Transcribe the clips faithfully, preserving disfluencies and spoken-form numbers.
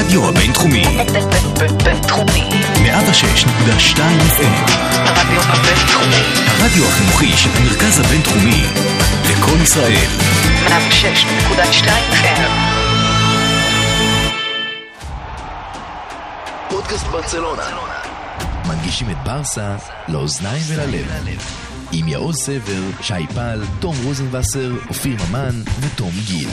הרדיו הבינתחומי. בינתחומי. מאה ושש נקודה שתיים אף אם. הרדיו הבינתחומי. הרדיו החינוכי של המרכז הבינתחומי. לקול ישראל. מאה ושש נקודה שתיים אף אם. פודקאסט ברצלונה. מנגישים את ברסה לאוזניים וללב. עם יעוז סבר, שי פל, תום רוזנבסר, אופיר ממן ותום גיל.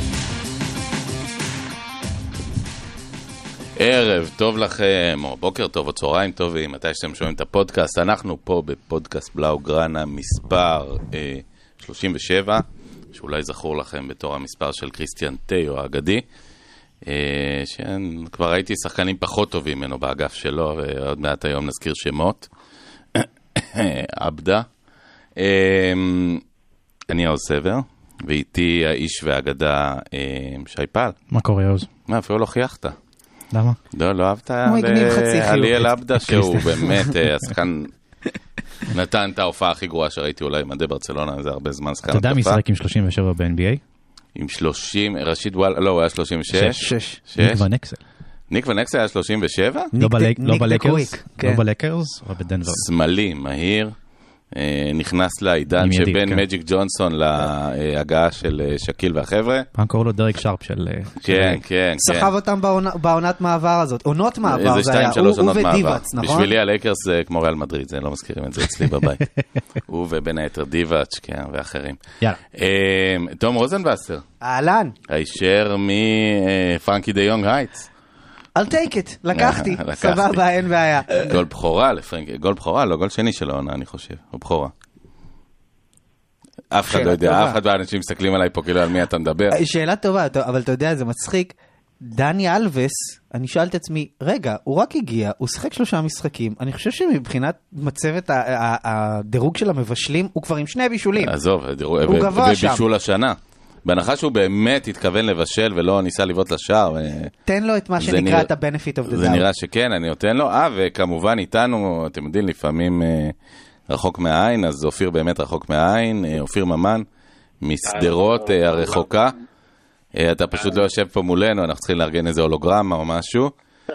ערב טוב לכם, או בוקר טוב, או צהריים טובים, מתי שאתם שומעים את הפודקאסט. אנחנו פה בפודקאסט בלאו גרנה מספר אה, שלושים ושבע, שאולי זכור לכם בתור המספר של קריסטיאן טאו האגדי, אה, שכבר ראיתי שחקנים פחות טובים ממנו באגף שלו, ועוד מעט היום נזכיר שמות. עבדה. אה, אני יעוז סבר, ואיתי האיש והאגדה אה, שי פל. מה קורה יעוז? מה, אפילו לא חייכת. למה? לא, לא אהבת על אליאל עבדה, שהוא באמת, השחקן נתן את ההופעה הכי גרועה שראיתי אולי מדי ברצלונה, זה הרבה זמן שחקן התקפה. אתה יודע מי שחק עם שלושים ושבע ב-אן בי איי? עם שלושים, ראשית וואלה, לא, הוא היה שלושים ושש. שש. ניק ונקסל. ניק ונקסל היה שלושים ושבע? לא בלקרס, לא בלקרס, אבל בדנבר. שמאלי, מהיר. נכנס לעידן שבין מג'יק ג'ונסון להגעה של שקיל והחבר'ה. פעם קראו לו דרק שרפ של... כן, כן. סחב אותם בעונת מעבר הזאת. עונות מעבר זה היה, הוא ודיבאץ, נכון? בשבילי הלייקרס זה כמו ריאל מדריד, זה לא מזכירים את זה אצלי בבית. הוא ובין היתר דיבאץ, כן, ואחרים. יאללה. תום רוזנבסר. אהלן. הישר מפרנקי די יונג הייטס. I'll take it, לקחתי, סבבה, אין בעיה. גול בחורה לפרנקי, גול בחורה, לא גול שני שלו, אני חושב, או בחורה. אף אחד לא יודע, אף אחד והאנשים מסתכלים עליי פה כאילו על מי אתה מדבר. שאלה טובה, אבל אתה יודע, זה מצחיק. דני אלבס, אני שאל את עצמי, רגע, הוא רק הגיע, הוא שחק שלושה משחקים, אני חושב שמבחינת מצבת הדירוג של המבשלים, הוא כבר עם שני בישולים. עזוב, ובישול השנה. בהנחה שהוא באמת התכוון לבשל ולא ניסה לבעוט לשער. תן לו את מה שנקרא את ה-benefit of the doubt. זה נראה שכן, אני נותן לו. אה, וכמובן איתנו, אתם יודעים, לפעמים רחוק מהעין, אז אופיר באמת רחוק מהעין, אופיר ממן, מסדרות הרחוקה. אתה פשוט לא יושב פה מולנו, אנחנו צריכים לארגן איזה הולוגרמה או משהו.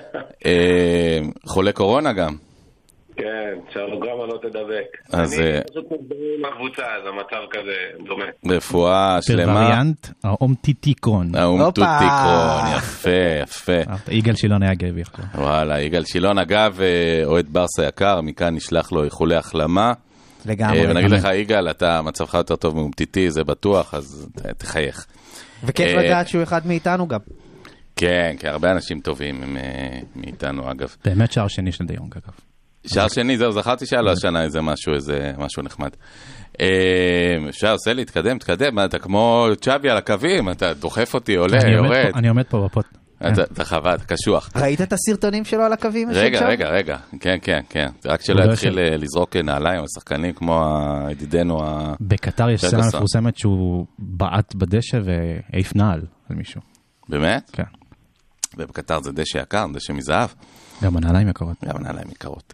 חולה קורונה גם. כן, שההולוגרמה לא תדבק. אז... אני פשוט מדבר עם הקבוצה, אז המצב כזה דומה. רפואה שלמה. בווריאנט, האומטיטיקרון. האומטיטיקרון, יפה, יפה. יגאל שילון היה גבי. וואלה, יגאל שילון, אגב, אוהד ברסה יקר, מכאן נשלח לו איחולי החלמה. לגמרי. ונגיד לך, יגאל, אתה מצבך יותר טוב מאומטיטי, זה בטוח, אז תחייך. וכיף לדעת שהוא אחד מאיתנו גם. כן, כי הרבה אנשים טובים מאיתנו, אגב. באמת שער שני של דיונג, אגב. שער שני, זהו, זכרתי שהיה לו השנה איזה משהו, איזה משהו נחמד. שער, עושה לי, תקדם, תקדם, אתה כמו צ'אבי על הקווים, אתה דוחף אותי, עולה, יורד. אני עומד פה בפות. אתה חווה, אתה קשוח. ראית את הסרטונים שלו על הקווים? רגע, רגע, רגע, כן, כן, כן. רק שלא יתחיל לזרוק נעליים, השחקנים כמו הידידנו ה... בקטר יש סצנה מפורסמת שהוא בעט בדשא והעיף נעל על מישהו. באמת? כן. ובקטר זה דשא יקר, דשא מזהב. גם הנעליים יקרות. גם הנעליים יקרות.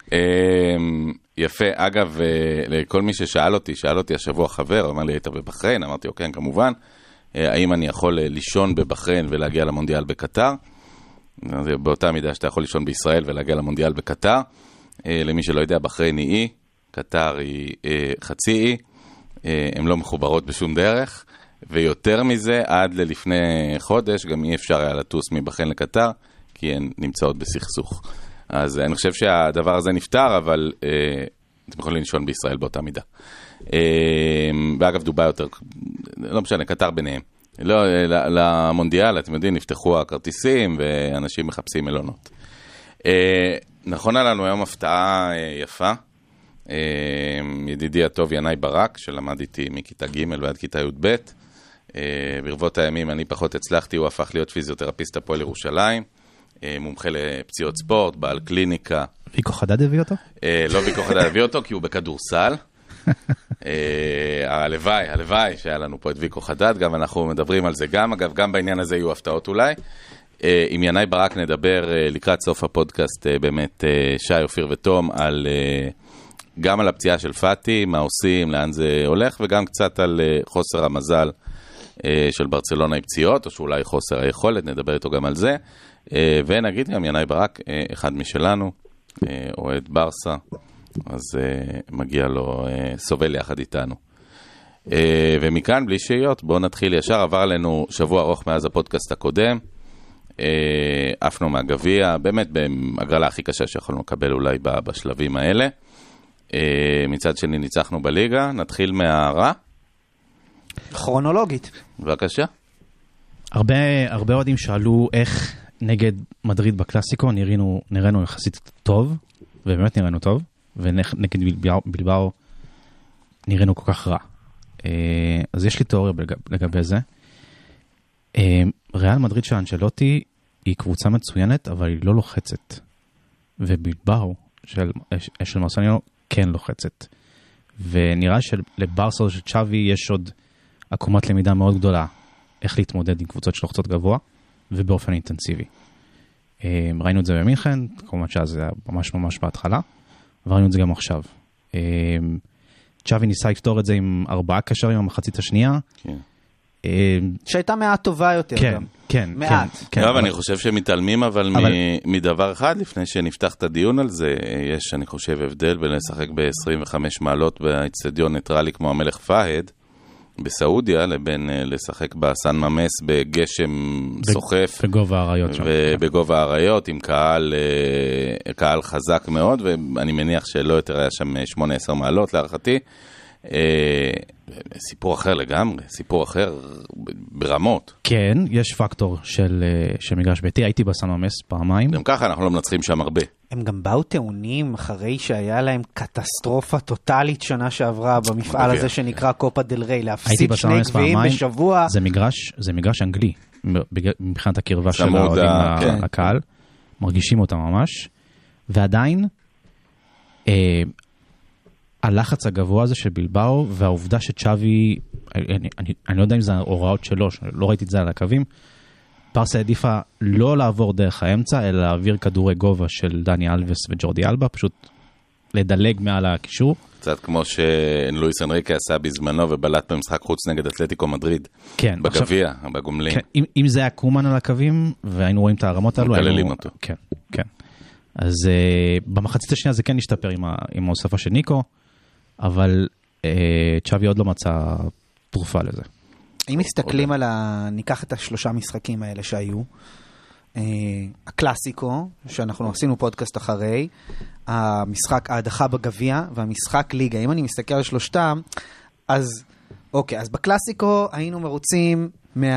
יפה, אגב, לכל מי ששאל אותי, שאל אותי השבוע חבר, אמר לי, היית בבחריין, אמרתי, אוקיי, כמובן, האם אני יכול לישון בבחריין ולהגיע למונדיאל בקטר? באותה מידה שאתה יכול לישון בישראל ולהגיע למונדיאל בקטר. למי שלא יודע, בחריין היא אי, קטר היא חצי אי, הן לא מחוברות בשום דרך, ויותר מזה, עד ללפני חודש, גם אי אפשר היה לטוס מבחריין לקטר, כי הן נמצאות בסכסוך. אז אני חושב שהדבר הזה נפתר, אבל אה, אתם יכולים לישון בישראל באותה מידה. אה, ואגב, דובי יותר, לא משנה, קטר ביניהם. לא, למונדיאל, אתם יודעים, נפתחו הכרטיסים, ואנשים מחפשים מלונות. אה, נכון עלינו היום הפתעה אה, יפה. אה, ידידי הטוב ינאי ברק, שלמד איתי מכיתה ג' ועד כיתה י' ב'. אה, ברבות הימים אני פחות הצלחתי, הוא הפך להיות פיזיותרפיסט הפועל ירושלים. מומחה לפציעות ספורט, בעל קליניקה. ויקו חדד הביא אותו? לא ויקו חדד הביא אותו, כי הוא בכדורסל. הלוואי, הלוואי שהיה לנו פה את ויקו חדד, גם אנחנו מדברים על זה גם, אגב, גם בעניין הזה יהיו הפתעות אולי. עם ינאי ברק נדבר לקראת סוף הפודקאסט, באמת שי, אופיר ותום, על, גם על הפציעה של פאטי, מה עושים, לאן זה הולך, וגם קצת על חוסר המזל של ברצלונה עם פציעות, או שאולי חוסר היכולת, נדבר איתו גם על זה. ונגיד גם ינאי ברק, אחד משלנו, אוהד ברסה, אז מגיע לו, סובל יחד איתנו. ומכאן, בלי שהיות, בואו נתחיל ישר. עבר עלינו שבוע ארוך מאז הפודקאסט הקודם, עפנו מהגביע, באמת בהגרלה הכי קשה שיכולנו לקבל אולי בשלבים האלה. מצד שני ניצחנו בליגה, נתחיל מהרע. כרונולוגית. בבקשה. הרבה, הרבה אוהדים שאלו איך נגד מדריד בקלאסיקו נראינו, נראינו יחסית טוב, ובאמת נראינו טוב, ונגד בלבאו, בלבאו נראינו כל כך רע. אז יש לי תיאוריה לגבי זה. ריאל מדריד של אנצ'לוטי היא קבוצה מצוינת, אבל היא לא לוחצת. ובלבאו של, של מרסניו כן לוחצת. ונראה שלברסה של צ'אבי יש עוד עקומת למידה מאוד גדולה איך להתמודד עם קבוצות שלוחצות גבוה, ובאופן אינטנסיבי. ראינו את זה במינכן, כמובן שזה היה ממש ממש בהתחלה, וראינו את זה גם עכשיו. צ'אבי ניסה לפתור את זה עם ארבעה קשרים במחצית השנייה. כן. שהייתה מעט טובה יותר כן, גם. כן, מעט. כן. לא, אבל אני חושב שמתעלמים אבל מדבר אחד, לפני שנפתח את הדיון על זה, יש, אני חושב, הבדל בין לשחק ב-עשרים וחמש מעלות באצטדיון ניטרלי כמו המלך פהד, בסעודיה, לבין לשחק בסן ממס בגשם סוחף. בגובה האריות שם. ובגובה האריות, עם קהל, קהל חזק מאוד, ואני מניח שלא יותר היה שם שמונה עשרה מעלות להערכתי. סיפור אחר לגמרי, סיפור אחר ברמות. כן, יש פקטור של, של מגרש ביתי, הייתי בסן ממס פעמיים. גם ככה אנחנו לא מנצחים שם הרבה. הם גם באו טעונים אחרי שהיה להם קטסטרופה טוטלית שנה שעברה במפעל הזה שנקרא קופה דל ריי, להפסיד שני גביעים בשבוע. זה מגרש, זה מגרש אנגלי, מבחינת הקרבה של האוהדים לקהל, מרגישים אותם ממש, ועדיין הלחץ הגבוה הזה של בלבאו, והעובדה שצ'אבי, אני, אני, אני לא יודע אם זה ההוראות שלו, לא ראיתי את זה על הקווים, ברסה העדיפה לא לעבור דרך האמצע, אלא להעביר כדורי גובה של דני אלווס וג'ורדי אלבה, פשוט לדלג מעל הקישור. קצת כמו שלואיס אנריקה עשה בזמנו, ובלט במשחק חוץ נגד אתלטיקו מדריד. כן. בגביע, בגומלין. כן, אם, אם זה היה קומן על הקווים, והיינו רואים את הרמות האלו, מקללים אותו. כן, כן. אז uh, במחצית השנייה זה כן השתפר עם, ה, עם ההוספה של ניקו, אבל uh, צ'אבי עוד לא מצא תרופה לזה. אם מסתכלים על ה... ניקח את השלושה משחקים האלה שהיו, uh, הקלאסיקו, שאנחנו עשינו פודקאסט אחרי, המשחק ההדחה בגביע, והמשחק ליגה. אם אני מסתכל על שלושתם, אז אוקיי, אז בקלאסיקו היינו מרוצים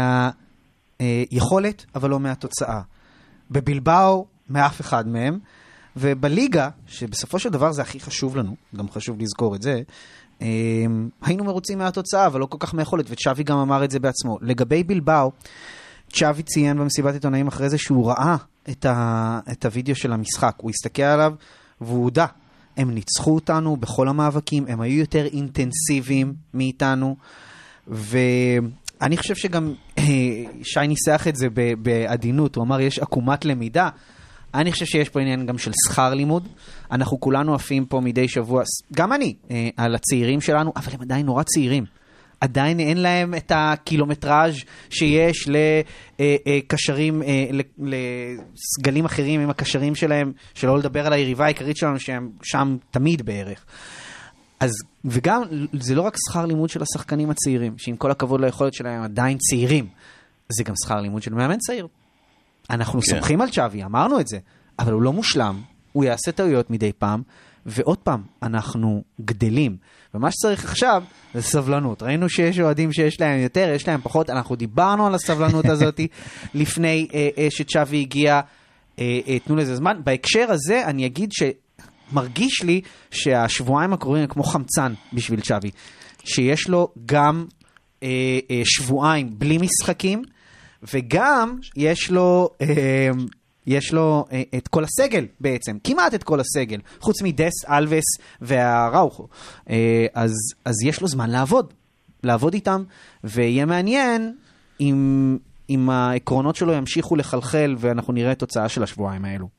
מהיכולת, uh, אבל לא מהתוצאה. בבלבאו, מאף אחד מהם, ובליגה, שבסופו של דבר זה הכי חשוב לנו, גם חשוב לזכור את זה, היינו מרוצים מהתוצאה, אבל לא כל כך מהיכולת, וצ'אבי גם אמר את זה בעצמו. לגבי בלבאו, צ'אבי ציין במסיבת עיתונאים אחרי זה שהוא ראה את, ה, את הוידאו של המשחק, הוא הסתכל עליו, והוא הודע, הם ניצחו אותנו בכל המאבקים, הם היו יותר אינטנסיביים מאיתנו, ואני חושב שגם שי ניסח את זה בעדינות, הוא אמר, יש עקומת למידה, אני חושב שיש פה עניין גם של שכר לימוד. אנחנו כולנו עפים פה מדי שבוע, גם אני, אה, על הצעירים שלנו, אבל הם עדיין נורא צעירים. עדיין אין להם את הקילומטראז' שיש לקשרים, אה, אה, לסגלים אחרים עם הקשרים שלהם, שלא לדבר על היריבה העיקרית שלנו, שהם שם תמיד בערך. אז, וגם, זה לא רק שכר לימוד של השחקנים הצעירים, שעם כל הכבוד ליכולת שלהם עדיין צעירים, זה גם שכר לימוד של מאמן צעיר. אנחנו כן. סומכים על צ'אבי, אמרנו את זה, אבל הוא לא מושלם, הוא יעשה טעויות מדי פעם, ועוד פעם, אנחנו גדלים. ומה שצריך עכשיו זה סבלנות. ראינו שיש אוהדים שיש להם יותר, יש להם פחות, אנחנו דיברנו על הסבלנות הזאת לפני אה, אה, שצ'אבי הגיע, אה, אה, תנו לזה זמן. בהקשר הזה אני אגיד שמרגיש לי שהשבועיים הקרובים הם כמו חמצן בשביל צ'אבי, שיש לו גם אה, אה, שבועיים בלי משחקים, וגם יש לו, אה, יש לו אה, את כל הסגל בעצם, כמעט את כל הסגל, חוץ מדס, אלווס והראוכו. אה, אז, אז יש לו זמן לעבוד, לעבוד איתם, ויהיה מעניין אם, אם העקרונות שלו ימשיכו לחלחל, ואנחנו נראה את תוצאה של השבועיים האלו.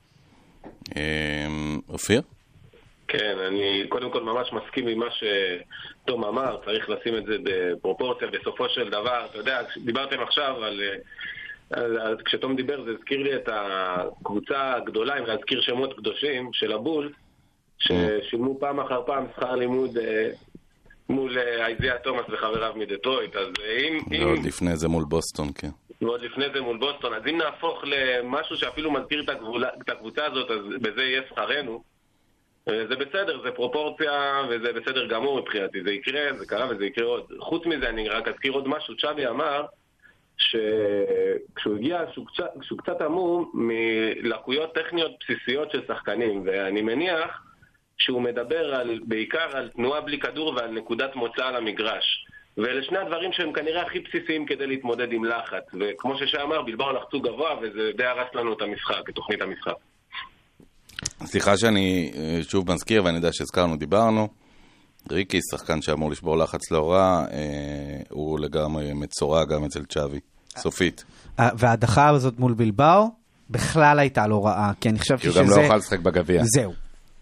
אופיר? כן, אני קודם כל ממש מסכים עם מה שתום אמר, צריך לשים את זה בפרופורציה בסופו של דבר. אתה יודע, דיברתם עכשיו על אז, אז כשתום דיבר זה הזכיר לי את הקבוצה הגדולה, אם להזכיר שמות קדושים של הבול, ששילמו פעם אחר פעם שכר לימוד אה, מול אה, אייזיה תומאס וחבריו מדטרויט. אז אם... ועוד אם... לפני זה מול בוסטון, כן. ועוד לפני זה מול בוסטון. אז אם נהפוך למשהו שאפילו מזכיר את, הגבולה, את הקבוצה הזאת, אז בזה יהיה שכרנו. זה בסדר, זה פרופורציה, וזה בסדר גמור מבחינתי. זה יקרה, זה קרה וזה יקרה עוד. חוץ מזה, אני רק אזכיר עוד משהו. צ'אבי אמר שכשהוא הגיע, שהוא קצת, שהוא קצת עמום מלקויות טכניות בסיסיות של שחקנים, ואני מניח שהוא מדבר על, בעיקר על תנועה בלי כדור ועל נקודת מוצא על המגרש. ואלה שני הדברים שהם כנראה הכי בסיסיים כדי להתמודד עם לחץ. וכמו ששי אמר, בלבאו לחצו גבוה, וזה די הרס לנו את המשחק, את תוכנית המשחק. סליחה שאני שוב מזכיר, ואני יודע שהזכרנו, דיברנו. ריקי, שחקן שאמור לשבור לחץ להוראה, הוא לגמרי מצורע גם אצל צ'אבי. סופית. וההדחה הזאת מול בלבאו, בכלל הייתה לו רעה, כי אני חשבתי שזה... כי הוא גם לא אוכל לשחק בגביע. זהו.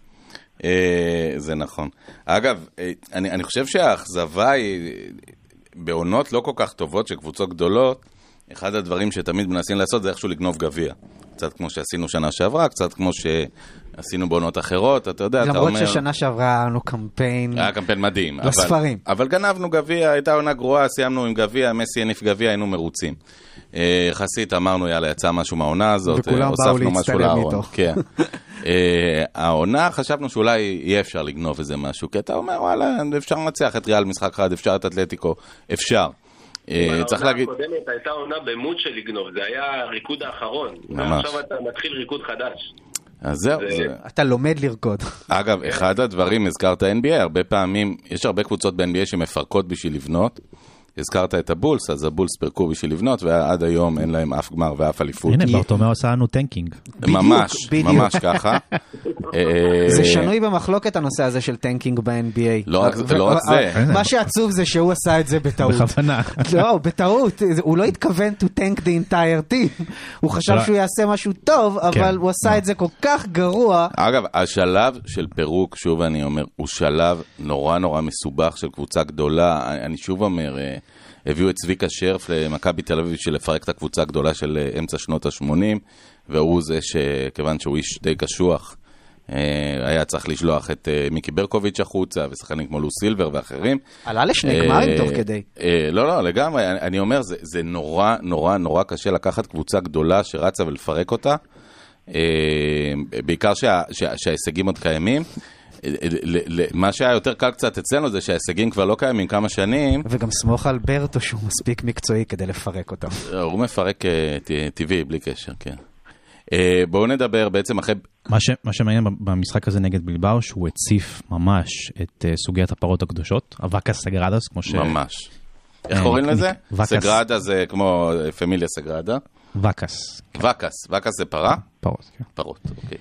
זה נכון. אגב, אני, אני חושב שהאכזבה היא, בעונות לא כל כך טובות של קבוצות גדולות, אחד הדברים שתמיד מנסים לעשות זה איכשהו לגנוב גביע. קצת כמו שעשינו שנה שעברה, קצת כמו שעשינו בעונות אחרות, אתה יודע, אתה אומר... למרות ששנה שעברה היה לנו קמפיין... היה קמפיין מדהים. לספרים. אבל, אבל גנבנו גביע, הייתה עונה גרועה, סיימנו עם גביע, מסי הניף גביע, היינו מרוצים. יחסית אמרנו, יאללה, יצא משהו מהעונה הזאת, וכולם באו להצטלם איתו. כן. העונה חשבנו שאולי יהיה אפשר לגנוב איזה משהו, כי אתה אומר, וואלה, אפשר לנצח את ריאל משחק אחד, אפשר את אתלטיקו, אפשר. צריך להגיד... העונה הקודמת הייתה עונה במוד של לגנוב, זה היה הריקוד האחרון. ועכשיו אתה מתחיל ריקוד חדש. אז זהו. אתה לומד לרקוד. אגב, אחד הדברים, הזכרת אן בי איי, הרבה פעמים, יש הרבה קבוצות ב-אן בי איי שמפרקות בשביל לבנות. הזכרת את הבולס, אז הבולס פרקו בשביל לבנות, ועד היום אין להם אף גמר ואף אליפות. הנה, ברטומאו עשה לנו טנקינג. ממש, ממש ככה. זה שנוי במחלוקת הנושא הזה של טנקינג ב-אן בי איי. לא רק זה. מה שעצוב זה שהוא עשה את זה בטעות. בכוונה. לא, בטעות. הוא לא התכוון to tank the entire team. הוא חשב שהוא יעשה משהו טוב, אבל הוא עשה את זה כל כך גרוע. אגב, השלב של פירוק, שוב אני אומר, הוא שלב נורא נורא מסובך של קבוצה גדולה. אני שוב אומר... הביאו את צביקה שרף למכבי תל אביב של לפרק את הקבוצה הגדולה של אמצע שנות ה-שמונים, והוא זה שכיוון שהוא איש די קשוח, היה צריך לשלוח את מיקי ברקוביץ' החוצה, ושחקנים כמו לו סילבר ואחרים. עלה לשני גמרים תוך כדי. לא, לא, לגמרי. אני אומר, זה נורא, נורא, נורא קשה לקחת קבוצה גדולה שרצה ולפרק אותה, בעיקר שההישגים עוד קיימים. מה שהיה יותר קל קצת אצלנו זה שההישגים כבר לא קיימים כמה שנים. וגם סמוך על ברטו שהוא מספיק מקצועי כדי לפרק אותם. הוא מפרק טבעי בלי קשר, כן. בואו נדבר בעצם אחרי... מה שמעניין במשחק הזה נגד בלבאו, שהוא הציף ממש את סוגיית הפרות הקדושות, אבקס סגרדס, כמו ש... ממש. איך קוראים לזה? סגרדה זה כמו פמיליה סגרדה. וקס. וקס. וקס זה פרה? פרות, כן. פרות, אוקיי.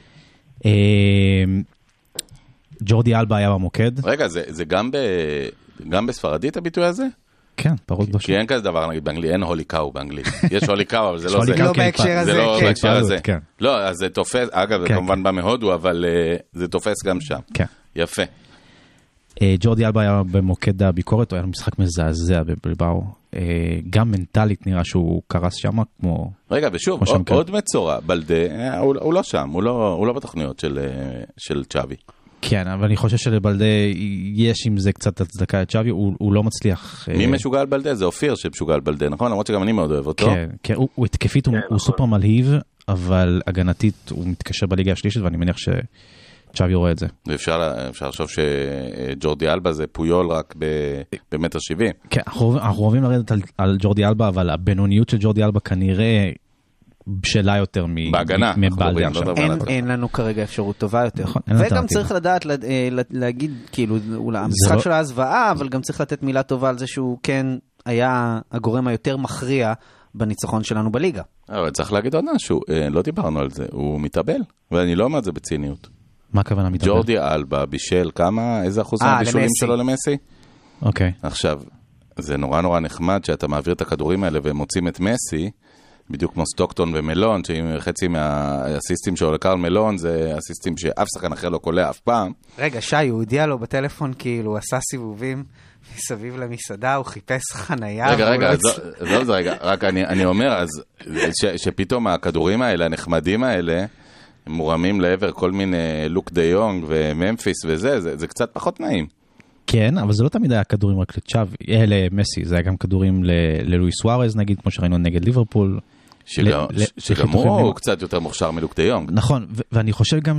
ג'ורדי אלבה היה במוקד. רגע, זה, זה גם, ב, גם בספרדית הביטוי הזה? כן, פרות קדושות. כי אין כזה דבר, נגיד, באנגלית, אין הולי קאו באנגלית. יש הולי קאו, אבל זה לא זה. לא בהקשר הזה, זה לא כן. בהקשר הזה. לא, אז זה תופס, אגב, זה כן, כמובן כן. בא מהודו, אבל uh, זה תופס גם שם. כן. יפה. Uh, ג'ורדי אלבה היה במוקד הביקורת, הוא היה משחק מזעזע בבלבאו. Uh, גם מנטלית נראה שהוא קרס שם, כמו... רגע, ושוב, עוד, עוד מצורע, בלדה, הוא, הוא לא שם, הוא לא, הוא לא בתוכניות של, של צ'אבי. כן, אבל אני חושב שלבלדה יש עם זה קצת הצדקה את צ'אבי, הוא, הוא לא מצליח... מי משוגע על בלדה? זה אופיר שמשוגע על בלדה, נכון? למרות שגם אני מאוד אוהב אותו. כן, כן, הוא, הוא התקפית, הוא, הוא סופר מלהיב, אבל הגנתית הוא מתקשר בליגה השלישית, ואני מניח שצ'אבי רואה את זה. ואפשר אפשר לחשוב שג'ורדי אלבה זה פויול רק במטר שבעים. כן, אנחנו, אנחנו אוהבים לרדת על, על ג'ורדי אלבה, אבל הבינוניות של ג'ורדי אלבה כנראה... בשלה יותר בהגנה, מבלדה עכשיו. אין לנו כרגע אפשרות טובה יותר. וגם צריך לדעת להגיד, כאילו, המשחק שלו היה זוועה, אבל גם צריך לתת מילה טובה על זה שהוא כן היה הגורם היותר מכריע בניצחון שלנו בליגה. אבל צריך להגיד עוד משהו, לא דיברנו על זה, הוא מתאבל, ואני לא אומר את זה בציניות. מה הכוונה מתאבל? ג'ורדי אלבה בישל כמה, איזה אחוז מהבישולים שלו למסי? אוקיי. עכשיו, זה נורא נורא נחמד שאתה מעביר את הכדורים האלה והם מוצאים את מסי, בדיוק כמו סטוקטון ומלון, שחצי מהאסיסטים שעולה קרל מלון, זה אסיסטים שאף שחקן אחר לא קולע אף פעם. רגע, שי, הוא הודיע לו בטלפון, כאילו, הוא עשה סיבובים, מסביב למסעדה, הוא חיפש חנייה. רגע, רגע, זו זה רגע, רק אני אומר, אז שפתאום הכדורים האלה, הנחמדים האלה, הם מורמים לעבר כל מיני לוק דה יונג וממפיס וזה, זה קצת פחות נעים. כן, אבל זה לא תמיד היה כדורים רק לצ'אבי, למסי, זה היה גם כדורים ללואיס סוארז, נגיד, כמו שראינו נגד ליברפול. שגם הוא קצת יותר מוכשר מלוק דה יונג. נכון, ואני חושב גם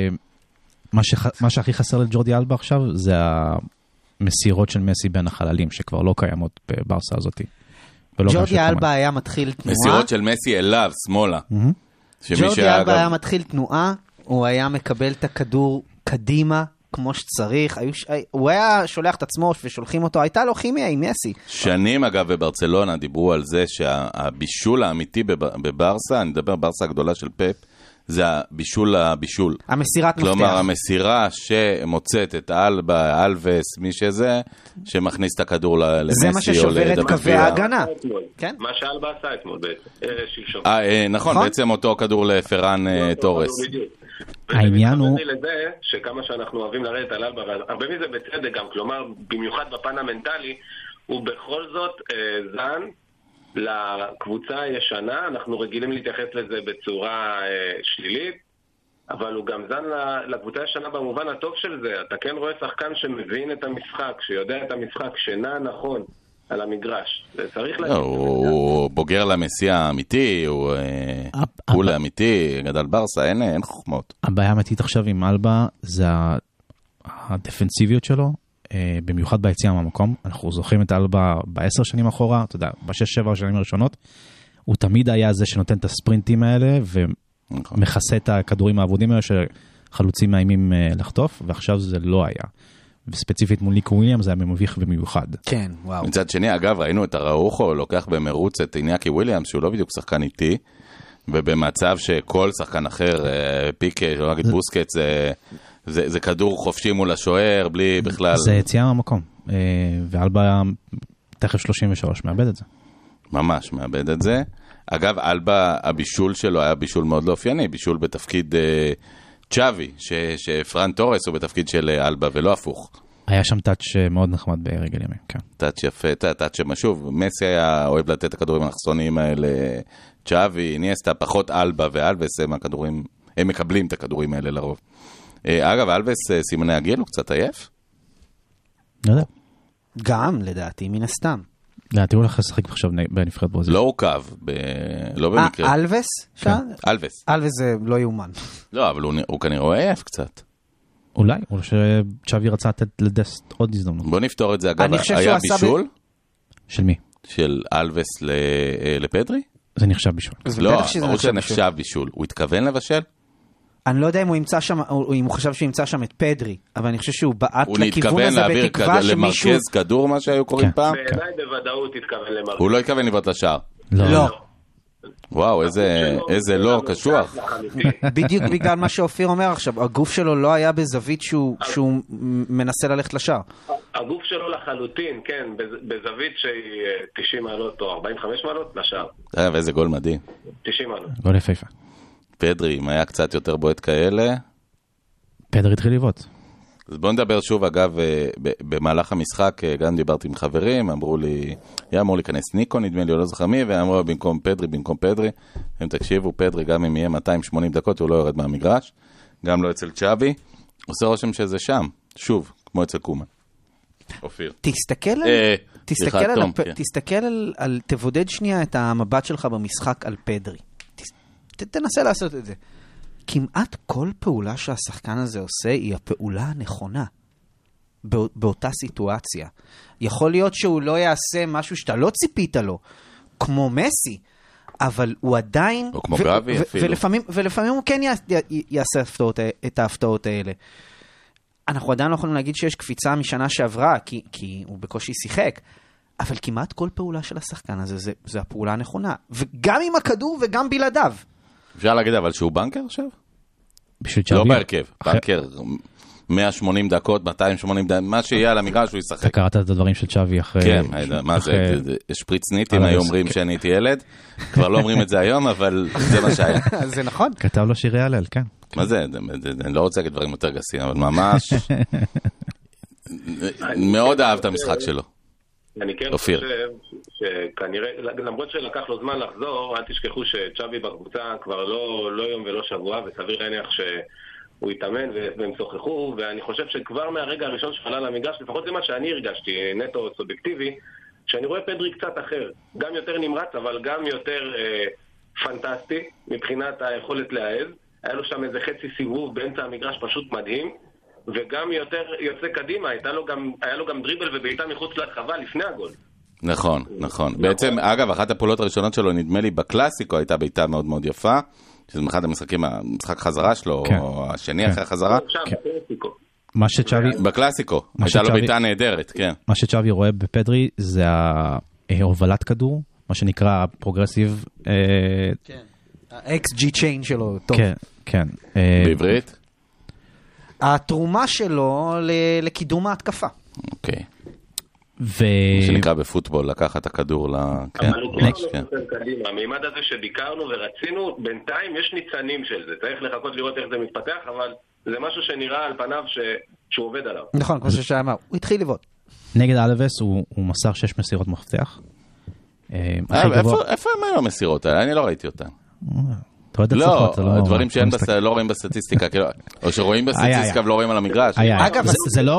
שמה שהכי חסר לג'ורדי אלבה עכשיו, זה המסירות של מסי בין החללים, שכבר לא קיימות בברסה הזאת. ג'ורדי אלבה היה מתחיל תנועה. מסירות של מסי אליו, שמאלה. ג'ורדי אלבה היה מתחיל תנועה, הוא היה מקבל את הכדור קדימה, כמו שצריך, הוא היה שולח את עצמו ושולחים אותו, הייתה לו כימיה עם מסי. שנים אגב בברצלונה דיברו על זה שהבישול האמיתי בברסה, אני מדבר ברסה הגדולה של פפ, זה הבישול הבישול. המסירת מפתח. כלומר, המסירה שמוצאת את אלבה, אלווס, מי שזה, שמכניס את הכדור למסי. זה מה ששובר את קווי ההגנה. מה שאלבה עשה אתמול בעצם, שלשום. נכון, בעצם אותו כדור לפרן תורס. העניין הוא... לזה שכמה שאנחנו אוהבים לרדת על אלבה, הרבה מזה בצדק גם, כלומר, במיוחד בפן המנטלי, הוא בכל זאת זן לקבוצה הישנה, אנחנו רגילים להתייחס לזה בצורה שלילית, אבל הוא גם זן לקבוצה הישנה במובן הטוב של זה. אתה כן רואה שחקן שמבין את המשחק, שיודע את המשחק, שנע נכון על המגרש. זה צריך להגיד. הוא בוגר למסי האמיתי, הוא כול האמיתי, גדל ברסה, אין חוכמות. הבעיה האמיתית עכשיו עם אלבה זה הדפנסיביות שלו, במיוחד ביציאה מהמקום. אנחנו זוכרים את אלבה בעשר שנים אחורה, אתה יודע, בשש שבע שנים הראשונות, הוא תמיד היה זה שנותן את הספרינטים האלה, ומכסה את הכדורים העבודים האלה שחלוצים מאיימים לחטוף, ועכשיו זה לא היה. וספציפית מול ניקו וויליאם זה היה מביך במיוחד. כן, וואו. מצד שני, אגב, ראינו את הראוחו, לוקח במרוץ את איניאקי וויליאם, שהוא לא בדיוק שחקן איטי, ובמצב שכל שחקן אחר, פיקה, לא נגיד בוסקט, זה... זה, זה כדור חופשי מול השוער, בלי בכלל... זה יציאה מהמקום, ואלבה תכף שלושים ושלוש מאבד את זה. ממש מאבד את זה. אגב, אלבה, הבישול שלו היה בישול מאוד לא אופייני, בישול בתפקיד צ'אבי, שפרן תורס הוא בתפקיד של אלבה, ולא הפוך. היה שם טאץ' מאוד נחמד ברגל ימין, כן. טאץ' יפה, טאץ' שמשוב, מסי היה אוהב לתת את הכדורים האחסוניים האלה, צ'אבי, ניאסטה, פחות אלבה ואלבס, הם הכדורים, הם מקבלים את הכדורים האלה לרוב. אגב, אלבס סימני הגיל הוא קצת עייף? לא יודע. גם, לדעתי, מן הסתם. לדעתי הוא הולך לשחק עכשיו בנבחרת ברזיל. לא הורכב, לא במקרה. אלבס? אלבס. אלבס זה לא יאומן. לא, אבל הוא כנראה עייף קצת. אולי, או שצ'אבי רצה לתת לדסט עוד הזדמנות. בוא נפתור את זה. אגב, היה בישול? של מי? של אלבס לפדרי? זה נחשב בישול. לא, ברור שנחשב בישול. הוא התכוון לבשל? אני לא יודע אם הוא ימצא שם, אם הוא חשב שהוא ימצא שם את פדרי, אבל אני חושב שהוא בעט לכיוון הזה בתקווה שמישהו... למרכז כדור, מה שהיו קוראים פעם? בעיניי בוודאות התכוון למרכז. הוא לא התכוון לבעוט לשער. לא. וואו, איזה לא, קשוח. בדיוק בגלל מה שאופיר אומר עכשיו, הגוף שלו לא היה בזווית שהוא מנסה ללכת לשער. הגוף שלו לחלוטין, כן, בזווית שהיא תשעים מעלות או ארבעים וחמש מעלות לשער. ואיזה גול מדהים. תשעים מעלות. גול יפהפה. פדרי, אם היה קצת יותר בועט כאלה... פדרי התחיל לבעוט. אז בואו נדבר שוב, אגב, במהלך המשחק, גם דיברתי עם חברים, אמרו לי, היה אמור להיכנס ניקו, נדמה לי, או לא זוכר מי, ואמרו במקום פדרי, במקום פדרי, אם תקשיבו, פדרי, גם אם יהיה מאתיים ושמונים דקות, הוא לא יורד מהמגרש, גם לא אצל צ'אבי, עושה רושם שזה שם, שוב, כמו אצל קומה. אופיר. תסתכל על... תסתכל על... תסתכל על... תבודד שנייה את המבט שלך במשחק על פדרי. תנסה לעשות את זה. כמעט כל פעולה שהשחקן הזה עושה היא הפעולה הנכונה באותה סיטואציה. יכול להיות שהוא לא יעשה משהו שאתה לא ציפית לו, כמו מסי, אבל הוא עדיין... או כמו גבי אפילו. ולפעמים, ולפעמים הוא כן יעשה הפתעות, את ההפתעות האלה. אנחנו עדיין לא יכולים להגיד שיש קפיצה משנה שעברה, כי, כי הוא בקושי שיחק, אבל כמעט כל פעולה של השחקן הזה זה, זה הפעולה הנכונה. וגם עם הכדור וגם בלעדיו. אפשר להגיד אבל שהוא בנקר עכשיו? לא בהרכב, בנקר מאה ושמונים דקות, מאתיים ושמונים דקות, מה שיהיה על המגרש הוא ישחק. אתה קראת את הדברים של צ'אבי אחרי... כן, מה זה, שפריצניתים היו אומרים שאני הייתי ילד, כבר לא אומרים את זה היום, אבל זה מה שהיה. זה נכון. כתב לו שירי הלל, כן. מה זה, אני לא רוצה להגיד דברים יותר גסים, אבל ממש מאוד אהב את המשחק שלו. אני כן אופיר. חושב שכנראה, למרות שלקח לו זמן לחזור, אל תשכחו שצ'אבי בקבוצה כבר לא, לא יום ולא שבוע, וסביר להניח שהוא יתאמן והם שוחחו, ואני חושב שכבר מהרגע הראשון שעלה למגרש, לפחות זה מה שאני הרגשתי, נטו סובייקטיבי, שאני רואה פדרי קצת אחר, גם יותר נמרץ, אבל גם יותר אה, פנטסטי, מבחינת היכולת להעז. היה לו שם איזה חצי סיבוב באמצע המגרש פשוט מדהים, וגם יותר יוצא קדימה, הייתה לו גם, היה לו גם דריבל ובעיטה מחוץ לרחבה לפני הגול. נכון, נכון. בעצם, אגב, אחת הפעולות הראשונות שלו, נדמה לי, בקלאסיקו, הייתה בעיטה מאוד מאוד יפה, שזה אחד המשחקים, המשחק חזרה שלו, או השני אחרי החזרה. מה שצ'אבי... בקלאסיקו, הייתה לו בעיטה נהדרת, כן. מה שצ'אבי רואה בפדרי זה ההובלת כדור, מה שנקרא פרוגרסיב... כן. ה-אקס ג'י chain שלו, טוב. כן, כן. בעברית? התרומה שלו לקידום ההתקפה. אוקיי. ו... שנקרא בפוטבול, לקחת את הכדור ל... אבל הוא כבר לא חוזר קדימה. המימד הזה שביקרנו ורצינו, בינתיים יש ניצנים של זה. צריך לחכות לראות איך זה מתפתח, אבל זה משהו שנראה על פניו שהוא עובד עליו. נכון, כמו ששי אמר, הוא התחיל לבעוט. נגד אלווס הוא מסר שש מסירות מפתח. איפה הם היו המסירות האלה? אני לא ראיתי אותן. לא, דברים שלא רואים בסטטיסטיקה, או שרואים בסטטיסטיקה ולא רואים על המגרש. אגב, זה לא...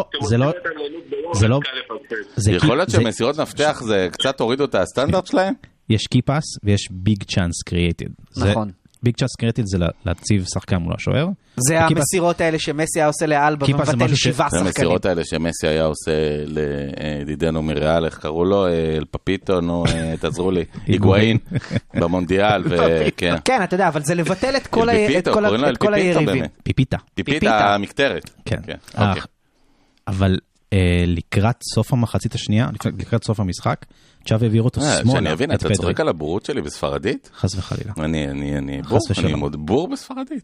זה לא... יכול להיות שמסירות מפתח זה קצת הורידו את הסטנדרט שלהם? יש קיפס ויש ביג צ'אנס קריאייטד. נכון. ביג צ'אנס קריאייטד זה להציב שחקן מול השוער. זה המסירות האלה שמסי היה עושה לאלבה ומבטל שבעה שחקנים. זה המסירות האלה שמסי היה עושה לדידנו מריאל, איך קראו לו? אל פפיטו, נו, תעזרו לי. היגואין במונדיאל, וכן. כן, אתה יודע, אבל זה לבטל את כל היריבים. פיפיטה. פיפיטה המקטרת. כן. אבל לקראת סוף המחצית השנייה, לקראת סוף המשחק, צ'אבי העביר אותו שמאלה. שאני אבין, אתה צוחק על הבורות שלי בספרדית? חס וחלילה. אני, אני, אני בור, אני מאוד בור בספרדית.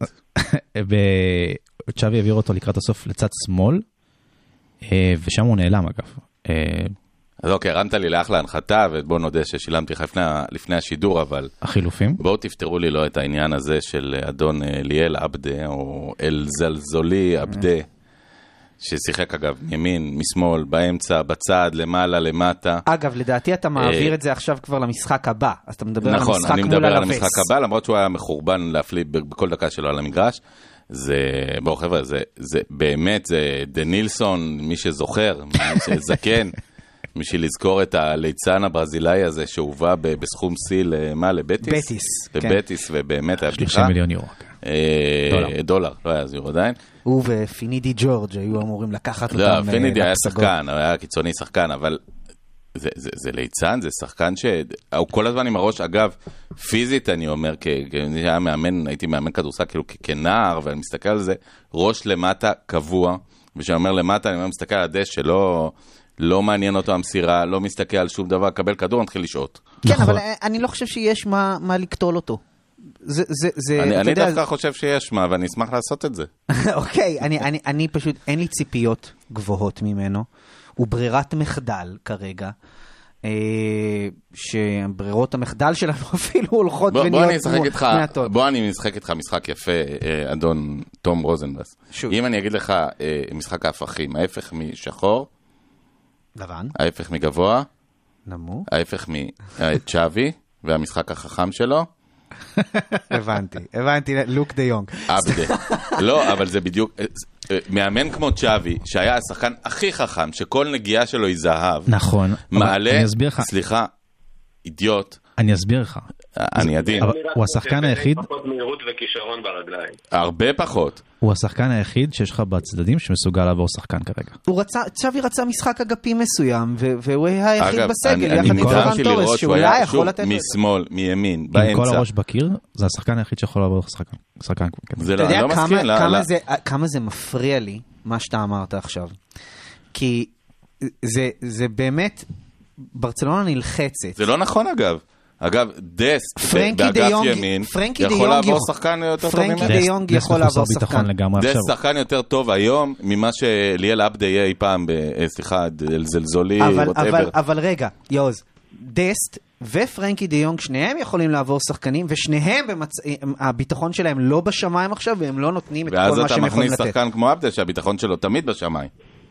צ'אבי העביר אותו לקראת הסוף לצד שמאל, ושם הוא נעלם אגב. אז אוקיי, הרמת לי לאחלה הנחתה, ובוא נודה ששילמתי לך לפני השידור, אבל... החילופים? בואו תפתרו לי לא את העניין הזה של אדון ליאל עבדה, או אל זלזולי עבדה. ששיחק אגב ימין, משמאל, באמצע, בצד, למעלה, למטה. אגב, לדעתי אתה מעביר את זה עכשיו כבר למשחק הבא, אז אתה מדבר על המשחק מול הלווס. נכון, אני מדבר על המשחק הבא, למרות שהוא היה מחורבן להפליא בכל דקה שלו על המגרש. זה, בואו חבר'ה, זה, זה באמת, זה דנילסון, מי שזוכר, מי שזקן, בשביל לזכור את הליצן הברזילאי הזה שהובא בסכום סי למה, לבטיס? בטיס, כן. לבטיס, ובאמת היה בדיחה. שלושים מיליון יורו. דולר, לא היה זירו עדיין. הוא ופינידי ג'ורג' היו אמורים לקחת אותם. לא, פינידי היה שחקן, היה קיצוני שחקן, אבל זה ליצן, זה שחקן שהוא כל הזמן עם הראש, אגב, פיזית אני אומר, הייתי מאמן כדורסל כאילו כנער, ואני מסתכל על זה, ראש למטה קבוע, וכשאני אומר למטה, אני מסתכל על הדשא, שלא... לא מעניין אותו המסירה, לא מסתכל על שום דבר, קבל כדור, נתחיל לשעות. כן, אבל אני לא חושב שיש מה לקטול אותו. אני דווקא חושב שיש מה, ואני אשמח לעשות את זה. אוקיי, אני פשוט, אין לי ציפיות גבוהות ממנו. הוא ברירת מחדל כרגע, שברירות המחדל שלנו אפילו הולכות ונהיות מעטות. בוא אני משחק איתך משחק יפה, אדון תום רוזנבס. אם אני אגיד לך משחק ההפכים, ההפך משחור, לבן. ההפך מגבוה. נמוך. ההפך מצ'אבי, והמשחק החכם שלו. הבנתי, הבנתי, לוק דה יונג. עבדה. לא, אבל זה בדיוק, מאמן כמו צ'אבי, שהיה השחקן הכי חכם, שכל נגיעה שלו היא זהב. נכון. מעלה, סליחה, אידיוט. אני אסביר לך. אני עדין. הוא השחקן היחיד... פחות מהירות וכישרון ברגליים. הרבה פחות. הוא השחקן היחיד שיש לך בצדדים שמסוגל לעבור שחקן כרגע. הוא רצה, צ'אבי רצה משחק אגפים מסוים, והוא היה היחיד בסגל, יחד עם פרן תורס, שאולי יכול לתת... משמאל, מימין, באמצע. עם כל הראש בקיר, זה השחקן היחיד שיכול לעבור שחקן. אתה יודע כמה זה מפריע לי, מה שאתה אמרת עכשיו. כי זה באמת, ברצלונה נלחצת. זה לא נכון אגב. אגב, דסט באגף ימין יכול לעבור שחקן יותר טוב ממנו. פרנקי דה יונג יכול לעבור שחקן. דסט שחקן יותר טוב היום ממה שליאל עבדה יהיה אי פעם, סליחה, זלזולי, whatever. אבל רגע, יוז, דסט ופרנקי דה יונג, שניהם יכולים לעבור שחקנים, ושניהם, הביטחון שלהם לא בשמיים עכשיו, והם לא נותנים את כל מה שהם יכולים לתת. ואז אתה מכניס שחקן כמו עבדה, שהביטחון שלו תמיד בשמיים.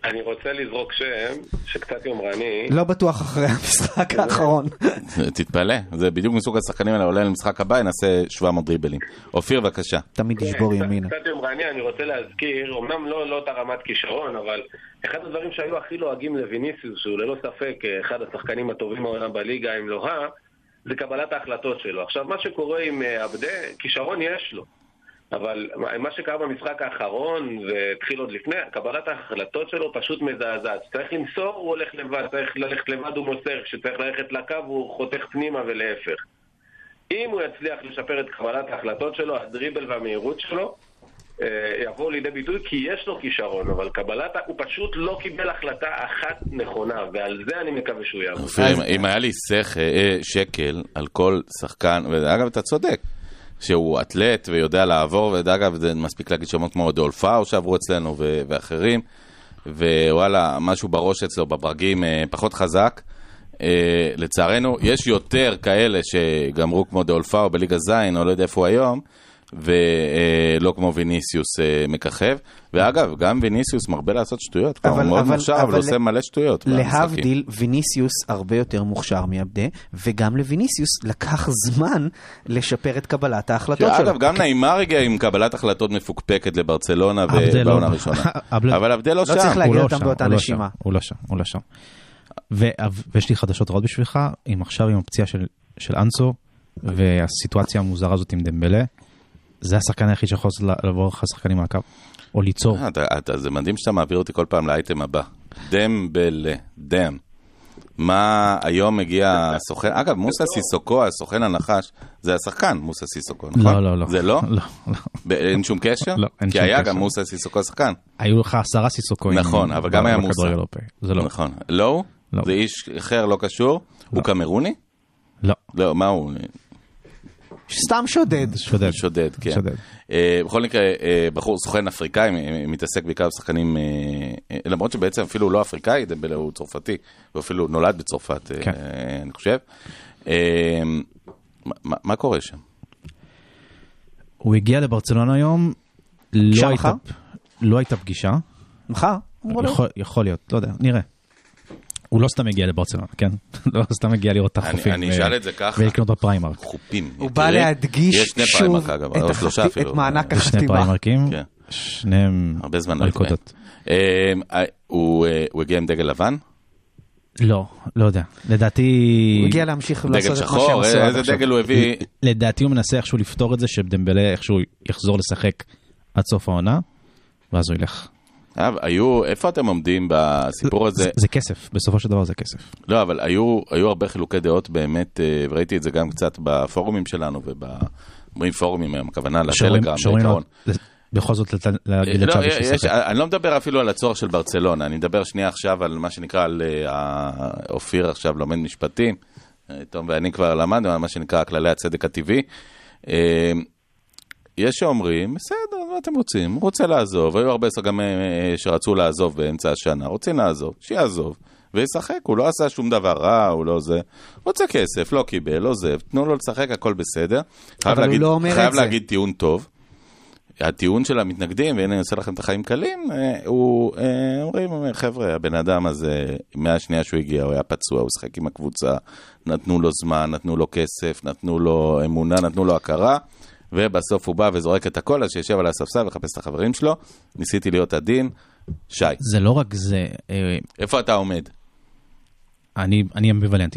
אני רוצה לזרוק שם שקצת יומרני. לא בטוח אחרי המשחק האחרון. תתפלא, זה בדיוק מסוג השחקנים האלה, עולה למשחק הבא, נעשה שבע מאות דריבלים. אופיר, בבקשה. תמיד ישבור ימינה. קצת יומרני, אני רוצה להזכיר, אמנם לא לא את הרמת כישרון, אבל אחד הדברים שהיו הכי לועגים לויניסיוס, שהוא ללא ספק אחד השחקנים הטובים העולם בליגה, אם לא ה, זה קבלת ההחלטות שלו. עכשיו, מה שקורה עם עבדה, כישרון יש לו. אבל מה שקרה במשחק האחרון, והתחיל עוד לפני, קבלת ההחלטות שלו פשוט מזעזעת. צריך למסור, הוא הולך לבד, צריך ללכת לבד, הוא מוסר, כשצריך ללכת לקו, הוא חותך פנימה ולהפך. אם הוא יצליח לשפר את קבלת ההחלטות שלו, הדריבל והמהירות שלו, יבואו לידי ביטוי, כי יש לו כישרון, אבל קבלת, הוא פשוט לא קיבל החלטה אחת נכונה, ועל זה אני מקווה שהוא יעבור. אם היה לי שקל על כל שחקן, ואגב, אתה צודק, שהוא אתלט ויודע לעבור, ואגב, זה מספיק להגיד שמות כמו דולפאו שעברו אצלנו ואחרים, ווואלה, משהו בראש אצלו, בברגים, פחות חזק. לצערנו, יש יותר כאלה שגמרו כמו דולפאו בליגה זין, או לא יודע איפה הוא היום, ולא כמו ויניסיוס מככב. ואגב, גם ויניסיוס מרבה לעשות שטויות, הוא מאוד מוכשר, אבל עושה מלא שטויות. להבדיל, ויניסיוס הרבה יותר מוכשר מעבדה, וגם לויניסיוס לקח זמן לשפר את קבלת ההחלטות שלו. אגב, גם ניימר הגיע עם קבלת החלטות מפוקפקת לברצלונה בעונה הראשונה. אבל עבדה לא שם. לא צריך להגיד אותם באותה נשימה. הוא לא שם, הוא לא שם. ויש לי חדשות רעות בשבילך, אם עכשיו עם הפציעה של אנסו, והסיטואציה המוזרה הזאת עם דמבלה, זה השחקן היחיד שיכול לעבור אחרי השחקנים מהקו, או ליצור. זה מדהים שאתה מעביר אותי כל פעם לאייטם הבא. דמבלה, דם. מה היום מגיע הסוכן? אגב, מוסה סיסוקו, הסוכן הנחש, זה השחקן, מוסה סיסוקו, נכון? לא, לא, לא. זה לא? לא, לא. אין שום קשר? לא, אין שום קשר. כי היה גם מוסה סיסוקו השחקן. היו לך עשרה סיסוקוים. נכון, אבל גם היה מוסה. זה לא. נכון. לא? זה איש אחר לא קשור? הוא קמרוני? לא. לא, מה הוא? סתם שודד. שודד. שודד, כן. שודד. בכל מקרה, בחור סוכן אפריקאי, מתעסק בעיקר בשחקנים, למרות שבעצם אפילו לא אפריקאי, דמבלה הוא צרפתי, ואפילו נולד בצרפת, אני חושב. מה קורה שם? הוא הגיע לברצלונה היום, לא הייתה פגישה. מחר? יכול להיות, לא יודע, נראה. הוא לא סתם הגיע לברצלונה, כן? לא סתם הגיע לראות את החופים. אני אשאל את זה ככה. ולקנות בפריימרק. חופים. הוא בא להדגיש שוב את מענק החתימה. שני פריימרקים. שניהם הרבה זמן לא לפני. הוא הגיע עם דגל לבן? לא, לא יודע. לדעתי... הוא הגיע להמשיך לעשות את מה שחור, איזה דגל הוא הביא? לדעתי הוא מנסה איכשהו לפתור את זה, שדמבלה איכשהו יחזור לשחק עד סוף העונה, ואז הוא ילך. היו, איפה אתם עומדים בסיפור הזה? זה כסף, בסופו של דבר זה כסף. לא, אבל היו, היו הרבה חילוקי דעות באמת, וראיתי את זה גם קצת בפורומים שלנו, ובאומרים פורומים היום, הכוונה לטלגרם, בעיקרון. בכל זאת להגיד לצ'אבי ששחק. אני לא מדבר אפילו על הצורך של ברצלונה, אני מדבר שנייה עכשיו על מה שנקרא, על אופיר עכשיו לומד משפטים, טוב, ואני כבר למדנו על מה שנקרא כללי הצדק הטבעי. יש שאומרים, בסדר, מה אתם רוצים? הוא רוצה לעזוב, היו הרבה גם שרצו לעזוב באמצע השנה, רוצים לעזוב, שיעזוב, וישחק, הוא לא עשה שום דבר רע, הוא לא זה, רוצה כסף, לא קיבל, לא זה, תנו לו לשחק, הכל בסדר. אבל הוא לא אומר את זה. חייב להגיד טיעון טוב. הטיעון של המתנגדים, והנה אני עושה לכם את החיים קלים, הוא, אומרים, חבר'ה, הבן אדם הזה, מהשנייה שהוא הגיע, הוא היה פצוע, הוא שחק עם הקבוצה, נתנו לו זמן, נתנו לו כסף, נתנו לו אמונה, נתנו לו הכרה, ובסוף הוא בא וזורק את הכל, אז שישב על הספסל וחפש את החברים שלו. ניסיתי להיות עדין. שי. זה לא רק זה. איפה אתה עומד? אני, אני אמביוולנטי.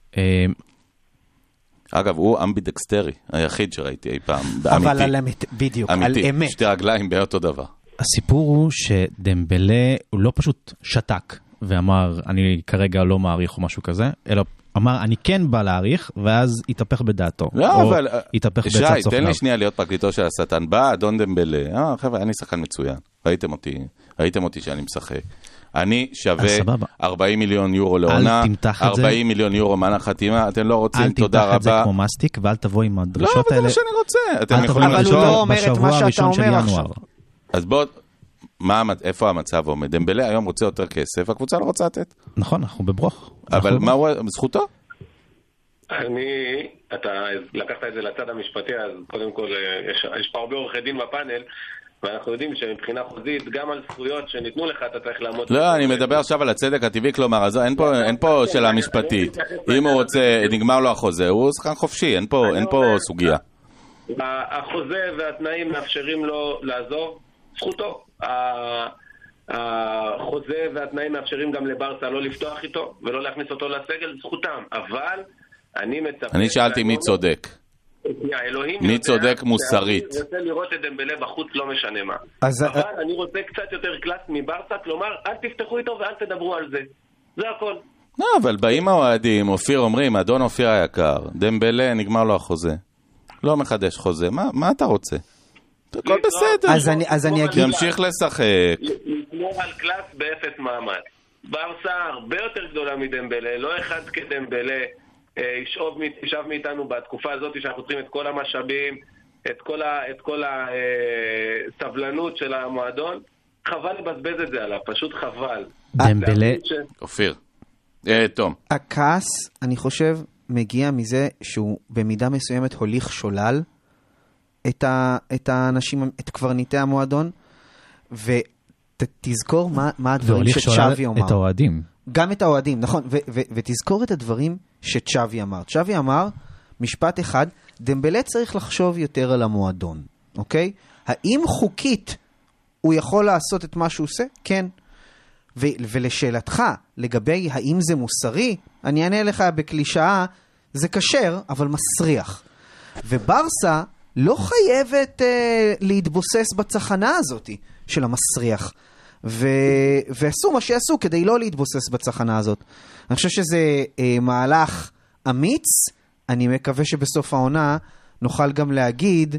אגב, הוא אמבידקסטרי, היחיד שראיתי אי פעם. אבל על אמת, בדיוק, על אמת. שתי רגליים באותו דבר. הסיפור הוא שדמבלה, הוא לא פשוט שתק, ואמר, אני כרגע לא מעריך או משהו כזה, אלא אמר, אני כן בא להעריך, ואז יתהפך בדעתו. לא, אבל... שי, תן לי שנייה להיות פרקליטו של השטן. בא, אדון דמבלה. אה, חבר'ה, אני שחקן מצוין. ראיתם אותי, ראיתם אותי שאני משחק. אני שווה ארבעים מיליון יורו לעונה, ארבעים מיליון יורו מענה חתימה, אתם לא רוצים, תודה רבה. אל תמתח את זה כמו מסטיק, ואל תבוא עם הדרשות האלה. לא, אבל זה מה שאני רוצה. אתם יכולים אבל הוא לא אומר את מה שאתה אומר עכשיו. אז בוא... איפה המצב עומד? דמבלה היום רוצה יותר כסף, הקבוצה לא רוצה לתת. נכון, אנחנו בברוך. אבל מה הוא, זכותו? אני, אתה לקחת את זה לצד המשפטי, אז קודם כל, יש פה הרבה עורכי דין בפאנל, ואנחנו יודעים שמבחינה חוזית, גם על זכויות שניתנו לך, אתה צריך לעמוד... לא, אני מדבר עכשיו על הצדק הטבעי, כלומר, אז אין פה, אין פה שאלה משפטית. אם הוא רוצה, נגמר לו החוזה, הוא שחקן חופשי, אין פה, אין פה סוגיה. החוזה והתנאים מאפשרים לו לעזוב, זכותו. החוזה והתנאים מאפשרים גם לברסה לא לפתוח איתו, ולא להכניס אותו לסגל, זכותם. אבל אני מצפה... אני שאלתי מי צודק. מי צודק מוסרית? אני רוצה לראות את דמבלה בחוץ, לא משנה מה. אבל אני רוצה קצת יותר קלאס מברסה, כלומר, אל תפתחו איתו ואל תדברו על זה. זה הכל. לא, אבל באים האוהדים, אופיר אומרים, אדון אופיר היקר, דמבלה נגמר לו החוזה. לא מחדש חוזה, מה, מה אתה רוצה? הכל בסדר. אז אני, אז אני אגיד... ימשיך לשחק. לשמור על קלאס באפס מעמד. ברסה הרבה יותר גדולה מדמבלה, לא אחד כדמבלה. ישב מאיתנו בתקופה הזאת שאנחנו צריכים את כל המשאבים, את כל, ה, את כל הסבלנות של המועדון. חבל לבזבז את זה עליו, פשוט חבל. דמבלה... אופיר. אה, תום. הכעס, אני חושב, מגיע מזה שהוא במידה מסוימת הוליך שולל את, ה, את האנשים, את קברניטי המועדון, ותזכור מה, מה הדברים שצ'אבי אומר. את האוהדים. גם את האוהדים, נכון, ו- ו- ותזכור את הדברים שצ'אבי אמר. צ'אבי אמר, משפט אחד, דמבלה צריך לחשוב יותר על המועדון, אוקיי? האם חוקית הוא יכול לעשות את מה שהוא עושה? כן. ו- ולשאלתך, לגבי האם זה מוסרי, אני אענה לך בקלישאה, זה קשר, אבל מסריח. וברסה לא חייבת אה, להתבוסס בצחנה הזאת של המסריח. ו... ועשו מה שעשו כדי לא להתבוסס בצחנה הזאת. אני חושב שזה אה, מהלך אמיץ. אני מקווה שבסוף העונה נוכל גם להגיד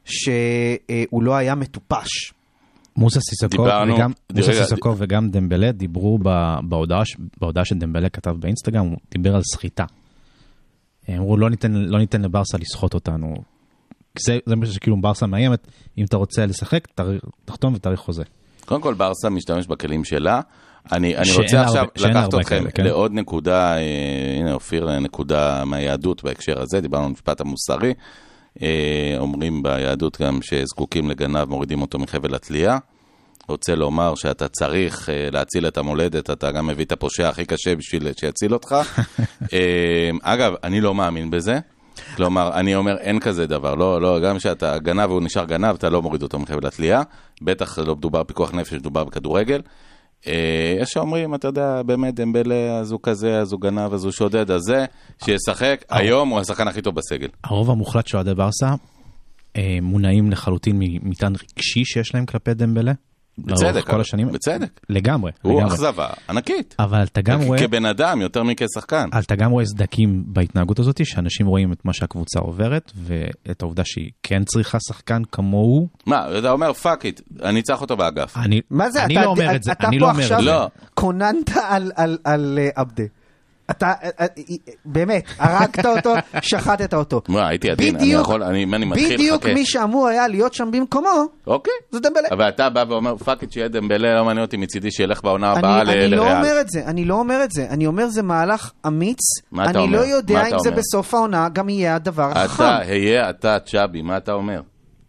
שהוא לא היה מטופש. מוסה סיסקוב וגם, מוסה סיסקוב וגם דמבלה דיברו בהודעה, בהודעה שדמבלה כתב באינסטגרם, הוא דיבר על סחיטה. אמרו, לא ניתן, לא ניתן לברסה לסחוט אותנו. זה, זה משהו שכאילו ברסה מאיימת, אם אתה רוצה לשחק, תחתום ותאריך חוזה. קודם כל, ברסה משתמש בכלים שלה. אני, אני רוצה עכשיו לקחת אתכם כן? לעוד נקודה, אה, הנה אופיר, נקודה מהיהדות בהקשר הזה, דיברנו על משפט המוסרי, אה, אומרים ביהדות גם שזקוקים לגנב, מורידים אותו מחבל התלייה. רוצה לומר שאתה צריך אה, להציל את המולדת, אתה גם מביא את הפושע הכי קשה בשביל שיציל אותך. אה, אגב, אני לא מאמין בזה. כלומר, אני אומר, אין כזה דבר, לא, לא, גם שאתה גנב והוא נשאר גנב, אתה לא מוריד אותו מחבל התלייה, בטח לא מדובר פיקוח נפש, מדובר בכדורגל. יש שאומרים, אתה יודע, באמת דמבלה, אז הוא כזה, אז הוא גנב, אז הוא שודד, אז זה, שישחק, היום הוא השחקן הכי טוב בסגל. הרוב המוחלט של אוהדי ברסה מונעים לחלוטין ממטען רגשי שיש להם כלפי דמבלה. בצדק, כל השנים. בצדק. לגמרי. הוא אכזבה ענקית. אבל אתה גם רואה... כבן אדם, יותר מכשחקן. אבל אתה גם רואה סדקים בהתנהגות הזאת, שאנשים רואים את מה שהקבוצה עוברת, ואת העובדה שהיא כן צריכה שחקן כמוהו. מה, אתה אומר, פאק איט, אני צריך אותו באגף. מה זה? אני לא אומר את זה. אתה פה עכשיו קוננת על עבדה. אתה, באמת, הרגת אותו, שחטת אותו. מה, הייתי עדין, אני יכול, אני מתחיל, בדיוק מי שאמור היה להיות שם במקומו, אוקיי. זה דמבלה. אבל אתה בא ואומר, פאק את שיהיה דמבלה, לא מעניין אותי מצידי שילך בעונה הבאה לריאל. אני לא אומר את זה, אני לא אומר את זה. אני אומר זה מהלך אמיץ, אני לא יודע אם זה בסוף העונה גם יהיה הדבר החם. אתה, היה, אתה, צ'אבי, מה אתה אומר?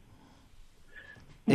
בוא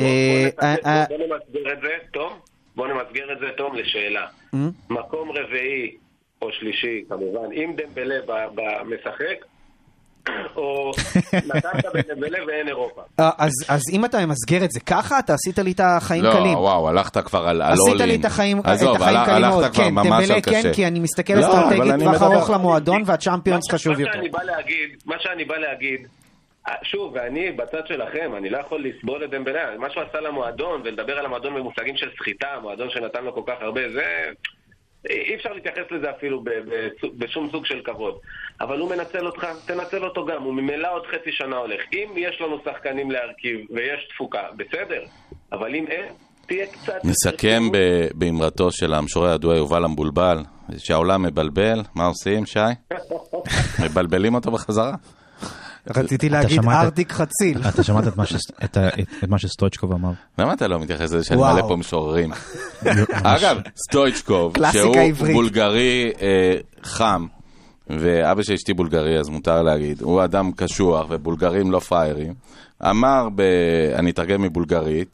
נמסגר את זה, טוב? בוא נמסגר את זה, טוב, לשאלה. מקום רביעי או שלישי, כמובן, עם דמבלה במשחק, או נתנת בדמבלה ואין אירופה. אז אם אתה ממסגר את זה ככה, אתה עשית לי את החיים קלים. לא, וואו, הלכת כבר על אולין. עשית לי את החיים קלים מאוד. כן, דמבלה כן, כי אני מסתכל אסטרטגית טווח ארוך למועדון, והצ'אמפיונס חשוב יותר. מה שאני בא להגיד, שוב, ואני בצד שלכם, אני לא יכול לסבול את דמבלה. מה שהוא עשה למועדון, ולדבר על המועדון במושגים של סחיטה, המועדון שנתן לו כל כך הרבה, זה... אי אפשר להתייחס לזה אפילו בשום סוג של כבוד. אבל הוא מנצל אותך, תנצל אותו גם. הוא ממילא עוד חצי שנה הולך. אם יש לנו שחקנים להרכיב ויש תפוקה, בסדר. אבל אם אין, תהיה קצת... נסכם באמרתו של המשורר הידוע יובל המבולבל, שהעולם מבלבל. מה עושים, שי? מבלבלים אותו בחזרה? רציתי להגיד ארדיק חציל. אתה שמעת את מה שסטויצ'קוב אמר? למה אתה לא מתייחס לזה שאני מעלה פה משוררים? אגב, סטויצ'קוב, שהוא בולגרי חם, ואבא שאשתי בולגרי, אז מותר להגיד, הוא אדם קשוח, ובולגרים לא פיירים, אמר, אני אתרגם מבולגרית,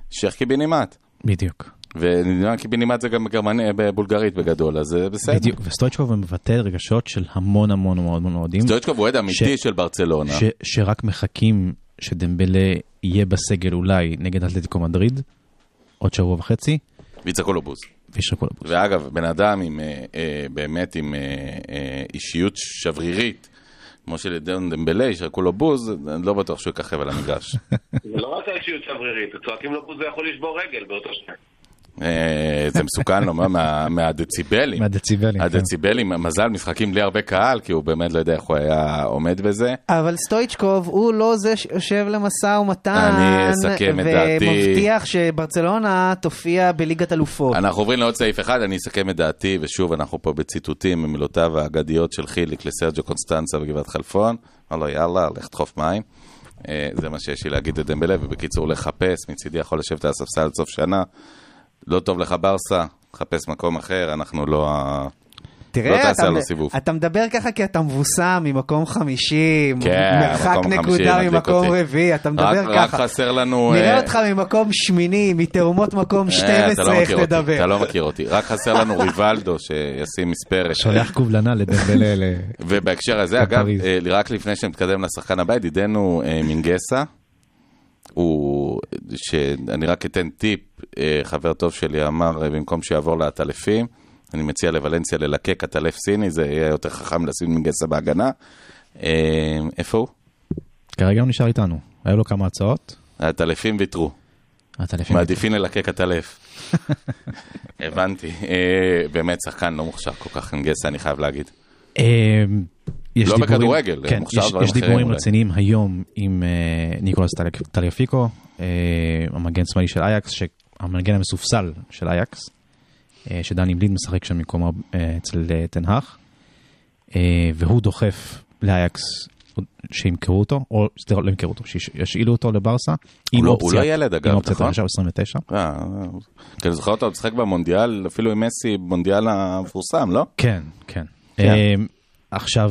שייך קיבינימט. בדיוק. וקיבינימט זה גם בבולגרית בגדול, אז זה בסדר. בדיוק, וסטויצ'קוב מבטא רגשות של המון המון המון המון אוהדים. סטויצ'קוב הוא אוהד אמיתי של ברצלונה. שרק מחכים שדמבלה יהיה בסגל אולי נגד אתלטיקו מדריד, עוד שבוע וחצי. ויצחקו לו בוז. ויצחקו לו בוז. ואגב, בן אדם עם, באמת עם אישיות שברירית, כמו שלדון דמבלה, ישרקו לו בוז, אני לא בטוח שהוא יככב על המגרש. זה לא רק האישיות שברירית, צועקים לו בוז, זה יכול לשבור רגל באותו שניים. זה מסוכן לו, מהדציבלים. מהדציבלים. הדציבלים, מזל, משחקים בלי הרבה קהל, כי הוא באמת לא יודע איך הוא היה עומד בזה. אבל סטויצ'קוב הוא לא זה שיושב למשא ומתן, אני אסכם את דעתי. ומבטיח שברצלונה תופיע בליגת אלופות. אנחנו עוברים לעוד סעיף אחד, אני אסכם את דעתי, ושוב אנחנו פה בציטוטים ממילותיו האגדיות של חיליק לסרג'ו קונסטנצה בגבעת חלפון. אמר לו, יאללה, לך תחוף מים. זה מה שיש לי להגיד לדמבלה, ובקיצור לחפש, מצידי יכול לשבת על הספסל עד סוף שנה. לא טוב לך ברסה, חפש מקום אחר, אנחנו לא... תראה, אתה מדבר ככה כי אתה מבוסם ממקום חמישי, מרחק נקודה ממקום רביעי, אתה מדבר ככה. רק חסר לנו... נראה אותך ממקום שמיני, מתאומות מקום שתים עשרה, איך תדבר. אתה לא מכיר אותי, רק חסר לנו ריבלדו שישים מספרת. שולח קובלנה לדמבלה. ובהקשר הזה, אגב, רק לפני שנתקדם לשחקן הבא, ידידנו מינגסה, הוא, שאני רק אתן טיפ, חבר טוב שלי אמר, במקום שיעבור לאטלפים, אני מציע לוולנסיה ללקק אטלף סיני, זה יהיה יותר חכם לשים מינגסה בהגנה. איפה הוא? כרגע הוא נשאר איתנו, היו לו כמה הצעות. האטלפים ויתרו. מעדיפים ללקק אטלף. הבנתי. באמת שחקן לא מוכשר כל כך מינגסה, אני חייב להגיד. לא בכדורגל, כן, יש דיבורים רציניים היום עם ניקולס טליאפיקו, המגן שמאלי של אייקס, המגן המסופסל של אייקס, שדני בליד משחק שם מקום אצל תנהך, והוא דוחף לאייקס שימכרו אותו, או לא ימכרו אותו, שישאילו אותו לברסה, הוא לא ילד אגב, עם אופציית הרשע עשרים ותשע. כי אני זוכר אותו, הוא משחק במונדיאל, אפילו עם מסי, במונדיאל המפורסם, לא? כן, כן. עכשיו,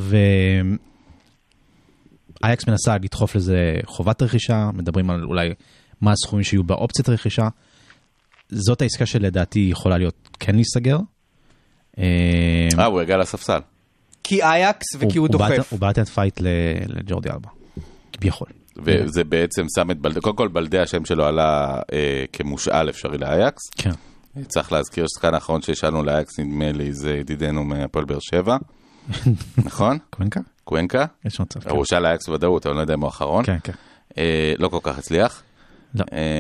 אייקס מנסה לדחוף לזה חובת רכישה, מדברים על אולי מה הסכומים שיהיו באופציית רכישה, זאת העסקה שלדעתי יכולה להיות כן להיסגר. אה, הוא הגע לספסל. כי אייקס וכי הוא דוחף. הוא בעט את פייט לג'ורדי אלבה, כביכול. וזה בעצם שם את בלדה, קודם כל בלדה השם שלו עלה כמושאל אפשרי לאייקס. כן. צריך להזכיר ששחקן האחרון שישאלנו לאייקס, נדמה לי, זה ידידנו מהפועל באר שבע. נכון? קוונקה? קוונקה? יש מצב. הוא שאל האקס ודאות, אבל לא יודע אם הוא האחרון. כן, כן. לא כל כך הצליח. לא.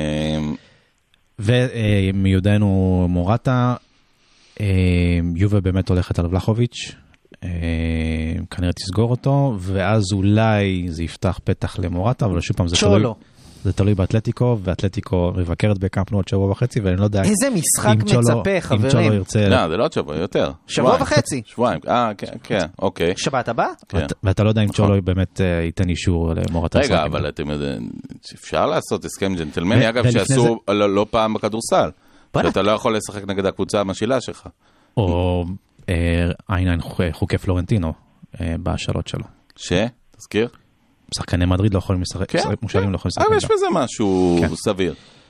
ומיודענו מורטה, יובה באמת הולכת על ולחוביץ', כנראה תסגור אותו, ואז אולי זה יפתח פתח למורטה, אבל שוב פעם זה תלוי. זה תלוי באתלטיקו, ואתלטיקו מבקרת בקאמפ נו עוד שבוע וחצי, ואני לא יודע... איזה משחק מצפה, חברים. אם צ'ולו ירצה... לא, זה לא עוד שבוע, יותר. שבוע וחצי. שבועיים, אה, כן, כן, אוקיי. שבת הבא? ואתה לא יודע אם צ'ולו באמת ייתן אישור למורטה. רגע, אבל אתם יודעים, אפשר לעשות הסכם ג'נטלמני, אגב, שעשו לא פעם בכדורסל. שאתה לא יכול לשחק נגד הקבוצה המשילה שלך. או עין עין חוקי פלורנטינו בשאלות שלו. ש? תזכיר? שחקני מדריד לא יכולים לשחק, מושאלים לא יכולים לשחק. אבל יש בזה משהו סביר.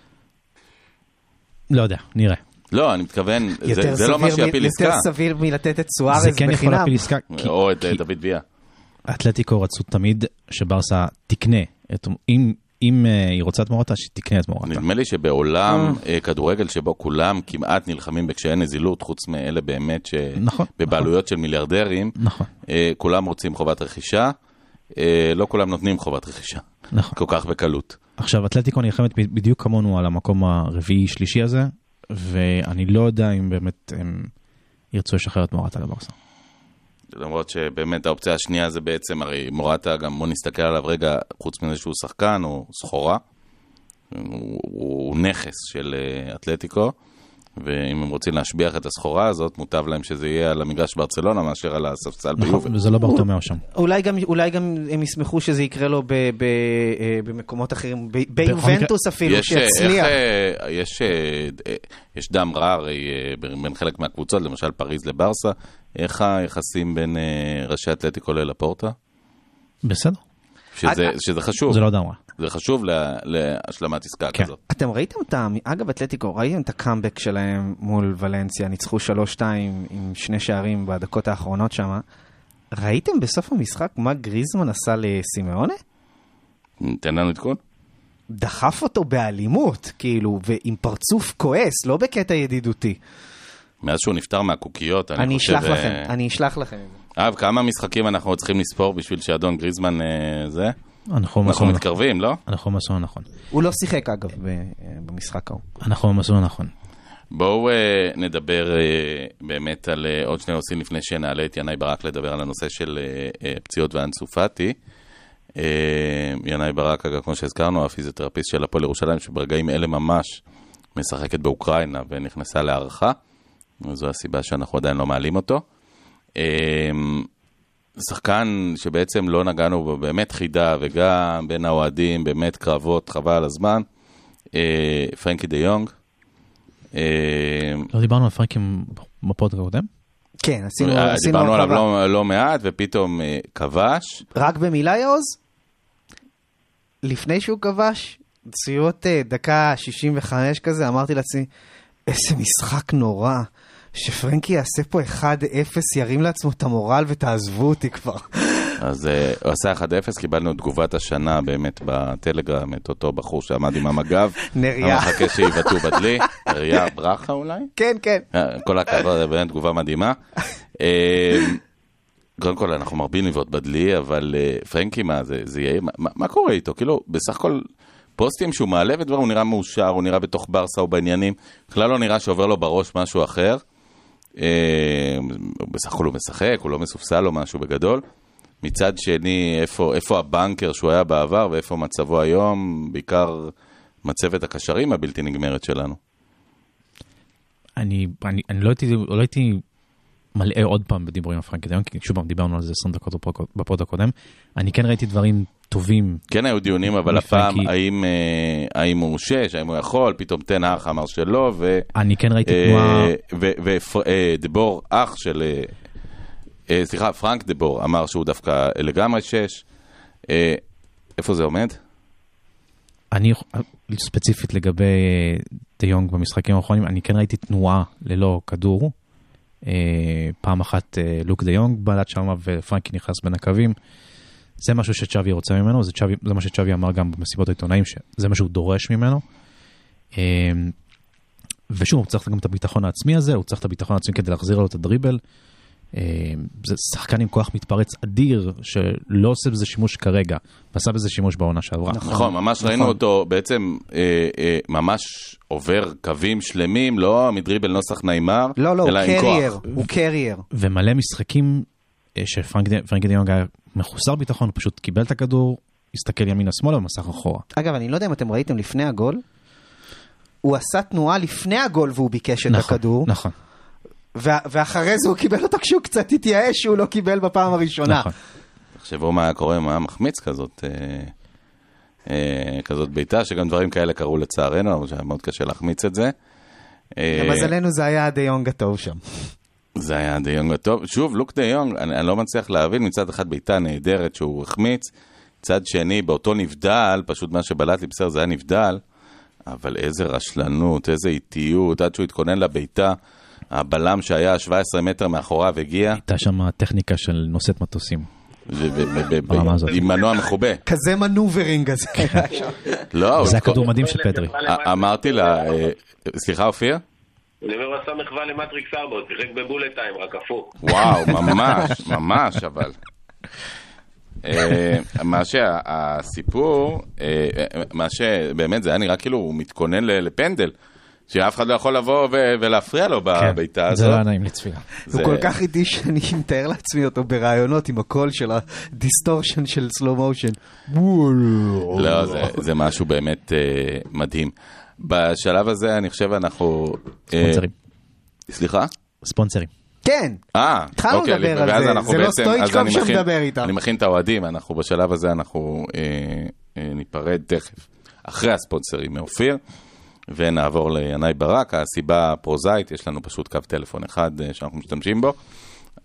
לא יודע, נראה. לא, אני מתכוון, זה לא מה שיפיל עסקה. יותר סביר מלתת את סוארז בחינם. זה כן יכול להפיל עסקה. או את דוד ויה. האתלטיקו רצו תמיד שברסה תקנה, אם היא רוצה את מורטה, שתקנה את מורטה. נדמה לי שבעולם כדורגל שבו כולם כמעט נלחמים בקשיי נזילות, חוץ מאלה באמת שבבעלויות של מיליארדרים, כולם רוצים חובת רכישה, לא כולם נותנים חובת רכישה. כל כך בקלות. עכשיו, אתלטיקו נלחמת בדיוק כמונו על המקום הרביעי שלישי הזה, ואני לא יודע אם באמת הם ירצו לשחרר את מורטה לברסה. למרות שבאמת האופציה השנייה זה בעצם, הרי מורטה גם בוא נסתכל עליו רגע, חוץ מזה שהוא שחקן או סחורה, הוא, הוא נכס של אתלטיקו, ואם הם רוצים להשביח את הסחורה הזאת, מוטב להם שזה יהיה על המגרש ברצלונה, מאשר על הספסל ביובל. וזה לא ברטומיאו שם. אולי גם, אולי גם הם ישמחו שזה יקרה לו ב, ב, במקומות אחרים, ביובנטוס אפילו, שיצליח. יש, יש דם רע, הרי בין חלק מהקבוצות, למשל פריז לברסה, איך היחסים בין ראשי אתלטיקו ללפורטה? בסדר. שזה, שזה חשוב. זה לא דמרה. זה חשוב לה, להשלמת עסקה כן. כזאת. אתם ראיתם את ה... אגב, אתלטיקו, ראיתם את הקאמבק שלהם מול ולנסיה, ניצחו שלוש שתיים עם שני שערים בדקות האחרונות שם. ראיתם בסוף המשחק מה גריזמן עשה לסימאונה? תן לנו עדכון. דחף אותו באלימות, כאילו, ועם פרצוף כועס, לא בקטע ידידותי. מאז שהוא נפטר מהקוקיות, אני, אני חושב... אשלח לכם, אני אשלח לכם את זה. אהב, כמה משחקים אנחנו צריכים לספור בשביל שאדון גריזמן אה, זה? אנחנו, אנחנו מתקרבים, לא? אנחנו במסלול הנכון. הוא לא שיחק, אגב, במשחק ההוא. אנחנו במסלול הנכון. בואו אה, נדבר אה, באמת על אה, עוד שני נושאים לפני שנעלה את ינאי ברק לדבר על הנושא של אה, אה, פציעות ואנסו פאטי. אה, ינאי ברק, אגב, כמו שהזכרנו, הפיזיותרפיסט של הפועל ירושלים, שברגעים אלה ממש משחקת באוקראינה ונכנסה להערכה. זו הסיבה שאנחנו עדיין לא מעלים אותו. אה, שחקן שבעצם לא נגענו בו, באמת חידה, וגם בין האוהדים, באמת קרבות, חבל על הזמן. אה, פרנקי דה יונג. לא דיברנו על פרנקים בפודקאסט הקודם? כן, עשינו... דיברנו עליו לא, לא מעט, ופתאום כבש. רק במילה יעוז? לפני שהוא כבש, צירות דקה שישים וחמש כזה, אמרתי לעצמי, איזה משחק נורא, שפרנקי יעשה פה אחד אפס, ירים לעצמו את המורל ותעזבו אותי כבר. אז הוא עשה אחד אפס, קיבלנו תגובת השנה באמת בטלגרם, את אותו בחור שעמד עם המגב. נריה. המחכה שיבטאו בדלי. נריה ברכה אולי? כן, כן. כל הכבוד, זה באמת תגובה מדהימה. קודם כל, אנחנו מרבים לבעוט בדלי, אבל פרנקי, מה זה, זה יהיה, מה קורה איתו? כאילו, בסך הכל, פוסטים שהוא מעלה ודבר, הוא נראה מאושר, הוא נראה בתוך ברסה או בעניינים, בכלל לא נראה שעובר לו בראש משהו אחר. בסך הכל הוא משחק, הוא לא מסופסל או משהו בגדול. מצד שני, איפה, איפה הבנקר שהוא היה בעבר ואיפה מצבו היום, בעיקר מצבת הקשרים הבלתי נגמרת שלנו. אני, אני, אני לא הייתי, לא הייתי מלא עוד פעם בדיבורים על פרנקי דה יונג, כי שוב דיברנו על זה עשרים דקות בפוד הקודם. אני כן ראיתי דברים טובים. כן היו דיונים, אבל הפעם, האם, האם הוא שש, האם הוא יכול, פתאום תן אח אמר שלא, ו... אני כן ראיתי תנועה... ודבור, אח של... סליחה, פרנק דבור אמר שהוא דווקא לגמרי שש. איפה זה עומד? אני, ספציפית לגבי דה יונג במשחקים האחרונים, אני כן ראיתי תנועה ללא כדור. פעם אחת לוק דה יונג בלט שם ופרנקי נכנס בין הקווים. זה משהו שצ'אבי רוצה ממנו, זה, צ'אבי, זה מה שצ'אבי אמר גם במסיבות העיתונאים, שזה מה שהוא דורש ממנו. ושוב, הוא צריך גם את הביטחון העצמי הזה, הוא צריך את הביטחון העצמי כדי להחזיר לו את הדריבל. זה שחקן עם כוח מתפרץ אדיר, שלא עושה בזה שימוש כרגע, ועשה בזה שימוש בעונה שעברה. נכון, ממש ראינו אותו בעצם ממש עובר קווים שלמים, לא מדריבל נוסח נאמר, לא, לא, הוא קרייר, הוא קרייר. ומלא משחקים שפרנקי דה יונג היה מחוסר ביטחון, הוא פשוט קיבל את הכדור, הסתכל ימינה שמאלה ומסך אחורה. אגב, אני לא יודע אם אתם ראיתם לפני הגול, הוא עשה תנועה לפני הגול והוא ביקש את הכדור. נכון. ואחרי זה הוא קיבל אותו כשהוא קצת התייאש שהוא לא קיבל בפעם הראשונה. נכון. תחשבו מה היה קורה, מה היה מחמיץ כזאת, כזאת ביתה, שגם דברים כאלה קרו לצערנו, אבל שהיה מאוד קשה להחמיץ את זה. למזלנו זה היה דה יונג הטוב שם. זה היה דה יונג הטוב. שוב, לוק דה יונג, אני, אני לא מצליח להבין, מצד אחד ביתה נהדרת שהוא החמיץ, מצד שני, באותו נבדל, פשוט מה שבלט לי בסדר, זה היה נבדל, אבל איזה רשלנות, איזה איטיות, עד שהוא התכונן לביתה, הבלם שהיה שבע עשרה מטר מאחוריו הגיע. הייתה שם טכניקה של נושאת מטוסים. עם מנוע מחובה. כזה מנוברינג הזה. זה הכדור מדהים של פדרי. אמרתי לה, סליחה אופיר? אני אומר, עשה מחווה למטריקס ארבע, שיחק בבולט טיים, רק הפוך. וואו, ממש, ממש, אבל. מה שהסיפור, מה שבאמת זה היה נראה כאילו הוא מתכונן לפנדל. שאף אחד לא יכול לבוא ולהפריע לו בביתה הזאת. זה לא נעים לצפייה. הוא כל כך איטי שאני מתאר לעצמי אותו ברעיונות עם הקול של הדיסטורשן של סלו מושן. לא, זה משהו באמת מדהים. בשלב הזה אני חושב אנחנו... ספונסרים. סליחה? ספונסרים. כן, התחלנו לדבר על זה, זה לא סטויצ'קוב שמדבר איתם. אני מכין את האוהדים, אנחנו בשלב הזה אנחנו ניפרד תכף. אחרי הספונסרים מאופיר. ונעבור לינאי ברק. הסיבה פרוזאית, יש לנו פשוט קו טלפון אחד שאנחנו משתמשים בו,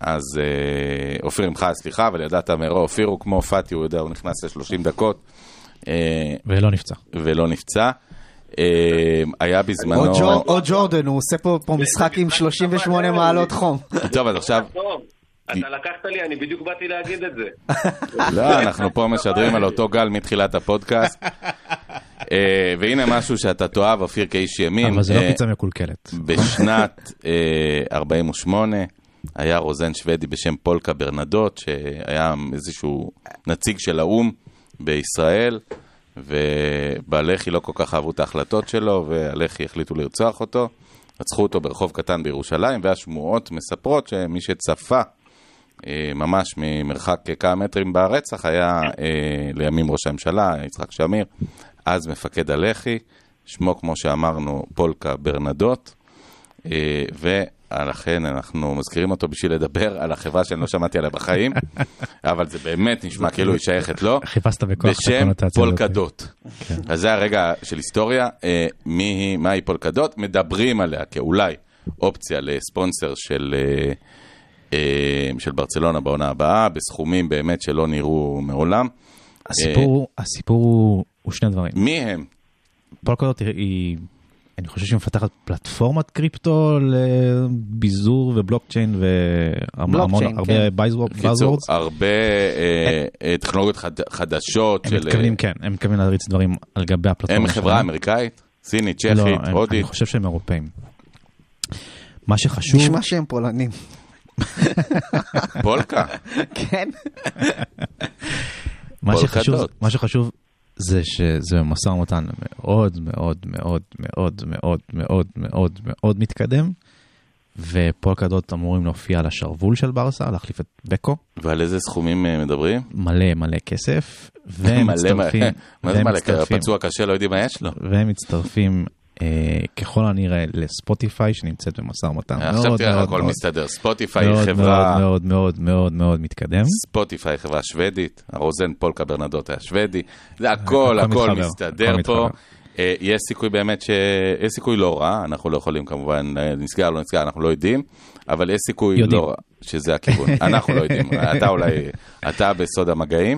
אז אה, אופיר ממך, סליחה, אבל ידעת מראש, אופיר הוא כמו פאטי, הוא יודע, הוא נכנס ל-שלושים דקות. אה, ולא נפצע. ולא נפצע. אה, היה בזמנו... או, ג'ור, או ג'ורדן, הוא עושה פה, פה משחק עם שלושים ושמונה מעלות חום. טוב, אז עכשיו... טוב, אתה לקחת לי, אני בדיוק באתי להגיד את זה. לא, אנחנו פה משדרים על אותו גל מתחילת הפודקאסט. אה, והנה משהו שאתה תאהב, אופיר כאיש ימין. אבל זה לא אה, פיצה מקולקלת. בשנת אה, ארבעים ושמונה היה רוזן שוודי בשם פולקה ברנדוט, שהיה איזשהו נציג של האום בישראל, ובלח"י לא כל כך אהבו את ההחלטות שלו, והלח"י החליטו לרצוח אותו. רצחו אותו ברחוב קטן בירושלים, והשמועות מספרות שמי שצפה אה, ממש ממרחק כמה מטרים ברצח היה אה, לימים ראש הממשלה, יצחק שמיר, אז מפקד הלח"י, שמו כמו שאמרנו פולקה ברנדוט, אה, ולכן אנחנו מזכירים אותו בשביל לדבר על החברה שאני לא שמעתי עליה בחיים, אבל זה באמת נשמע כאילו היא שייכת לו, חיפשת בכוח בשם פולקה דוט. אז זה הרגע של היסטוריה, אה, מי היא, מהי פולקה דוט, מדברים עליה כאולי אופציה לספונסר של... אה, של ברצלונה בעונה הבאה, בסכומים באמת שלא נראו מעולם. הסיפור, הסיפור הוא שני דברים. מי הם? פולקה דוט היא, אני חושב שהיא מפתחת פלטפורמת קריפטו לביזור ובלוקצ'יין והמון, הרבה buzzwords. הרבה טכנולוגיות חדשות. הם מתכוונים, כן, הם מתכוונים להריץ דברים על גבי הפלטפורמה. הם חברה אמריקאית? סינית, צ'כית, הודית? אני חושב שהם אירופאים. מה שחשוב... נשמע שהם פולנים. פולקה? כן. מה שחשוב, מה שחשוב זה שזה משא ומתן מאוד מאוד מאוד מאוד מאוד מאוד מאוד מאוד מתקדם, ופולקה דוט אמורים להופיע על השרוול של ברסה, להחליף את בקו. ועל איזה סכומים מדברים? מלא מלא כסף, והם מצטרפים... מה זה מלא? פצוע קשה, לא יודעים מה יש לו. והם מצטרפים... ככל הנראה לספוטיפיי שנמצאת במשא ומתן. עכשיו תראה, הכל מסתדר. ספוטיפיי היא חברה... מאוד מאוד מאוד מאוד מתקדם. ספוטיפיי היא חברה שוודית, הרוזן פולקה ברנדוט היה שודי, זה הכל, הכל מסתדר פה. יש סיכוי באמת ש... יש סיכוי לא רע, אנחנו לא יכולים כמובן, נסגר לא נסגר, אנחנו לא יודעים, אבל יש סיכוי לא רע, שזה הכיוון. אנחנו לא יודעים, אתה אולי, אתה בסוד המגעים.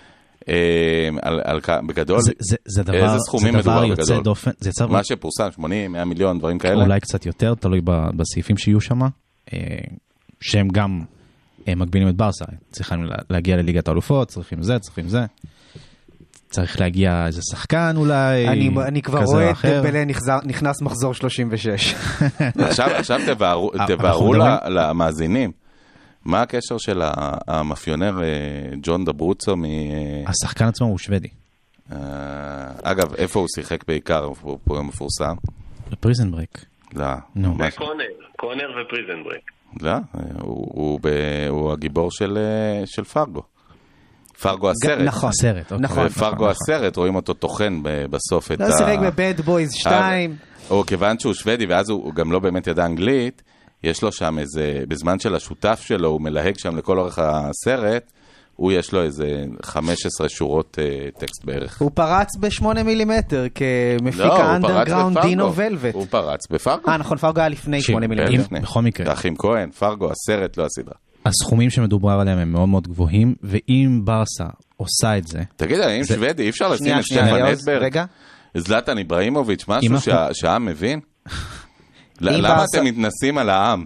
בגדול, איזה סכומים מדובר בגדול? מה שפורסם, שמונים, מאה מיליון, דברים כאלה? אולי קצת יותר, תלוי בסעיפים שיהיו שם, שהם גם מגבילים את ברסה. צריכים להגיע לליגת האלופות, צריכים זה, צריכים זה. צריך להגיע איזה שחקן אולי, אני כבר רואה את דמבלה נכנס מחזור שלושים ושש. עכשיו תבארו למאזינים. מה הקשר של המאפיונר ג'ון דברוצו מ... השחקן עצמו הוא שוודי. אגב, איפה הוא שיחק בעיקר? הוא מפורסם? בפריזן ברייק. לא. בקונר, קונר ופריזן ברייק. לא, הוא הגיבור של פרגו. פרגו הסרט. נכון. הסרט, נכון. ופרגו הסרט, רואים אותו טוחן בסוף את ה... לא שיחק בבד בויז שתיים. או כיוון שהוא שוודי, ואז הוא גם לא באמת ידע אנגלית, יש לו שם איזה, בזמן של השותף שלו, הוא מלהג שם לכל אורך הסרט, הוא יש לו איזה חמש עשרה שורות uh, טקסט בערך. הוא פרץ בשמונה מילימטר, כמפיק האנדרגראונד דינו ולווט. הוא פרץ בפרגו. אה, נכון, פרגו היה לפני שמונה מילימטר. בכל מקרה. אחים כהן, פרגו, הסרט, לא הסדרה. הסכומים שמדובר עליהם הם מאוד מאוד גבוהים, ואם ברסה עושה את זה... תגיד, אם שוודי, אי אפשר לשים את שטפן אדברג? זלטן איברהימוביץ', משהו שהעם מבין? למה אתם מתנסים על העם?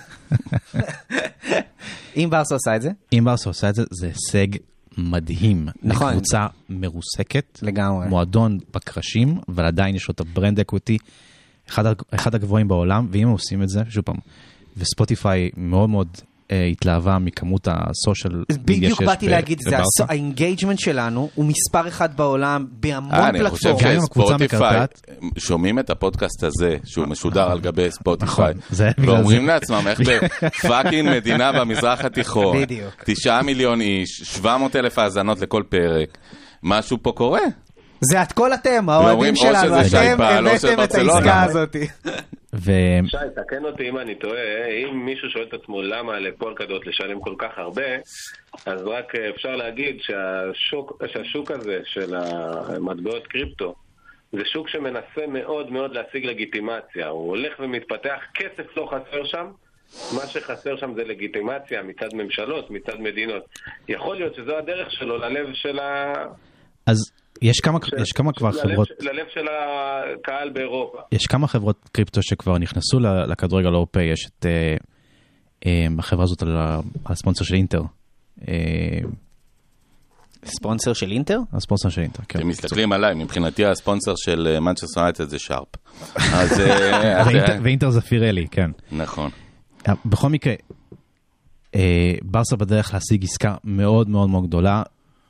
אם ברסה עושה את זה? אם ברסה עושה את זה, זה הישג מדהים. נכון. קבוצה מרוסקת. לגמרי. מועדון בקרשים, אבל עדיין יש לו את הברנד אקוויטי, אחד הגבוהים בעולם, ואם הם עושים את זה, שוב פעם, וספוטיפיי מאוד מאוד התלהבה מכמות הסושיאל. בדיוק באתי להגיד, האינגייג'מנט שלנו הוא מספר אחד בעולם בהמון פלטפורמות. אני חושב שספוטיפיי שומעים את הפודקאסט הזה שהוא משודר על גבי ספוטיפיי ואומרים לעצמם איך בפאקינג מדינה במזרח התיכון תשעה מיליון איש, שבע מאות אלף האזנות לכל פרק, משהו פה קורה. זה את כל אתם, האוהדים שלנו, אתם הבאתם את העסקה הזאת. שי, תקן אותי אם אני טועה, אם מישהו שואל את עצמו למה לפולקה דוט לשלם כל כך הרבה, אז רק אפשר להגיד שהשוק, שהשוק הזה של המטבעות קריפטו, זה שוק שמנסה מאוד מאוד להשיג לגיטימציה, הוא הולך ומתפתח, כסף לא חסר שם, מה שחסר שם זה לגיטימציה מצד ממשלות, מצד מדינות. יכול להיות שזו הדרך שלו ללב של ה... אז יש כמה, יש כמה כבר ללב, חברות... ללב של הקהל באירופה. יש כמה חברות קריפטו שכבר נכנסו לכדורגל האירופאי, יש את אה, אה, החברה הזאת על הספונסר של אינטר. אה, ספונסר של אינטר? הספונסר של אינטר, כן. אתם מסתכלים עליי, מבחינתי הספונסר של מנצ'סטר יונייטד זה שרפ. ואינטר זה פירלי, כן. נכון. בכל מקרה, ברסה בדרך להשיג עסקה מאוד מאוד מאוד גדולה,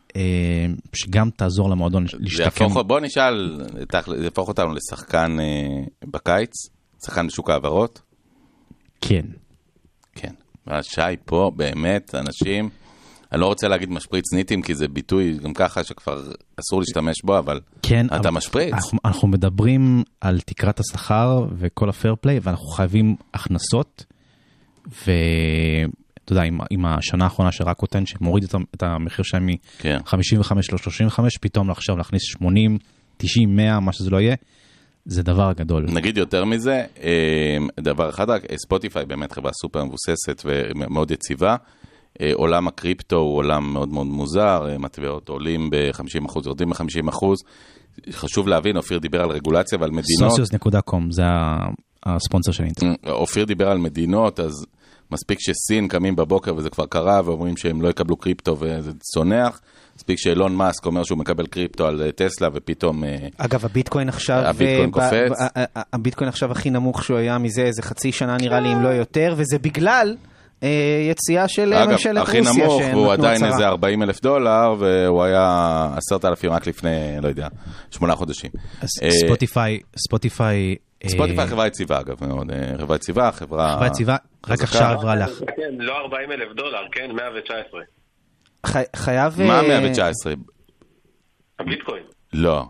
שגם תעזור למועדון להשתקם. בוא נשאל, זה יהפוך אותנו לשחקן בקיץ, שחקן בשוק העברות? כן. כן. והשי פה באמת, אנשים... אני לא רוצה להגיד משפריץ ניטים, כי זה ביטוי גם ככה שכבר אסור להשתמש בו, אבל כן, אתה משפריץ. אנחנו, אנחנו מדברים על תקרת השכר וכל הפייר פליי, ואנחנו חייבים הכנסות, ואתה יודע, עם, עם השנה האחרונה של רקוטן, שמוריד את, את המחיר שלהם מ-חמישים וחמש ל-שלושים וחמש, פתאום עכשיו להכניס שמונים, תשעים, מאה, מה שזה לא יהיה, זה דבר גדול. נגיד יותר מזה, דבר אחד רק, ספוטיפיי באמת חברה סופר מבוססת ומאוד יציבה, עולם הקריפטו הוא עולם מאוד מאוד מוזר, מטבעות עולים ב-חמישים אחוז, יורדים ב-חמישים אחוז. חשוב להבין, אופיר דיבר על רגולציה ועל מדינות. סוסיוס נקודה קום, זה הספונסר של אינטר. אופיר דיבר על מדינות, אז מספיק שסין קמים בבוקר וזה כבר קרה, ואומרים שהם לא יקבלו קריפטו וזה צונח. מספיק שאילון מאסק אומר שהוא מקבל קריפטו על טסלה ופתאום... אגב, הביטקוין עכשיו... הביטקוין קופץ. הביטקוין עכשיו הכי נמוך שהוא היה מזה איזה חצי שנה נראה לי, אם לא יותר, וזה בגלל... יציאה של ממשלת רוסיה. אגב, הכי נמוך, והוא עדיין איזה ארבעים אלף דולר, והוא היה עשרת אלפים רק לפני, לא יודע, שמונה חודשים. ספוטיפיי, ספוטיפיי... ספוטיפיי חברה יציבה, אגב, מאוד. חברה יציבה, חברה... חברה יציבה, רק עכשיו עברה לך. כן, לא ארבעים אלף דולר, כן, מאה ותשע עשרה. חייב... מה מאה ותשע עשרה? הביטקוין. לא.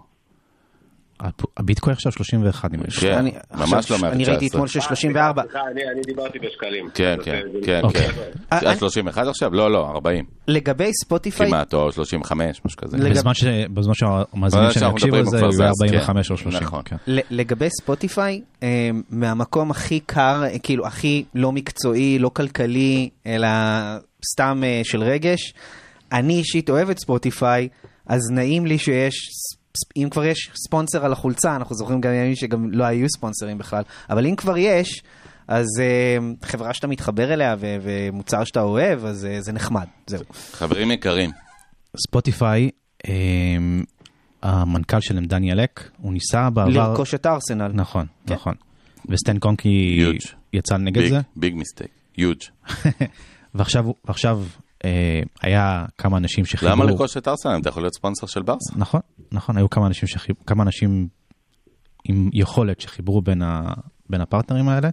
הביטקוין עכשיו שלושים ואחת. כן, ממש לא מאה ותשע עשרה. אני ראיתי אתמול של שלושים וארבע. אני דיברתי בשקלים. כן, כן, כן. שלושים ואחת עכשיו? לא, לא, ארבעים. לגבי ספוטיפיי... כמעט, או שלושים וחמש, משהו כזה. בזמן שהמאזינים שאני אקשיב על זה, זה ארבעים וחמש או שלושים. לגבי ספוטיפיי, מהמקום הכי קר, כאילו הכי לא מקצועי, לא כלכלי, אלא סתם של רגש, אני אישית אוהב את ספוטיפיי, אז נעים לי שיש... אם כבר יש ספונסר על החולצה, אנחנו זוכרים גם ימים שגם לא היו ספונסרים בכלל, אבל אם כבר יש, אז uh, חברה שאתה מתחבר אליה ו- ומוצר שאתה אוהב, אז uh, זה נחמד, זהו. חברים יקרים. ספוטיפיי, um, המנכ"ל שלהם דני אלק, הוא ניסה בעבר... לרכוש את ארסנל. נכון, כן. נכון. וסטן קונקי יצא נגד big, זה. ביג מיסטייק, יוג'. ועכשיו, ועכשיו היה כמה אנשים שחיברו... למה לרכוש את ארסנל? אתה יכול להיות ספונסר של ברסה. נכון, נכון. היו כמה אנשים, שחיב... כמה אנשים עם יכולת שחיברו בין, ה... בין הפרטנרים האלה.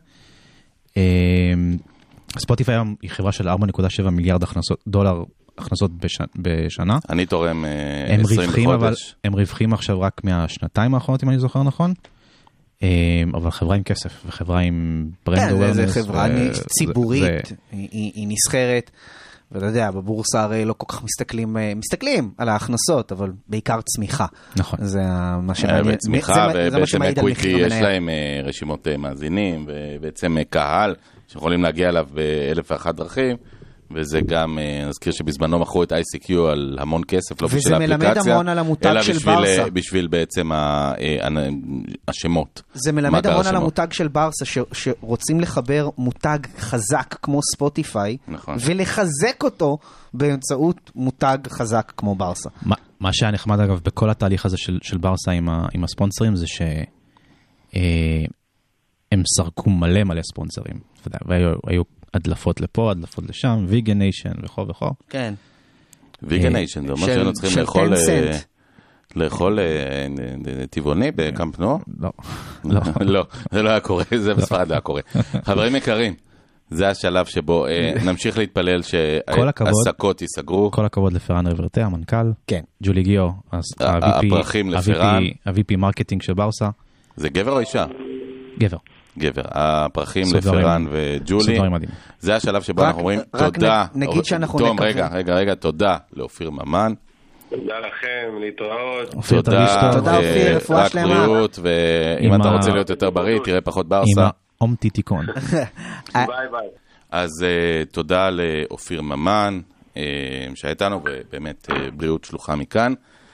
ספוטיפיי היא חברה של ארבע נקודה שבע מיליארד הכנסות, דולר הכנסות בש... בשנה. אני תורם עשרים בחודש. אבל הם רווחים עכשיו רק מהשנתיים האחרונות, אם אני זוכר נכון. אבל חברה עם כסף, וחברה עם ברנד אוורנס. זה חברה ציבורית, היא נסחרת. ואתה יודע, בבורסה הרי לא כל כך מסתכלים, מסתכלים על ההכנסות, אבל בעיקר צמיחה. נכון. זה מה שמעניין. צמיחה, ובעצם אקוויטי יש להם רשימות מאזינים, ובעצם קהל שיכולים להגיע אליו באלף ואחת דרכים, וזה גם, נזכיר שבזמנו מכרו את איי סי קיו על המון כסף, לא בשביל האפליקציה, וזה מלמד המון על המותג של ברסה. אלא בשביל בעצם השמות. זה מלמד המון על המותג של ברסה, שרוצים לחבר מותג חזק כמו ספוטיפיי, ולחזק אותו באמצעות מותג חזק כמו ברסה. מה שהיה נחמד אגב בכל התהליך הזה של ברסה עם הספונסרים, זה שהם סרקו מלא מלא ספונסרים, והיו הדלפות לפה, הדלפות לשם, ויגן ניישן וכו וכו. כן. ויגן ניישן, זה אומר שהיינו צריכים לאכול לאכול טבעוני בקמפ נו? לא. לא, זה לא היה קורה, זה בספרד היה קורה. חברים יקרים, זה השלב שבו נמשיך להתפלל שהעסקות ייסגרו. כל הכבוד לפרן ריברטה, המנכ"ל. כן. ג'ולי גיאו, הפרחים לפרן. ה-וי פי מרקטינג של ברסה. זה גבר או אישה? גבר. גבר, הפרחים לפרן וג'ולי, זה השלב שבו אנחנו אומרים תודה, נגיד שאנחנו תום, רגע, רגע, רגע, תודה לאופיר ממן, תודה לכם, להתראות, תודה, תודה אופיר, רפואה שלמה, רק בריאות, ואם אתה רוצה להיות יותר בריא, תראה פחות ברסה, עם האומטיטיקון. ביי ביי. אז uh, תודה לאופיר ממן, uh, שהייתנו, ובאמת uh, בריאות שלוחה מכאן.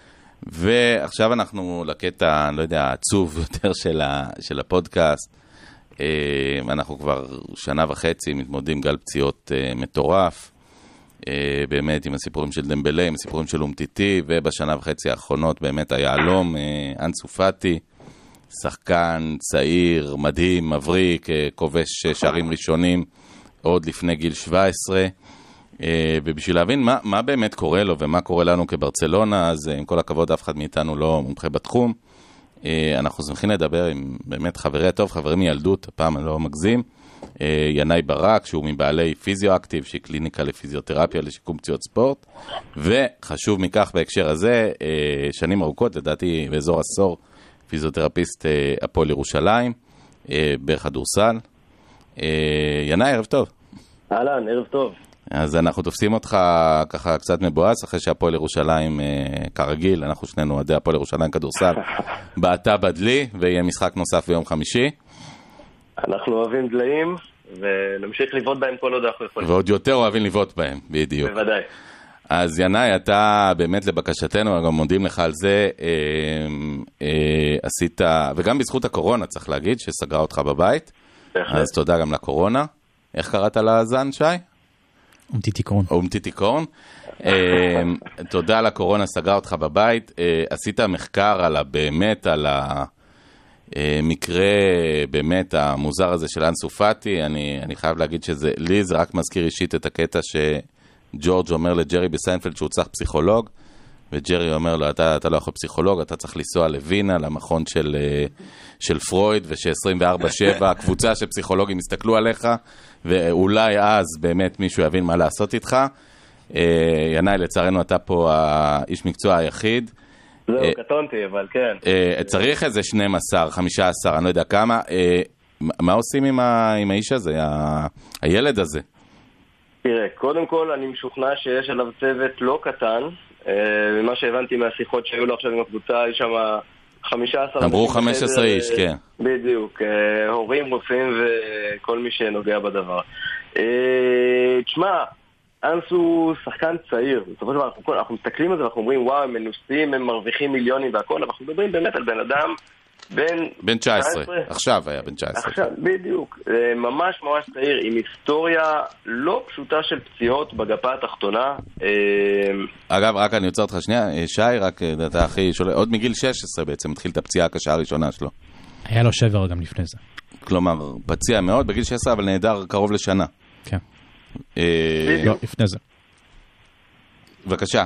ועכשיו אנחנו לקטע, אני לא יודע, עצוב יותר של, ה, של הפודקאסט. Uh, אנחנו כבר שנה וחצי מתמודדים גל פציעות uh, מטורף. Uh, באמת עם הסיפורים של דמבלה, עם הסיפורים של אומטיטי, ובשנה וחצי האחרונות באמת היעלום, uh, אנסו פאטי. שחקן צעיר, מדהים, מבריק, כובש שערים ראשונים עוד לפני גיל שבע עשרה, ובשביל להבין מה, מה באמת קורה לו ומה קורה לנו כברצלונה, אז עם כל הכבוד אף אחד מאיתנו לא מומחה בתחום, אנחנו שמחים לדבר עם באמת חברי הטוב, חברים מילדות, הפעם אני לא מגזים, ינאי ברק, שהוא מבעלי פיזיו-אקטיב, שהיא קליניקה לפיזיותרפיה לשיקום פציעות ספורט, וחשוב מכך בהקשר הזה, שנים ארוכות, לדעתי באזור עשור, פיזיותרפיסט הפועל ירושלים, בכדורסל. ינאי, ערב טוב. אהלן, ערב טוב. אז אנחנו תופסים אותך ככה קצת מבואס, אחרי שהפועל ירושלים, כרגיל, אנחנו שנינו עדי הפועל ירושלים כדורסל, בעתה בדלי, ויהיה משחק נוסף ביום חמישי. אנחנו אוהבים דליים, ונמשיך לבעוט בהם כל עוד אנחנו יכולים. ועוד יותר אוהבים לבעוט בהם, בדיוק. בוודאי. אז ינאי, אתה באמת לבקשתנו, גם מודים לך על זה, אה, אה, עשית, וגם בזכות הקורונה צריך להגיד, שסגרה אותך בבית, בהחלט. אז תודה גם לקורונה. איך קראת לזן, שי? אומטיטיקורן. אומטיטיקורן. אה, תודה לקורונה, סגרה אותך בבית, אה, עשית מחקר על באמת, על המקרה באמת המוזר הזה של אנסו פאטי, אני, אני חייב להגיד שזה, לי זה רק מזכיר אישית את הקטע ש... ג'ורג' אומר לג'רי בסיינפלד שהוא צריך פסיכולוג, וג'רי אומר לו, אתה, אתה לא יכול פסיכולוג, אתה צריך לנסוע לווינה, למכון של, של פרויד, וש-עשרים וארבע שבע, הקבוצה של פסיכולוגים הסתכלו עליך, ואולי אז באמת מישהו יבין מה לעשות איתך. ינאי, לצערנו אתה פה האיש מקצוע היחיד. זהו, קטונתי, אבל כן. צריך איזה שנים עשר, חמישה עשר, אני לא יודע כמה. מה עושים עם, ה, עם האיש הזה, ה, הילד הזה? תראה, קודם כל אני משוכנע שיש עליו צוות לא קטן, ומה שהבנתי מהשיחות שהיו לו עכשיו עם הקבוצה, יש שם חמישה עשר... אמרו חמש עשרה איש, כן. בדיוק, הורים, רופאים וכל מי שנוגע בדבר. תשמע, אנסו שחקן צעיר, בסופו של דבר אנחנו, אנחנו מסתכלים על זה ואנחנו אומרים, וואו, הם מנוסים, הם מרוויחים מיליונים והכל, אבל אנחנו מדברים באמת על בן אדם בן... בן תשע עשרה, עכשיו היה בן תשע עשרה. עכשיו, בדיוק. ממש ממש צעיר, עם היסטוריה לא פשוטה של פציעות בגפה התחתונה. אגב, רק אני יוצא אותך שנייה, שי, רק אתה הכי שולה, עוד מגיל שש עשרה בעצם התחיל את הפציעה הקשה הראשונה שלו. היה לו שבר גם לפני זה. כלומר, פציע מאוד בגיל שש עשרה, אבל נהדר קרוב לשנה. כן. לא, לפני זה. בבקשה.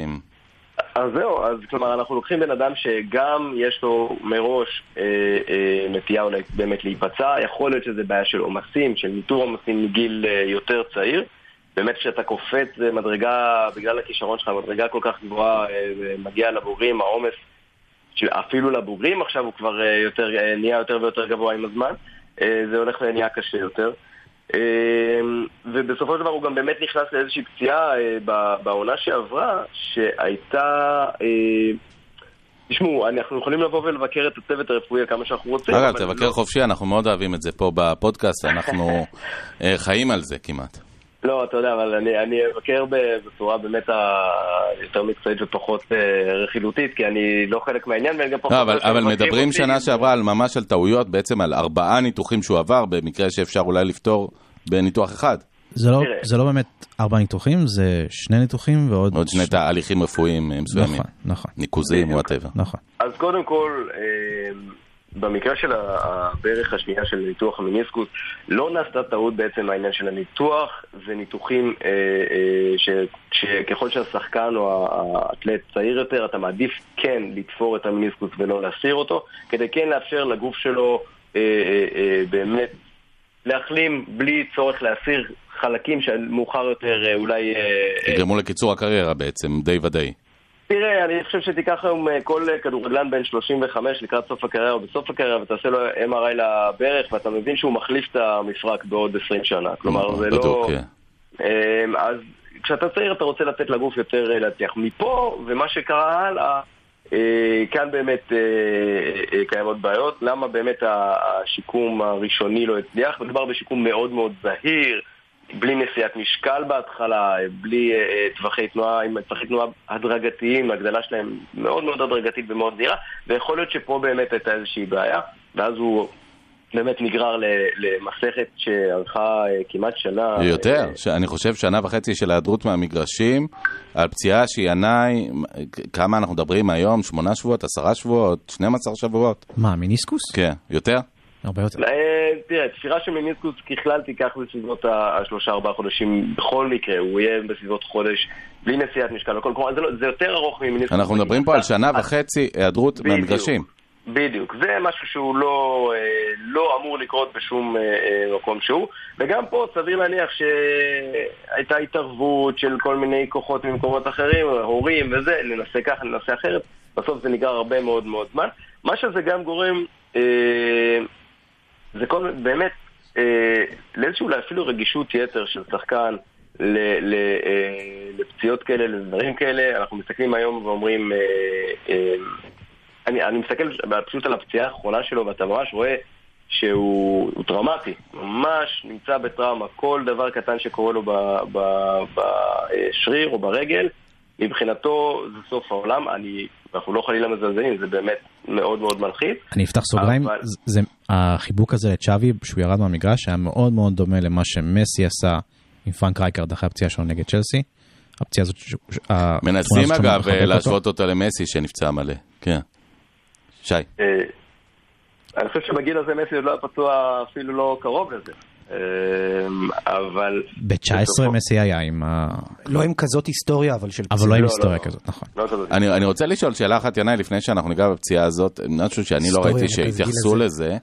אז זהו, אז כלומר אנחנו לוקחים בן אדם שגם יש לו מראש אה, אה, נטייה אולי באמת להיפצע, יכול להיות שזה בעיה של עומסים, של ניטור עומסים מגיל אה, יותר צעיר, באמת כשאתה קופץ מדרגה, בגלל הכישרון שלך, מדרגה כל כך גבוהה, אה, מגיע לבוגרים, העומס, אפילו לבוגרים עכשיו הוא כבר אה, יותר, אה, נהיה יותר ויותר גבוה עם הזמן, אה, זה הולך ונהיה קשה יותר. ובסופו של דבר הוא גם באמת נכנס לאיזושהי פציעה בעונה שעברה שהייתה, תשמעו, אנחנו יכולים לבוא ולבקר את הצוות הרפואי כמה שאנחנו רוצים. אגב, תבקר חופשי, אנחנו מאוד אוהבים את זה פה בפודקאסט, אנחנו חיים על זה כמעט. לא, אתה יודע, אבל אני, אני אבקר בצורה באמת יותר מקצועית ופחות רכילותית, כי אני לא חלק מהעניין, ואני גם פחות... לא, אבל, אבל מדברים שנה שעברה על ממש על טעויות, בעצם על ארבעה ניתוחים שהוא עבר, במקרה שאפשר אולי לפתור בניתוח אחד. זה לא, זה לא באמת ארבעה ניתוחים, זה שני ניתוחים ועוד... עוד שני תהליכים רפואיים מסוימים. נכון, נכון. ניקוזים, whatever. נכון. אז קודם כל... במקרה של הברך השנייה של ניתוח המיניסקוס לא נעשתה טעות בעצם העניין של הניתוח, זה ניתוחים אה, אה, שככל שהשחקן או האתלט צעיר יותר אתה מעדיף כן לתפור את המיניסקוס ולא להסיר אותו, כדי כן לאפשר לגוף שלו אה, אה, אה, באמת להחלים בלי צורך להסיר חלקים שמאוחר יותר אה, אולי... אה, יגרמו לקיצור הקריירה בעצם, די ודי. תראה, אני חושב שתיקח היום כל כדורגלן בין שלושים וחמש לקראת סוף הקריירה או בסוף הקריירה ותעשה לו אם אר איי לברך ואתה מבין שהוא מחליף את המפרק בעוד עשרים שנה. כלומר, זה לא... אז כשאתה צעיר אתה רוצה לתת לגוף יותר להצליח. מפה, ומה שקרה הלאה, כאן באמת קיימות בעיות. למה באמת השיקום הראשוני לא הצליח? מדובר בשיקום מאוד מאוד זהיר, בלי נסיעת משקל בהתחלה, בלי uh, טווחי תנועה, עם טווחי תנועה הדרגתיים, הגדלה שלהם מאוד מאוד הדרגתית ומאוד זהירה, ויכול להיות שפה באמת הייתה איזושהי בעיה, ואז הוא באמת נגרר למסכת שערכה uh, כמעט שנה. יותר, uh, אני חושב שנה וחצי של ההיעדרות מהמגרשים, על פציעה שהיא עיניי, כמה אנחנו מדברים היום? שמונה שבועות, עשרה שבועות, שנים עשר שבועות? מה, מיניסקוס? כן, יותר? הרבה יותר. תראה, תפירה של מיניסקוס ככלל תיקח בסביבות השלושה ארבעה חודשים בכל מקרה, הוא יהיה בסביבות חודש בלי נסיעת משקל, זה יותר ארוך ממיניסקוס. אנחנו מדברים פה על שנה וחצי היעדרות מהמגרשים. בדיוק, זה משהו שהוא לא, לא אמור לקרות בשום מקום שהוא, וגם פה סביר להניח שהייתה התערבות של כל מיני כוחות ממקומות אחרים, הורים וזה, ננסה ככה, ננסה אחרת, בסוף זה נגרר הרבה מאוד מאוד זמן. מה שזה גם גורם, זה כל, באמת אה, לאיזשהו אפילו רגישות יתר של שחקן ל, ל, אה, לפציעות כאלה, לדברים כאלה. אנחנו מסתכלים היום ואומרים, אה, אה, אני, אני מסתכל פשוט על הפציעה האחרונה שלו, ואתה ממש רואה שהוא דרמטי, ממש נמצא בטראומה. כל דבר קטן שקורה לו בשריר או ברגל, מבחינתו זה סוף העולם. אני, אנחנו לא חלילה מזלזלים, זה באמת מאוד מאוד מלחיץ. אני אפתח סוגריים, אבל... זה, החיבוק הזה לצ'אבי, שהוא ירד מהמגרש, היה מאוד מאוד דומה למה שמסי עשה עם פרנק רייקרד אחרי הפציעה שלו נגד צ'לסי. הפציעה הזאת... מנסים אגב להשוות אותו למסי שנפצע מלא. כן. שי. אני חושב שבגיל הזה מסי עוד לא פצוע אפילו לא קרוב לזה. אבל... ב-תשע עשרה מסי היה עם ה... לא עם כזאת היסטוריה, אבל של... אבל לא עם היסטוריה כזאת, נכון. אני רוצה לשאול שאלה אחת, ינאי, לפני שאנחנו ניגע בפציעה הזאת, משהו שאני לא ראיתי שהתייחסו לזה.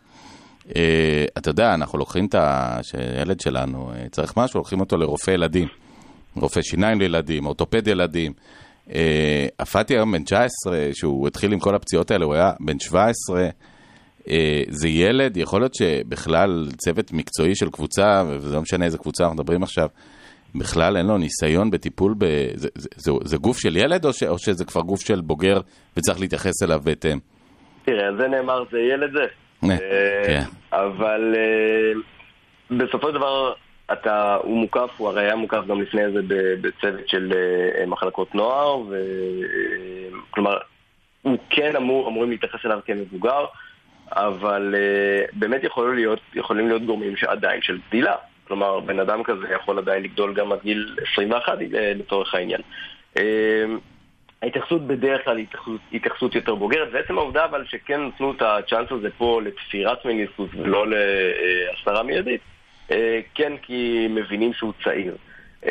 אתה יודע, אנחנו לוקחים את הילד שלנו, צריך משהו, לוקחים אותו לרופא ילדים, רופא שיניים לילדים, אורתופד ילדים. הפאתי היום בן תשע עשרה, שהוא התחיל עם כל הפציעות האלה, הוא היה בן שבע עשרה, זה ילד, יכול להיות שבכלל צוות מקצועי של קבוצה, וזה לא משנה איזה קבוצה אנחנו מדברים עכשיו, בכלל אין לו ניסיון בטיפול, ב... זה, זה, זה, זה גוף של ילד או, ש... או שזה כבר גוף של בוגר וצריך להתייחס אליו בהתאם? תראה, זה נאמר, זה ילד זה. כן. אבל בסופו של דבר, אתה, הוא מוקף, הוא הרי היה מוקף גם לפני זה בצוות של מחלקות נוער, ו... כלומר, הוא כן אמור, אמורים להתייחס אליו כמבוגר, אבל uh, באמת יכול להיות, יכולים להיות גורמים שעדיין של גדילה. כלומר, בן אדם כזה יכול עדיין לגדול גם עד גיל עשרים ואחת לצורך העניין. Uh, ההתייחסות בדרך כלל היא התייחסות, התייחסות יותר בוגרת, בעצם העובדה אבל שכן נתנו את הצ'אנס הזה פה לתפירת מיניסקוס ולא להסתרה מיידית, uh, כן כי מבינים שהוא צעיר. Uh,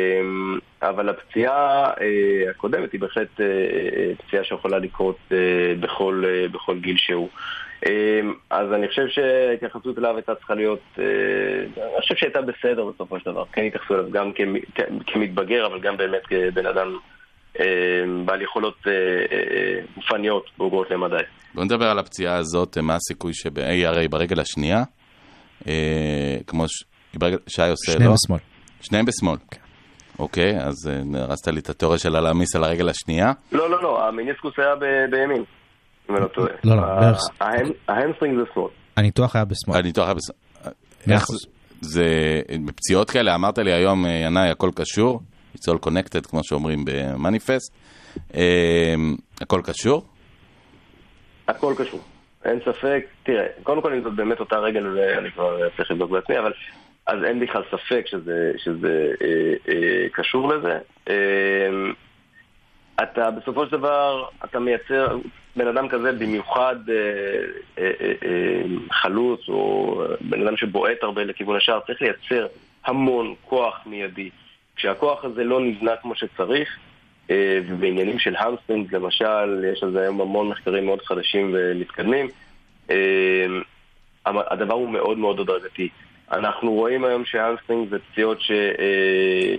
אבל הפציעה uh, הקודמת היא בהחלט uh, פציעה שיכולה לקרות uh, בכל, uh, בכל גיל שהוא. אז אני חושב שהתייחסות אליו הייתה צריכה להיות, אני חושב שהייתה בסדר בסופו של דבר, כן התייחסו אליו גם כמתבגר, אבל גם באמת כבן אדם בעל יכולות גופניות בוגרות למדי. בוא נדבר על הפציעה הזאת, מה הסיכוי שהיא הרי ברגל השנייה, כמו שי עושה, שניהם בשמאל. שניהם בשמאל. אוקיי, אז הרסת לי את התיאוריה שלה להעמיס על הרגל השנייה. לא, לא, לא, המיניסקוס היה בימין. לא, לא, ההמסטרינג זה שמאל. הניתוח היה בשמאל. הניתוח היה בשמאל. זה, בפציעות כאלה, אמרת לי היום, ינאי, הכל קשור, it's all connected, כמו שאומרים במניפסט. הכל קשור? הכל קשור. אין ספק, תראה, קודם כל אם זאת באמת אותה רגל, אני כבר צריך לבדוק בעצמי, אבל אז אין בכלל ספק שזה, שזה אה, אה, קשור לזה. אה, אתה בסופו של דבר, אתה מייצר, בן אדם כזה במיוחד אה, אה, אה, אה, חלוץ, או בן אדם שבועט הרבה לכיוון השאר, צריך לייצר המון כוח מיידי. כשהכוח הזה לא נבנה כמו שצריך, אה, ובעניינים של המסטרינג, למשל, יש על זה היום המון מחקרים מאוד חדשים ומתקדמים, אה, הדבר הוא מאוד מאוד הדרגתי. אנחנו רואים היום שההמסטרינג זה פציעות ש, אה,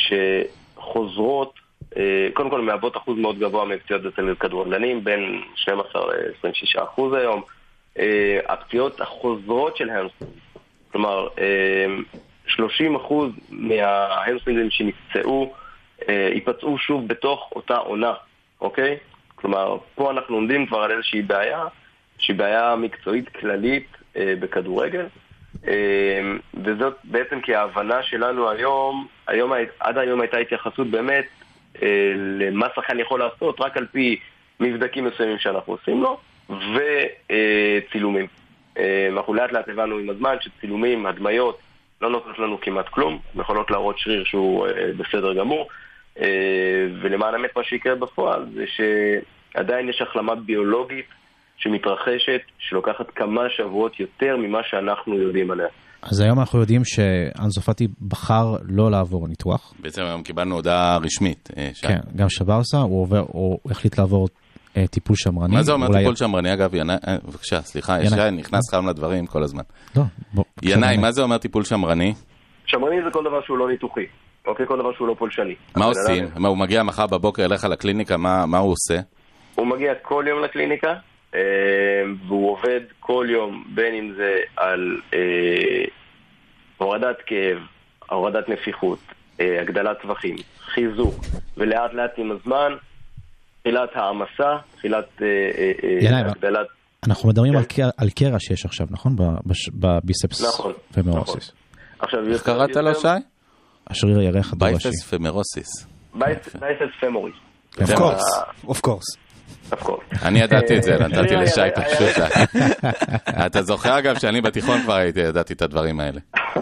שחוזרות, קודם כל מהוות אחוז מאוד גבוה מפציעות אצל כדורגלנים, בין שנים עשר עד עשרים ושישה אחוז היום. הפציעות החוזרות של ההמסטרינג, כלומר שלושים אחוז מההמסטרינגים שנפצעו ייפצעו שוב בתוך אותה עונה, אוקיי? כלומר, פה אנחנו עומדים כבר על איזושהי בעיה, שהיא בעיה מקצועית כללית בכדורגל, וזאת בעצם כי ההבנה שלנו היום, היום עד היום הייתה התייחסות באמת למה שחקן יכול לעשות רק על פי מבדקים מסוימים שאנחנו עושים לו, וצילומים. אנחנו לאט לאט הבנו עם הזמן שצילומים, הדמיות, לא נותנות לנו כמעט כלום, יכולות להראות שריר שהוא בסדר גמור, ולמען האמת מה שיקרה בפועל זה שעדיין יש החלמה ביולוגית שמתרחשת, שלוקחת כמה שבועות יותר ממה שאנחנו יודעים עליה. אז היום אנחנו יודעים שאנזו פאטי בחר לא לעבור ניתוח. בעצם היום קיבלנו הודעה רשמית. כן, גם שברסה, הוא, עובר, הוא החליט לעבור אה, טיפול שמרני. מה זה אומר אולי... טיפול שמרני? אגב, ינאי, אה, בבקשה, סליחה, ישי, נכנס חם לדברים כל הזמן. לא, בוא. ינאי, מה זה אומר טיפול שמרני? שמרני זה כל דבר שהוא לא ניתוחי. אוקיי, כל דבר שהוא לא פולשני. מה עושים? מה, הוא מגיע מחר בבוקר אליך לקליניקה, מה, מה הוא עושה? הוא מגיע כל יום לקליניקה, והוא עובד כל יום, בין אם זה על אה, הורדת כאב, הורדת נפיחות, אה, הגדלת טווחים, חיזוק, ולאט לאט עם הזמן, תחילת העמסה, תחילת אה, ינאי, אה, הגדלת... אנחנו מדברים על, על קרע שיש עכשיו, נכון? בביספס נכון, פמרוסיס. נכון. איך קראת לו, שי? השריר הירך הדו-ראשי. ביספס פמרוסיס. ביספס פמוריס. Of course, of course. אני ידעתי את זה, נתתי לשי את הפשוטה. אתה זוכר אגב שאני בתיכון כבר הייתי, ידעתי את הדברים האלה.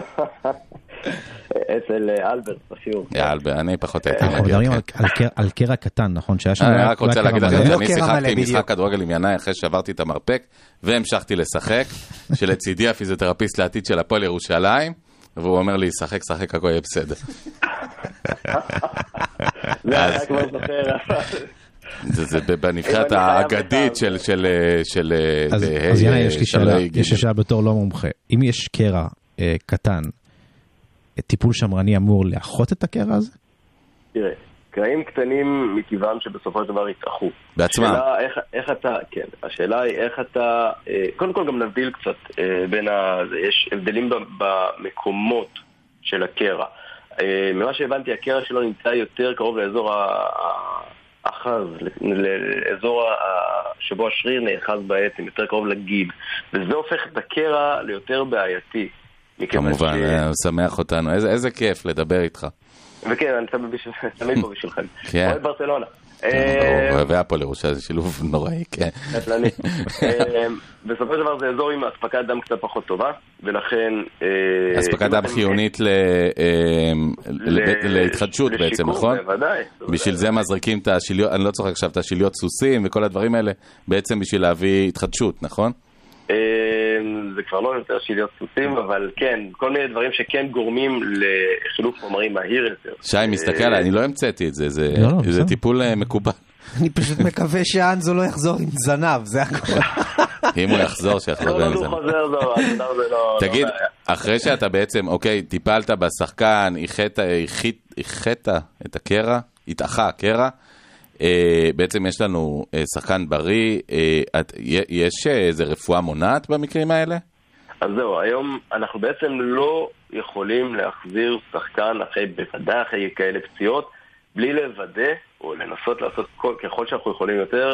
אצל אלברט, בשיעור. אלברט, אני פחות הייתי אנחנו מגיע. מדברים על קרע קטן, נכון? אני רק רוצה להגיד לכם שאני שיחקתי משחק כדורגל עם ינאי אחרי שעברתי את המרפק, והמשכתי לשחק, שלצידי הפיזיותרפיסט לעתיד של הפועל ירושלים, והוא אומר לי, שחק, שחק, הכל יהיה בסדר. זה היה כבר זוכר. זה בנבחרת האגדית של של אז ינאי, יש לי שאלה, יש לי שאלה בתור לא מומחה. אם יש קרע קטן, טיפול שמרני אמור לאחות את הקרע הזה? תראה, קרעים קטנים מכיוון שבסופו של דבר יתאחו. בעצמם. השאלה איך, איך אתה, כן, השאלה היא איך אתה, קודם כל גם נבדיל קצת בין ה... יש הבדלים במקומות של הקרע. ממה שהבנתי, הקרע שלו נמצא יותר קרוב לאזור האחז, לאזור שבו השריר נאחז בעצם, יותר קרוב לגיד. וזה הופך את הקרע ליותר בעייתי. כמובן, הוא שמח אותנו. איזה כיף לדבר איתך. וכן, אני תמיד פה בשבילכם. אוהד ברצלונה. אוהבי הפועל ירושלים, זה שילוב נוראי, כן. בסופו של דבר זה אזור עם אספקת דם קצת פחות טובה, ולכן... אספקת דם חיונית להתחדשות בעצם, נכון? בוודאי. בשביל זה מזריקים את השיליות, אני לא צוחק עכשיו, את השיליות סוסים וכל הדברים האלה, בעצם בשביל להביא התחדשות, נכון? זה כבר לא יותר שיליות סוסים, אבל כן, כל מיני דברים שכן גורמים לחילוף חומרים מהיר יותר. שי, מסתכל, אני לא המצאתי את זה, זה טיפול מקובל. אני פשוט מקווה שאנזו לא יחזור עם זנב, זה הכל. אם הוא יחזור, שיחזור עם זנב. תגיד, אחרי שאתה בעצם, אוקיי, טיפלת בשחקן, איחת את הקרע, התאחה הקרע, בעצם יש לנו שחקן בריא, יש איזה רפואה מונעת במקרים האלה? אז זהו, היום אנחנו בעצם לא יכולים להחזיר שחקן אחרי, בוודאי אחרי כאלה פציעות, בלי לוודא או לנסות לעשות כל, ככל שאנחנו יכולים יותר,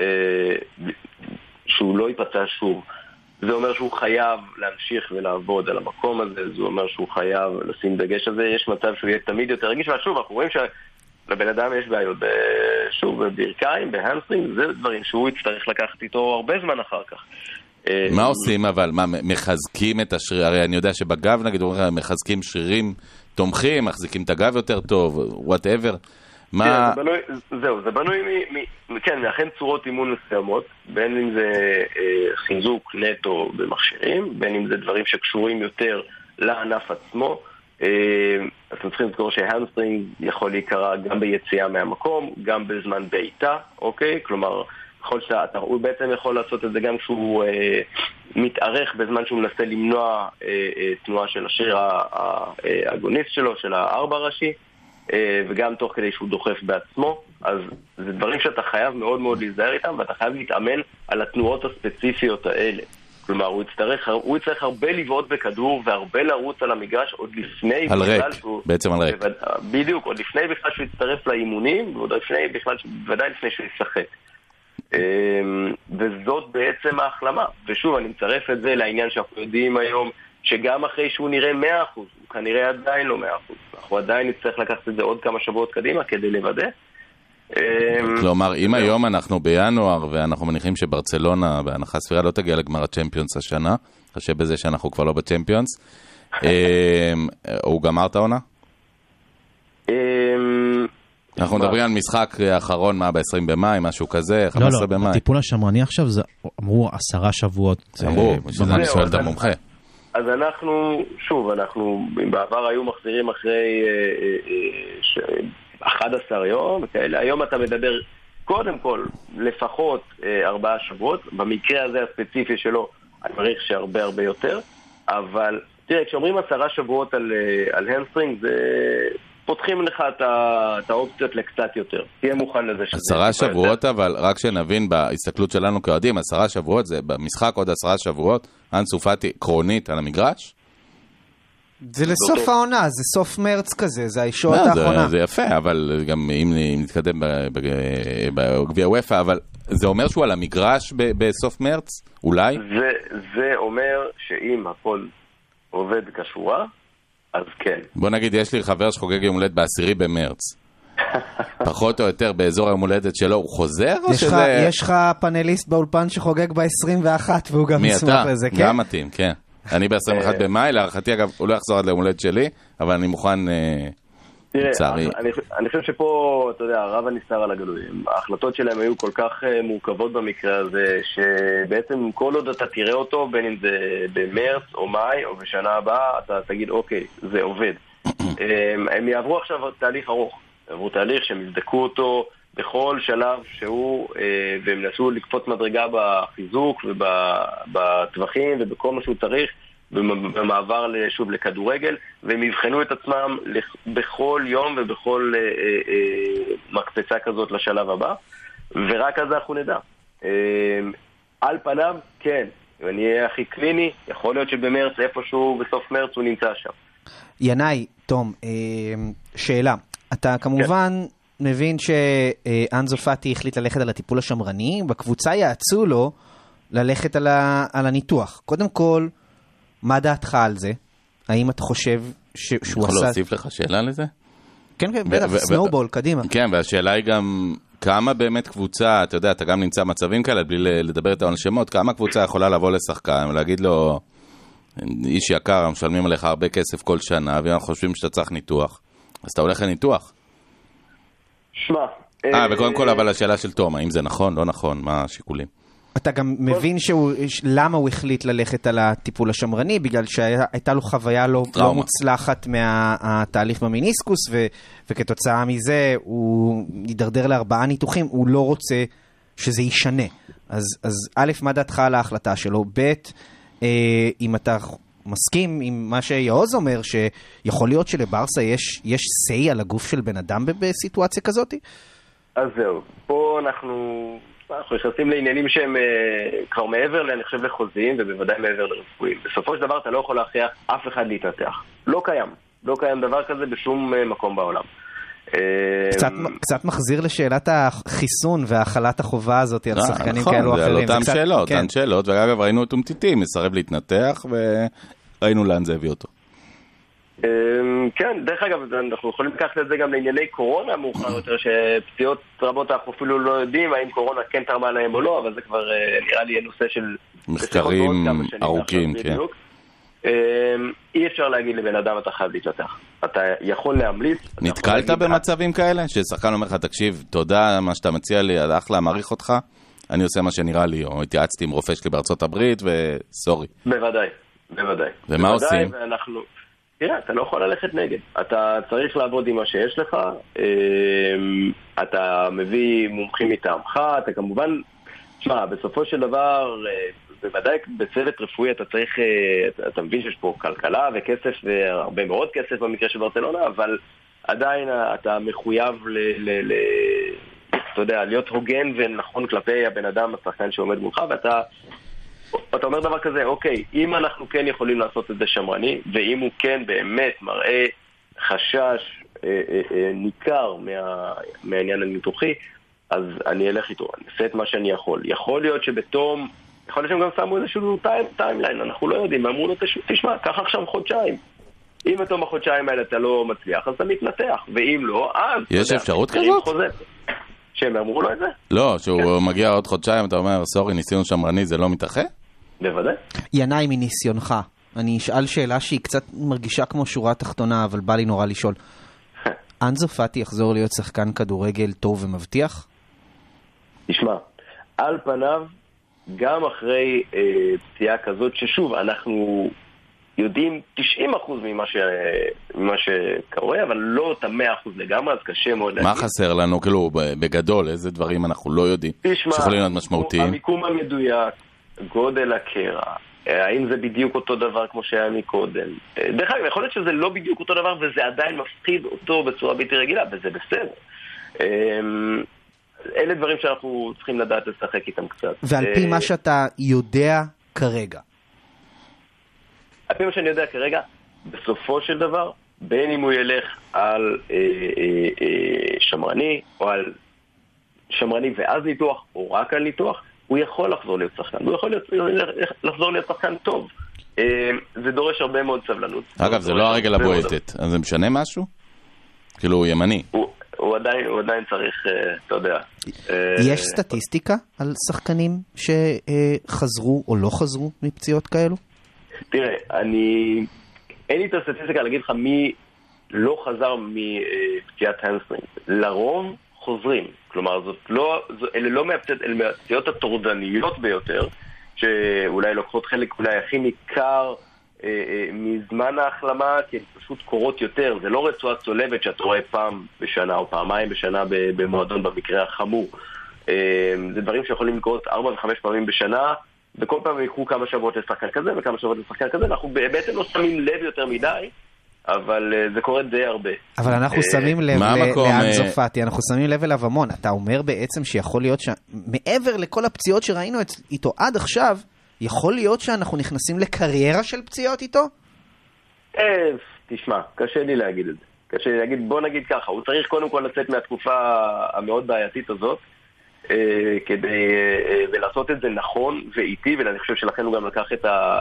שהוא לא ייפצע שוב. זה אומר שהוא חייב להמשיך ולעבוד על המקום הזה, זה אומר שהוא חייב לשים דגש על זה, יש מצב שהוא יהיה תמיד יותר רגיש, ושוב, אנחנו רואים ש... לבן אדם יש בעיות, שוב, בברכיים, בהמסטרינג, זה דברים שהוא יצטרך לקחת איתו הרבה זמן אחר כך. מה עושים אבל? מה, מחזקים את השריר? הרי אני יודע שבגב נגיד, מחזקים שרירים תומכים, מחזיקים את הגב יותר טוב, whatever. מה... זהו, זה בנוי, כן, מאכן צורות אימון מסוימות, בין אם זה חיזוק נטו במכשירים, בין אם זה דברים שקשורים יותר לענף עצמו, אז אתם צריכים לזכור שההמסטרינג יכול להיקרא גם ביציאה מהמקום, גם בזמן בעיטה, אוקיי? כלומר, בכל שאתה, הוא בעצם יכול לעשות את זה גם כשהוא אה, מתארך בזמן שהוא מנסה למנוע אה, אה, תנועה של השריר האגוניסט שלו, של הארבע ראשי, אה, וגם תוך כדי שהוא דוחף בעצמו. אז זה דברים שאתה חייב מאוד מאוד להיזהר איתם, ואתה חייב להתאמן על התנועות הספציפיות האלה. כלומר, הוא יצטרך, הוא יצטרך הרבה לבעוט בכדור והרבה לרוץ על המגרש עוד לפני... על ריק, בעצם על ריק. בדיוק, עוד לפני בכלל שהוא יצטרף לאימונים, ועוד לפני בכלל, בוודאי לפני שהוא ישחק. וזאת בעצם ההחלמה. ושוב, אני מצרף את זה לעניין שאנחנו יודעים היום שגם אחרי שהוא נראה מאה אחוז, הוא כנראה עדיין לא מאה אחוז. אנחנו עדיין נצטרך לקחת את זה עוד כמה שבועות קדימה כדי לוודא. כלומר, אם היום אנחנו בינואר ואנחנו מניחים שברצלונה בהנחה ספירה לא תגיע לגמר הצ'מפיונס השנה, חושב בזה שאנחנו כבר לא בצ'מפיונס, הוא גמר את העונה? אנחנו מדברים על משחק האחרון, מה, ב-עשרים במאי, משהו כזה, חמישה עשר במאי. לא, לא, הטיפול השמרני עכשיו, אמרו עשרה שבועות. אמרו, אני שואל את המומחה. אז אנחנו, שוב, אנחנו בעבר היו מחזירים אחרי אחד עשר יום, וכאלה. היום אתה מדבר קודם כל לפחות ארבעה שבועות, במקרה הזה הספציפי שלו, אני מעריך שהרבה הרבה יותר, אבל תראה, כשאומרים עשרה שבועות על, על המסטרינג, זה פותחים לך את האופציות לקצת יותר. תהיה מוכן לזה. עשרה שבועות, אבל רק שנבין בהסתכלות שלנו כאוהדים, עשרה שבועות, זה במשחק עוד עשרה שבועות, אנסו פאטי קרונית על המגרש? זה לסוף העונה, זה סוף מרץ כזה, זה הישורת האחרונה. זה יפה, אבל גם אם נתקדם בגביע וופא, אבל זה אומר שהוא על המגרש בסוף מרץ? אולי? זה אומר שאם הכל עובד כשורה, אז כן. בוא נגיד, יש לי חבר שחוגג יום הולדת בעשירי במרץ. פחות או יותר באזור היום הולדת שלו, הוא חוזר או שזה... יש לך פאנליסט באולפן שחוגג ב-עשרים ואחת, והוא גם ישמח לזה, כן? גם מתאים, כן. אני ב-עשרים ואחת במאי, להערכתי אגב, הוא לא יחזור עד ליום הולדת שלי, אבל אני מוכן... תראה, אני חושב שפה, אתה יודע, הרב הנסתר על הגלויים. ההחלטות שלהם היו כל כך מורכבות במקרה הזה, שבעצם כל עוד אתה תראה אותו, בין אם זה במרץ או מאי או בשנה הבאה, אתה תגיד, אוקיי, זה עובד. הם יעברו עכשיו תהליך ארוך. יעברו תהליך שהם יבדקו אותו בכל שלב שהוא, והם נסו לקפוץ מדרגה בחיזוק ובטווחים ובכל מה שהוא צריך, במעבר שוב לכדורגל, והם יבחנו את עצמם בכל יום ובכל אה, אה, מקפצה כזאת לשלב הבא, ורק אז אנחנו נדע. אה, על פניו, כן, אני אהיה הכי קליני, יכול להיות שבמרץ איפשהו בסוף מרץ הוא נמצא שם. ינאי, תום, אה, שאלה. אתה כמובן כן. מבין שאנזו פאטי החליט ללכת על הטיפול השמרני, בקבוצה יעצו לו ללכת על, ה, על הניתוח. קודם כל, מה דעתך על זה? האם אתה חושב שהוא עשה... יכול להוסיף לך שאלה לזה? כן, כן, בטח, סנואובול, קדימה. כן, והשאלה היא גם כמה באמת קבוצה, אתה יודע, אתה גם נמצא מצבים כאלה, בלי לדבר איתו על שמות, כמה קבוצה יכולה לבוא לשחקן ולהגיד לו, איש יקר, משלמים עליך הרבה כסף כל שנה, ואנחנו חושבים שאתה צריך ניתוח, אז אתה הולך לניתוח. שמע. אה, וקודם כל, אבל השאלה של תום, האם זה נכון, לא נכון, מה השיקולים? אתה גם מבין שהוא, למה הוא החליט ללכת על הטיפול השמרני, בגלל שהייתה לו חוויה לא, לא מוצלחת מהתהליך במיניסקוס, ו, וכתוצאה מזה הוא יידרדר לארבעה ניתוחים, הוא לא רוצה שזה יישנה. אז, אז א', מה דעתך על ההחלטה שלו? ב', אה, אם אתה מסכים עם מה שיעוז אומר, שיכול להיות שלברסה יש, יש סי על הגוף של בן אדם בסיטואציה כזאת? אז זהו, פה אנחנו... אנחנו נכנסים לעניינים שהם uh, כבר מעבר, אני חושב, לחוזים, ובוודאי מעבר לרפואיים. בסופו של דבר אתה לא יכול להכריח אף אחד להתנתח. לא קיים. לא קיים דבר כזה בשום uh, מקום בעולם. קצת, קצת מחזיר לשאלת החיסון והחלת החובה הזאת על שחקנים נכון, כאלו אחרים. נכון, זה על אותם שאלות, כן. אותן שאלות, ואגב ראינו אותו מתיתי, מסרב להתנתח, וראינו לאן זה הביא אותו. כן, דרך אגב, אנחנו יכולים לקחת את זה גם לענייני קורונה מאוחר יותר, שפציעות רבות אנחנו אפילו לא יודעים האם קורונה כן תרמה להם או לא, אבל זה כבר נראה לי נושא של מחקרים ארוכים, כן. אי אפשר להגיד לבן אדם אתה חייב להתנתח. אתה יכול להמליץ. נתקלת במצבים כאלה? ששחקן אומר לך, תקשיב, תודה מה שאתה מציע לי, אחלה, מעריך אותך, אני עושה מה שנראה לי, או התייעצתי עם רופא שלי בארצות הברית, וסורי. בוודאי, בוודאי. ומה עושים? ואנחנו... תראה, אתה לא יכול ללכת נגד. אתה צריך לעבוד עם מה שיש לך, אתה מביא מומחים מטעמך, אתה כמובן, תשמע, בסופו של דבר, בוודאי בצוות רפואי אתה צריך, אתה מבין שיש פה כלכלה וכסף, והרבה מאוד כסף במקרה של ברצלונה, אבל עדיין אתה מחויב ל... ל, ל אתה יודע, להיות הוגן ונכון כלפי הבן אדם, השחקן שעומד מולך, ואתה... אתה אומר דבר כזה, אוקיי, אם אנחנו כן יכולים לעשות את זה שמרני, ואם הוא כן באמת מראה חשש אה, אה, אה, ניכר מה, מהעניין הניתוחי, אז אני אלך איתו, אני אעשה את מה שאני יכול. יכול להיות שבתום יכול להיות שהם גם שמו איזשהו טיימליין, אנחנו לא יודעים, אמרו לו, תשמע, קח עכשיו חודשיים. אם בתום החודשיים האלה אתה לא מצליח, אז אתה מתנתח, ואם לא, אז... יש אפשרות כזאת? שהם אמרו לו את זה? לא, שהוא מגיע עוד חודשיים, אתה אומר, סורי, ניסיון שמרני, זה לא מתאחה? בוודאי. ינאי, מניסיונך, אני אשאל שאלה שהיא קצת מרגישה כמו שורה תחתונה, אבל בא לי נורא לשאול. אנזו פאטי יחזור להיות שחקן כדורגל טוב ומבטיח? תשמע, על פניו, גם אחרי אה, פציעה כזאת, ששוב, אנחנו יודעים תשעים אחוז ממה, ש... ממה שקורה, אבל לא את ה-מאה אחוז לגמרי, אז קשה מאוד להגיד. מה חסר לנו, כאילו, בגדול, איזה דברים אנחנו לא יודעים, שיכולים להיות משמעותיים? המיקום המדויק, גודל הקרע, האם זה בדיוק אותו דבר כמו שהיה מקודם. דרך אגב, יכול להיות שזה לא בדיוק אותו דבר, וזה עדיין מפחיד אותו בצורה בלתי רגילה, וזה בסדר. אלה דברים שאנחנו צריכים לדעת לשחק איתם קצת. ועל פי מה שאתה יודע כרגע? על פי מה שאני יודע כרגע, בסופו של דבר, בין אם הוא ילך על אה, אה, אה, שמרני, או על שמרני ואז ניתוח, או רק על ניתוח, הוא יכול לחזור להיות שחקן. הוא יכול להיות, לחזור להיות שחקן טוב. אה, זה דורש הרבה מאוד סבלנות. אגב, זה לא הרגל הבועטת. אז זה משנה משהו? כאילו, הוא ימני. הוא, הוא עדיין, הוא עדיין צריך, אה, אתה יודע. אה, יש סטטיסטיקה על שחקנים שחזרו או לא חזרו מפציעות כאלו? תראה, אני... אין לי את הסטטיסטיקה להגיד לך מי לא חזר מפציעת המסטרינג. לרוב חוזרים. כלומר, זאת לא, זאת, אלה לא מהפציעות, אלה מהפציעות הטורדניות ביותר, שאולי לוקחות חלק אולי הכי ניכר אה, אה, מזמן ההחלמה, כי הן פשוט קורות יותר. זה לא רצועה צולבת שאתה רואה פעם בשנה או פעמיים בשנה במועדון במקרה החמור. אה, זה דברים שיכולים לקרות ארבע וחמש פעמים בשנה, וכל פעם יקחו כמה שבועות לשחקן כזה וכמה שבועות לשחקן כזה, אנחנו בעצם לא שמים לב יותר מדי, אבל זה קורה די הרבה. אבל אנחנו שמים לב לאנזו פאטי, אנחנו שמים לב אליו המון. אתה אומר בעצם שיכול להיות שמעבר לכל הפציעות שראינו איתו עד עכשיו, יכול להיות שאנחנו נכנסים לקריירה של פציעות איתו? תשמע, קשה לי להגיד את זה. קשה לי להגיד, בוא נגיד ככה, הוא צריך קודם כל לצאת מהתקופה המאוד בעייתית הזאת, כדי ולעשות את זה נכון ואיטי, ואני חושב שלכן הוא גם לקח את ה...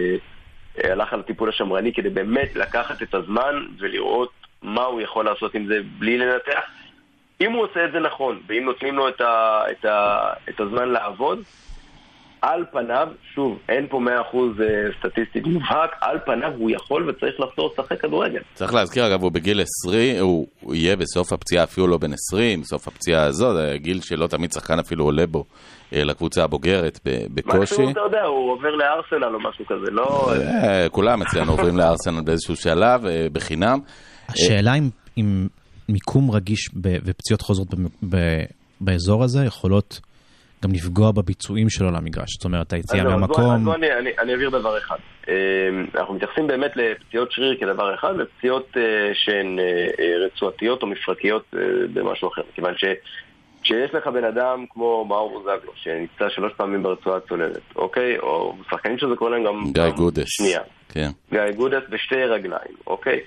הלך על הטיפול השמרני כדי באמת לקחת את הזמן ולראות מה הוא יכול לעשות עם זה בלי לנתח. אם הוא עושה את זה נכון, ואם נותנים לו את, ה... את, ה... את הזמן לעבוד, על פניו, שוב, אין פה מאה אחוז סטטיסטי מובהק, על פניו הוא יכול וצריך לחזור לשחק כדורגל. צריך להזכיר, אגב, הוא בגיל עשרים, הוא, הוא יהיה בסוף הפציעה אפילו לא בן עשרים, בסוף הפציעה הזאת, גיל שלא תמיד שחקן אפילו עולה בו לקבוצה הבוגרת בקושי. מקסימום, אתה יודע, הוא עובר לארסנל או משהו כזה, לא... כולם אצלנו עוברים לארסנל באיזשהו שלב, בחינם. השאלה אם, אם מיקום רגיש ופציעות חוזרות באזור הזה יכולות גם לפגוע בביצועים שלו למגרש. זאת אומרת, היציאה מהמקום... אז בוא אני, אני, אני אעביר דבר אחד. אנחנו מתייחסים באמת לפציעות שריר כדבר אחד, לפציעות שהן רצועתיות או מפרקיות במשהו אחר. כיוון שכשיש לך בן אדם כמו מאור בוזגלו, שנפצע שלוש פעמים ברצועה הצולבת, אוקיי? או שחקנים שזה קורא להם גם... גיא גודס. שנייה. כן. גיא גודס בשתי רגליים, אוקיי?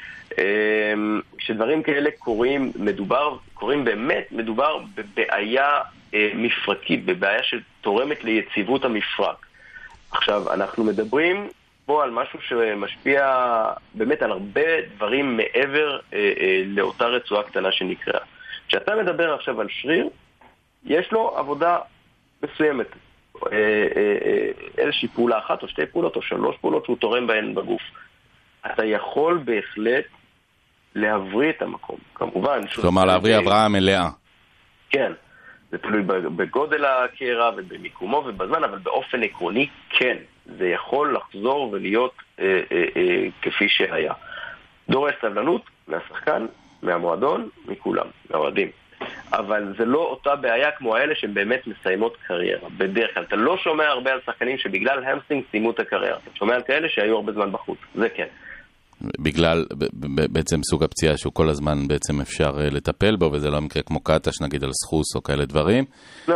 כשדברים כאלה קורים, מדובר, קורים באמת, מדובר בבעיה מפרקית, בבעיה שתורמת ליציבות המפרק. עכשיו, אנחנו מדברים פה על משהו שמשפיע באמת על הרבה דברים מעבר אה, אה, לאותה רצועה קטנה שנקראה. כשאתה מדבר עכשיו על שריר, יש לו עבודה מסוימת. אה, אה, אה, איזושהי פעולה אחת או שתי פעולות או שלוש פעולות שהוא תורם בהן בגוף. אתה יכול בהחלט להבריא את המקום. כמובן... כלומר, להבריא הבראה מלאה. כן. זה תלוי בגודל הקרע ובמיקומו ובזמן, אבל באופן עקרוני כן, זה יכול לחזור ולהיות אה, אה, אה, כפי שהיה. דורש סבלנות מהשחקן, מהמועדון, מכולם, מהאוהדים. אבל זה לא אותה בעיה כמו האלה שהן באמת מסיימות קריירה. בדרך כלל, אתה לא שומע הרבה על שחקנים שבגלל המסטרינג סיימו את הקריירה. אתה שומע על כאלה שהיו הרבה זמן בחוץ, זה כן. בגלל בעצם סוג הפציעה שהוא כל הזמן בעצם אפשר לטפל בו, וזה לא מקרה כמו קטש נגיד על סחוס או כאלה דברים.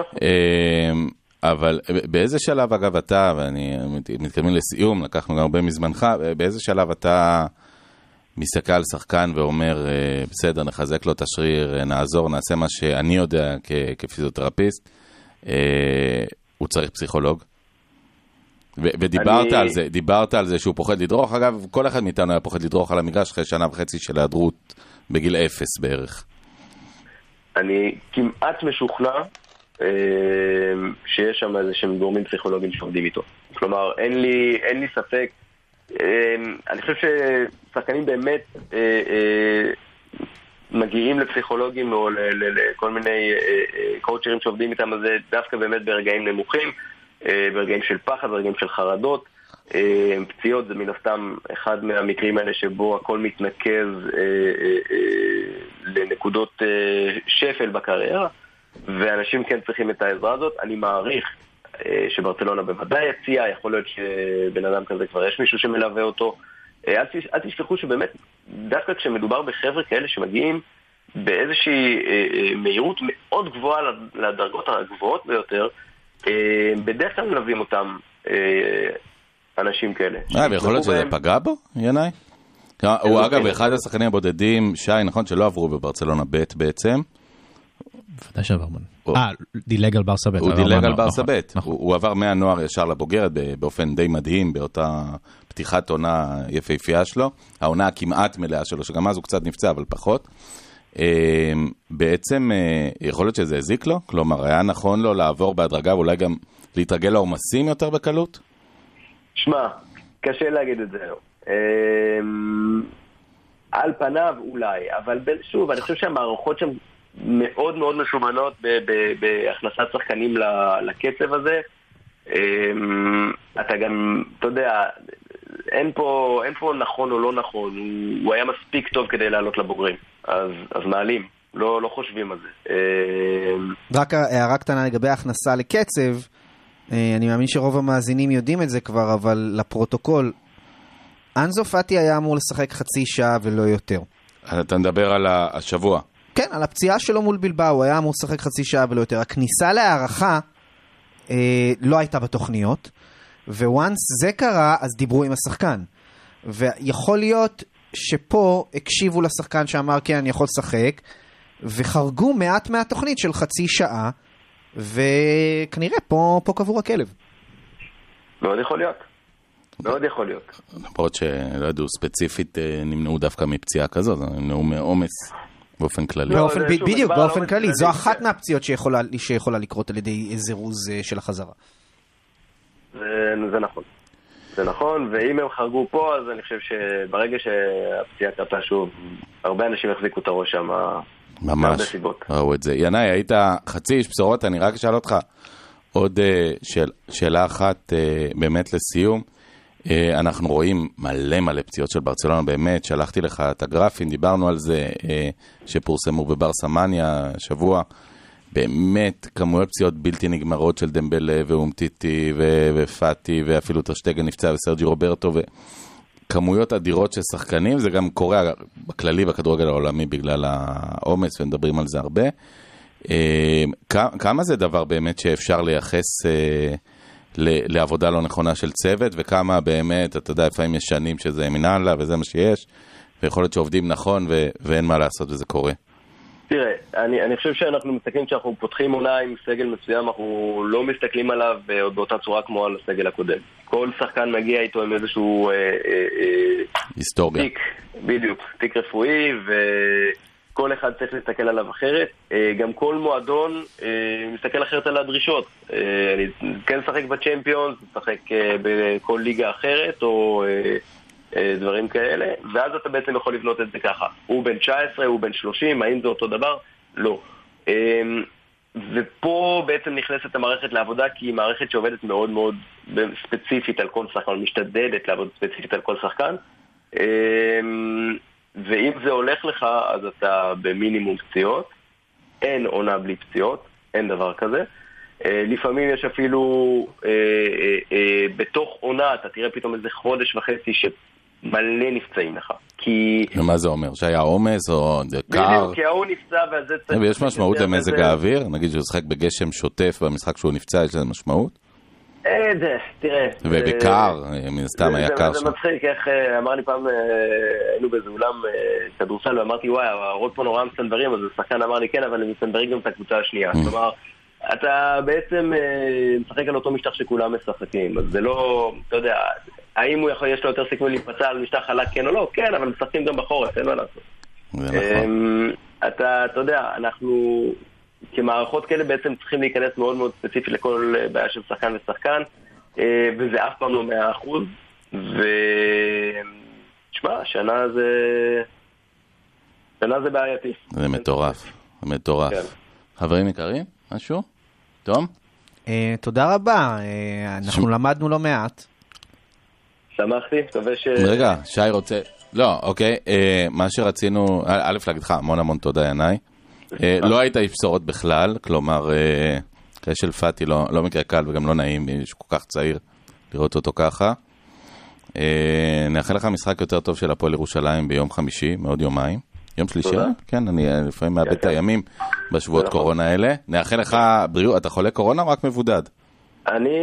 אבל באיזה שלב אגב אתה, ואני מתכוון לסיום, לקחנו גם הרבה מזמנך, באיזה שלב אתה מסתכל על שחקן ואומר בסדר, נחזק לו את השריר, נעזור, נעשה מה שאני יודע כפיזיותרפיסט, הוא צריך פסיכולוג? ודיברת על זה, דיברת על זה שהוא פוחד לדרוך. אגב, כל אחד מאיתנו היה פוחד לדרוך על המגרש אחרי שנה וחצי של היעדרות בגיל אפס בערך. אני כמעט משוכנע שיש שם איזה שהם גורמים פסיכולוגיים שעובדים איתו. כלומר, אין לי, אין לי ספק. אני חושב ששחקנים באמת מגיעים לפסיכולוגים או לכל מיני קואוצ'רים שעובדים איתם, אז זה דווקא באמת ברגעים נמוכים, ברגעים של פחד, ברגעים של חרדות. פציעות זה מן הסתם אחד מהמקרים האלה שבו הכל מתנקז לנקודות שפל בקריירה, ואנשים כן צריכים את העזרה הזאת. אני מעריך שברצלונה בוודאי יציע, יכול להיות שבן אדם כזה כבר יש מישהו שמלווה אותו. אל, אל תשכחו שבאמת דווקא כשמדובר בחבר'ה כאלה שמגיעים באיזושהי מהירות מאוד גבוהה לדרגות הגבוהות ביותר, בדרך כלל מלווים אותם אנשים כאלה. אה, ויכול להיות שזה פגע בו, ינאי? הוא אגב אחד השחקנים הבודדים, שי, נכון, שלא עברו בברצלונה ב' בעצם. ודאי שעבר מן. אה, דילג על ברסה ב'. הוא דילג על ברסה ב'. הוא עבר מהנוער ישר לבוגרת באופן די מדהים, באותה פתיחת עונה יפהפייה שלו. העונה הכמעט מלאה שלו, שגם אז הוא קצת נפצע, אבל פחות. בעצם יכול להיות שזה הזיק לו? כלומר, היה נכון לו לעבור בהדרגה, ואולי גם להתרגל לעומסים יותר בקלות? שמע, קשה להגיד את זה. על פניו אולי, אבל שוב, אני חושב שהמערכות שם מאוד מאוד משומנות בהכנסת שחקנים לקצב הזה. אתה גם, אתה יודע, אין פה, אין פה נכון או לא נכון. הוא היה מספיק טוב כדי לעלות לבוגרים. אז, אז מעלים, לא, לא חושבים על זה. רק הערה קטנה לגבי ההכנסה לקצב, אני מאמין שרוב המאזינים יודעים את זה כבר, אבל לפרוטוקול, אנזו פאטי היה אמור לשחק חצי שעה ולא יותר. אתה מדבר על השבוע. כן, על הפציעה שלו מול בלבאו, הוא היה אמור לשחק חצי שעה ולא יותר. הכניסה להערכה אה, לא הייתה בתוכניות, וואנס זה קרה, אז דיברו עם השחקן. ויכול להיות שפה הקשיבו לשחקן שאמר, כן, אני יכול לשחק, וחרגו מעט מהתוכנית של חצי שעה, וכנראה פה, פה קבור הכלב. מאוד יכול להיות. מאוד יכול להיות. למרות שלא ידעו ספציפית נמנעו דווקא מפציעה כזאת, נמנעו מעומס באופן כללי. באופן, בדיוק, באופן כללי. זו אחת מהפציעות שיכולה, שיכולה לקרות על ידי זירוז של החזרה. זה, זה נכון. זה נכון, ואם הם חרגו פה, אז אני חושב שברגע שהפציעה קרתה שוב, הרבה אנשים החזיקו את הראש שם. ממש, ראו את זה. ינאי, היית חצי איש בשורות, אני רק אשאל אותך עוד שאל, שאלה אחת באמת לסיום. אנחנו רואים מלא מלא פציעות של ברצלונה, באמת, שלחתי לך את הגרפים, דיברנו על זה שפורסמו בברסה מניה שבוע, באמת כמויות פציעות בלתי נגמרות של דמבלה ואומטיטי ופאטי ואפילו טרשטגן נפצע וסרג'י רוברטו וכמויות אדירות של שחקנים, זה גם קורה בכללי בכדורגל העולמי בגלל העומס ומדברים על זה הרבה. כמה זה דבר באמת שאפשר לייחס לעבודה לא נכונה של צוות, וכמה באמת, אתה יודע, לפעמים יש שנים שזה מנהלה וזה מה שיש, ויכול להיות שעובדים נכון ו- ואין מה לעשות וזה קורה. תראה, אני, אני חושב שאנחנו מסתכלים כשאנחנו פותחים עונה עם סגל מסוים, אנחנו לא מסתכלים עליו באותה צורה כמו על הסגל הקודם. כל שחקן מגיע איתו עם איזשהו אה, אה, אה, היסטוריה. תיק, בדיוק, תיק רפואי, וכל אחד צריך להסתכל עליו אחרת. אה, גם כל מועדון אה, מסתכל אחרת על הדרישות. אה, אני כן שחק בצ'מפיונס, שחק אה, בכל ליגה אחרת, או... אה, דברים כאלה, ואז אתה בעצם יכול לבנות את זה ככה. הוא בן תשע עשרה, הוא בן שלושים, האם זה אותו דבר? לא. ופה בעצם נכנסת המערכת לעבודה, כי היא מערכת שעובדת מאוד מאוד ספציפית על כל שחקן, משתדדת לעבוד ספציפית על כל שחקן, ואם זה הולך לך, אז אתה במינימום פציעות, אין עונה בלי פציעות, אין דבר כזה. לפעמים יש אפילו בתוך עונה, אתה תראה פתאום איזה חודש וחצי ש... מלא נפצעים לך, כי... ומה זה אומר? שהיה עומס או קר? בדיוק, כי ההוא נפצע וזה צריך... ויש משמעות למזג האוויר? נגיד שהוא שחק בגשם שוטף במשחק שהוא נפצע, יש לזה משמעות? אה, זה, תראה... ובקר, מן הסתם היה קר שם. זה מצחיק, איך אמר לי פעם, היינו באיזה אולם כדורסל, ואמרתי, וואי, הרוד פה נורא מסנדרים, אז השחקן אמר לי, כן, אבל הם מסנדרים גם את הקבוצה השנייה. כלומר, אתה בעצם משחק על אותו משטח שכולם משחקים, אז זה לא, אתה יודע, האם הוא יכול, יש לו יותר סיכוי להיפצע על משטח חלק כן או לא? כן, אבל משחקים גם בחורף, אין מה לעשות. זה נכון. אתה, אתה יודע, אנחנו כמערכות כאלה בעצם צריכים להיכנס מאוד מאוד ספציפי לכל בעיה של שחקן ושחקן, וזה אף פעם לא מאה אחוז, ותשמע, שנה זה... שנה זה בעייתי. זה מטורף, זה מטורף. חברים יקרים, משהו? תום? תודה רבה, אנחנו למדנו לא מעט. שמחתי, מקווה ש... רגע, שי רוצה... לא, אוקיי, מה שרצינו... א', להגיד לך המון המון תודה, ינאי. לא היית איש בשורות בכלל, כלומר, כאלה של פאטי לא מקרה קל וגם לא נעים, מישהו כל כך צעיר לראות אותו ככה. נאחל לך משחק יותר טוב של הפועל ירושלים ביום חמישי, מאוד יומיים. יום שלישי? כן, אני לפעמים מאבד את הימים בשבועות קורונה האלה. נאחל לך בריאות, אתה חולה קורונה או רק מבודד? אני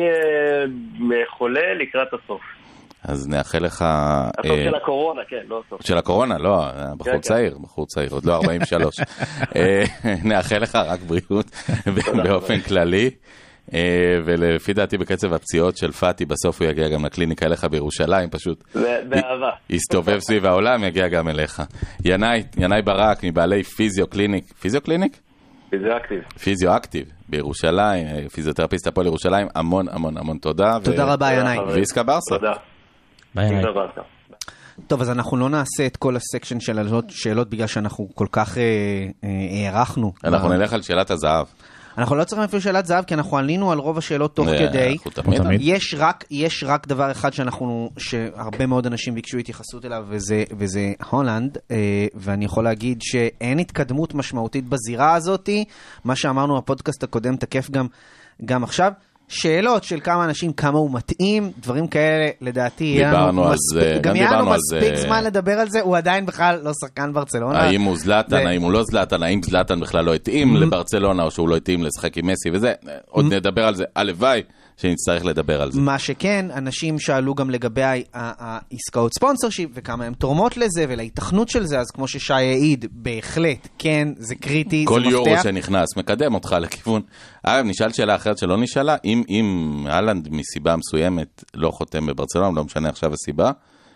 חולה לקראת הסוף. אז נאחל לך... הסוף של הקורונה, כן, לא הסוף. של הקורונה, לא, בחור צעיר, בחור צעיר, עוד לא ארבעים ושלוש. נאחל לך רק בריאות באופן כללי. ולפי דעתי בקצב הפציעות של פאטי בסוף הוא יגיע גם לקליניקה אליך בירושלים, פשוט באהבה יסתובב סביב העולם, יגיע גם אליך. ינאי, ינאי ברק מבעלי פיזיו קליניק, פיזיו קליניק? פיזיו אקטיב. פיזיו אקטיב בירושלים, פיזיותרפיסט הפועל ירושלים, המון המון המון תודה. תודה רבה ינאי. ויסקה ברסה. תודה. ביי ינאי. טוב, אז אנחנו לא נעשה את כל הסקשן של שאלות בגלל שאנחנו כל כך הערכנו. אנחנו נלך על שאלת הזהב. אנחנו לא צריכים אפילו שאלת זהב, כי אנחנו עלינו על רוב השאלות תוך כדי. יש רק, יש רק דבר אחד שאנחנו, שהרבה מאוד אנשים ביקשו התייחסות אליו, וזה, וזה הולנד, ואני יכול להגיד שאין התקדמות משמעותית בזירה הזאת. מה שאמרנו בפודקאסט הקודם תקף גם, גם עכשיו. שאלות של כמה אנשים, כמה הוא מתאים, דברים כאלה, לדעתי, דיברנו על זה, גם יהיה לנו מספיק זמן לדבר על זה, הוא עדיין בכלל לא שחקן ברצלונה. האם הוא זלטן, האם הוא לא זלטן, האם זלטן בכלל לא התאים לברצלונה, או שהוא לא התאים לשחק עם מסי, וזה, עוד נדבר על זה, הלוואי שנצטרך לדבר על זה. מה שכן, אנשים שאלו גם לגבי העסקאות ספונסרשיפ, וכמה הן תורמות לזה, ולהיתכנות של זה, אז כמו ששי העיד, בהחלט, כן, זה קריטי, כל יורו שנכנס, מקדם אותך לכיוון. אגב, נשאל שאלה אחרת שלא נשאלה, אם, אם הלנד מסיבה מסוימת לא חותם בברצלונה, לא משנה עכשיו הסיבה,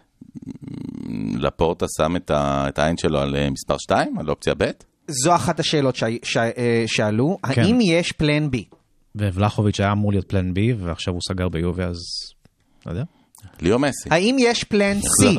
לפורטה שם את, ה, את העין שלו על מספר שתיים, על אופציה ב'? זו אחת השאלות ש, ש, שאלו, כן. האם יש פלן בי? ובלחוביץ' היה אמור להיות פלן בי, ועכשיו הוא סגר ביובי, אז לא יודע. ליאו מסי. האם יש פלן סי?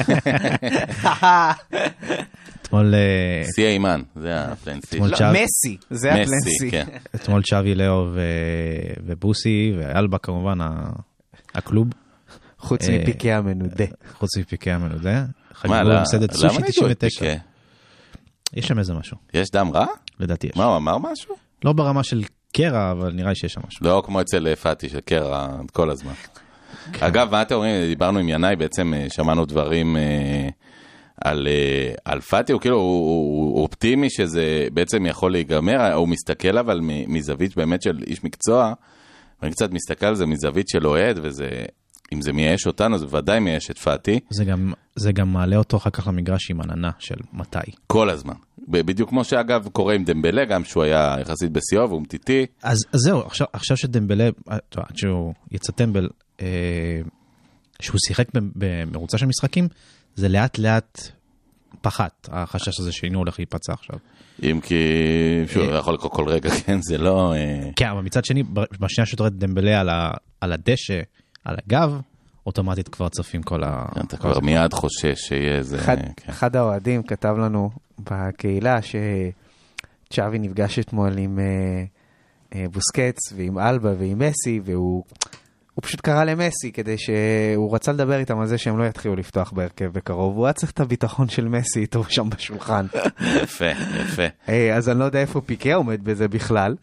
אתמול... סי אימן, זה הפלן סי. מסי, זה הפלן סי. אתמול צ'אבי, לאו ובוסי, ואלבה כמובן, הקלוב. חוץ מפיקי המנודה. חוץ מפיקי המנודה. מה, למה ניגו את פיקי? יש שם איזה משהו. יש דם רע? לדעתי יש. מה, הוא אמר משהו? לא ברמה של קרע, אבל נראה שיש שם משהו. לא כמו אצל פאטי של קרע כל הזמן. אגב, מה אתם אומרים? דיברנו עם ינאי, בעצם שמענו דברים על, על פאטי, הוא כאילו, הוא, הוא אופטימי שזה בעצם יכול להיגמר, הוא מסתכל אבל מזווית באמת של איש מקצוע, ואני קצת מסתכל על זה מזווית של אוהד, וזה, אם זה מייאש אותנו, זה ודאי מייאש את פאטי. זה גם, זה גם מעלה אותו אחר כך למגרש עם עננה של מתי. כל הזמן. בדיוק כמו שאגב קורה עם דמבלה, גם שהוא היה יחסית בסיוע והוא מטיטי. אז, אז זהו, עכשיו, עכשיו שדמבלה, עד שהוא יצא טמבל, אה, שהוא שיחק במרוצה של משחקים, זה לאט לאט פחת, החשש הזה שהנה הולך להיפצע עכשיו. אם כי, שוב, יכול לקרוא כל רגע, כן, זה לא... כן, אבל מצד שני, בשנייה שאתה רואה דמבלה על, ה, על הדשא, על הגב, אוטומטית כבר צופים כל ה... אתה כבר מיד חושש שיהיה איזה... אחד האוהדים כתב לנו בקהילה שצ'אבי נפגש אתמול עם בוסקץ ועם אלבה ועם מסי, והוא פשוט קרא למסי כדי שהוא רצה לדבר איתם על זה שהם לא יתחילו לפתוח בהרכב בקרוב, הוא היה צריך את הביטחון של מסי איתו שם בשולחן. יפה, יפה. אז אני לא יודע איפה פיקה עומד בזה בכלל.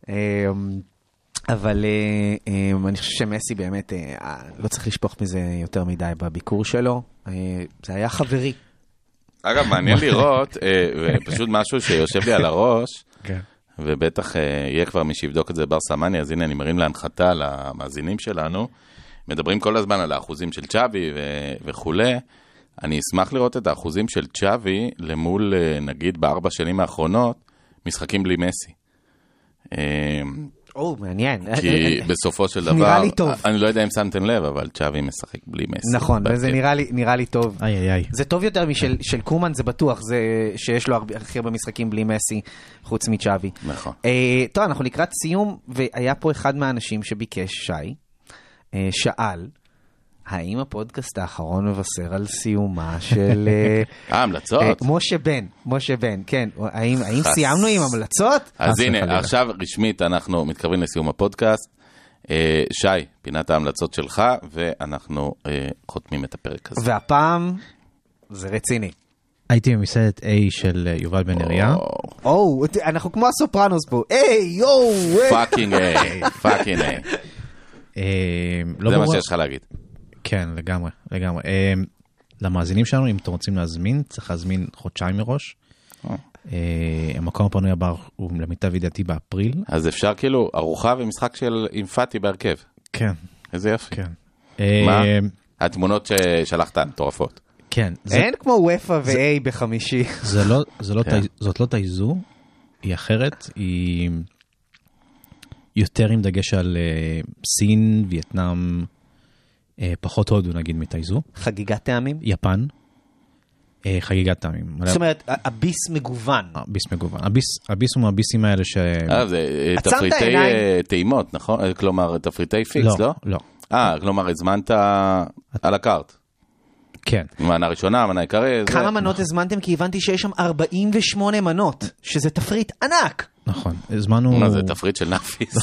אבל אני חושב שמסי באמת לא צריך לשפוך מזה יותר מדי בביקור שלו, זה היה חברי. אגב, מעניין לראות, פשוט משהו שיושב לי על הראש, ובטח יהיה כבר מי שיבדוק את זה בר סמני, אז הנה אני מרים להנחתה למאזינים שלנו, מדברים כל הזמן על האחוזים של צ'אבי וכו'. אני אשמח לראות את האחוזים של צ'אבי למול, נגיד, בארבע שנים האחרונות, משחקים בלי מסי. או, מעניין. כי בסופו של דבר, נראה לי טוב. אני לא יודע אם שמתם לב, אבל צ'אבי משחק בלי מסי. נכון, וזה נראה לי, נראה לי טוב. איי, איי, איי. זה טוב יותר משל של קומן, זה בטוח, זה שיש לו הרבה- הכי הרבה משחקים בלי מסי, חוץ מצ'אבי. נכון. אה, טוב, אנחנו לקראת סיום, והיה פה אחד מהאנשים שביקש, שי, אה, שאל, האם הפודקאסט האחרון מבשר על סיומה של... אה, אה, המלצות? אה, משה בן, משה בן, כן. האם, האם חס. סיימנו עם המלצות? אז חס הנה, וחלילה. עכשיו רשמית אנחנו מתקרבים לסיום הפודקאסט. אה, שי, פינת ההמלצות שלך, ואנחנו אה, חותמים את הפרק הזה. והפעם זה רציני. הייתי במסעדת A של אה, יובל בן אריה. או, אנחנו כמו הסופרנוס פה. היי, יואו, היי. פאקינג איי, פאקינג איי. אה, לא זה מה ברור- שיש לך להגיד. כן, לגמרי, לגמרי. אה, למאזינים שלנו, אם אתם רוצים להזמין, צריך להזמין חודשיים מראש. אה, המקום הפנוי הבא הוא למיטב ידיעתי באפריל. אז אפשר כאילו ארוחה ומשחק של עם פאטי בהרכב. כן, איזה יופי. כן. מה? אה, התמונות ששלחת מטורפות. כן, זה- אין כמו וופא ו-A בחמישי. זה לא, זה לא, כן. טי- זאת לא תייזו, היא אחרת, היא יותר עם דגש על אה, סין, וייטנאם, אה, פחות הודו נגיד מתייזו, חגיגת טעמים? יפן, אה, חגיגת טעמים. זאת אומרת, הביס מגוון. הביס מגוון. הביס, הביס הוא מהביסים האלה ש... אה, זה אה, עצמת תפריטי עיניים. אה, טעימות, נכון? אה, כלומר, תפריטי פיקס, לא? לא, אה, כלומר, הזמנת על הקארט. כן. מנה ראשונה, מנה עיקרי. זה- כמה מנות הזמנתם? כי הבנתי שיש שם ארבעים ושמונה מנות, שזה תפריט ענק. נכון. הזמנו... מה זה, תפריט של נאפיס?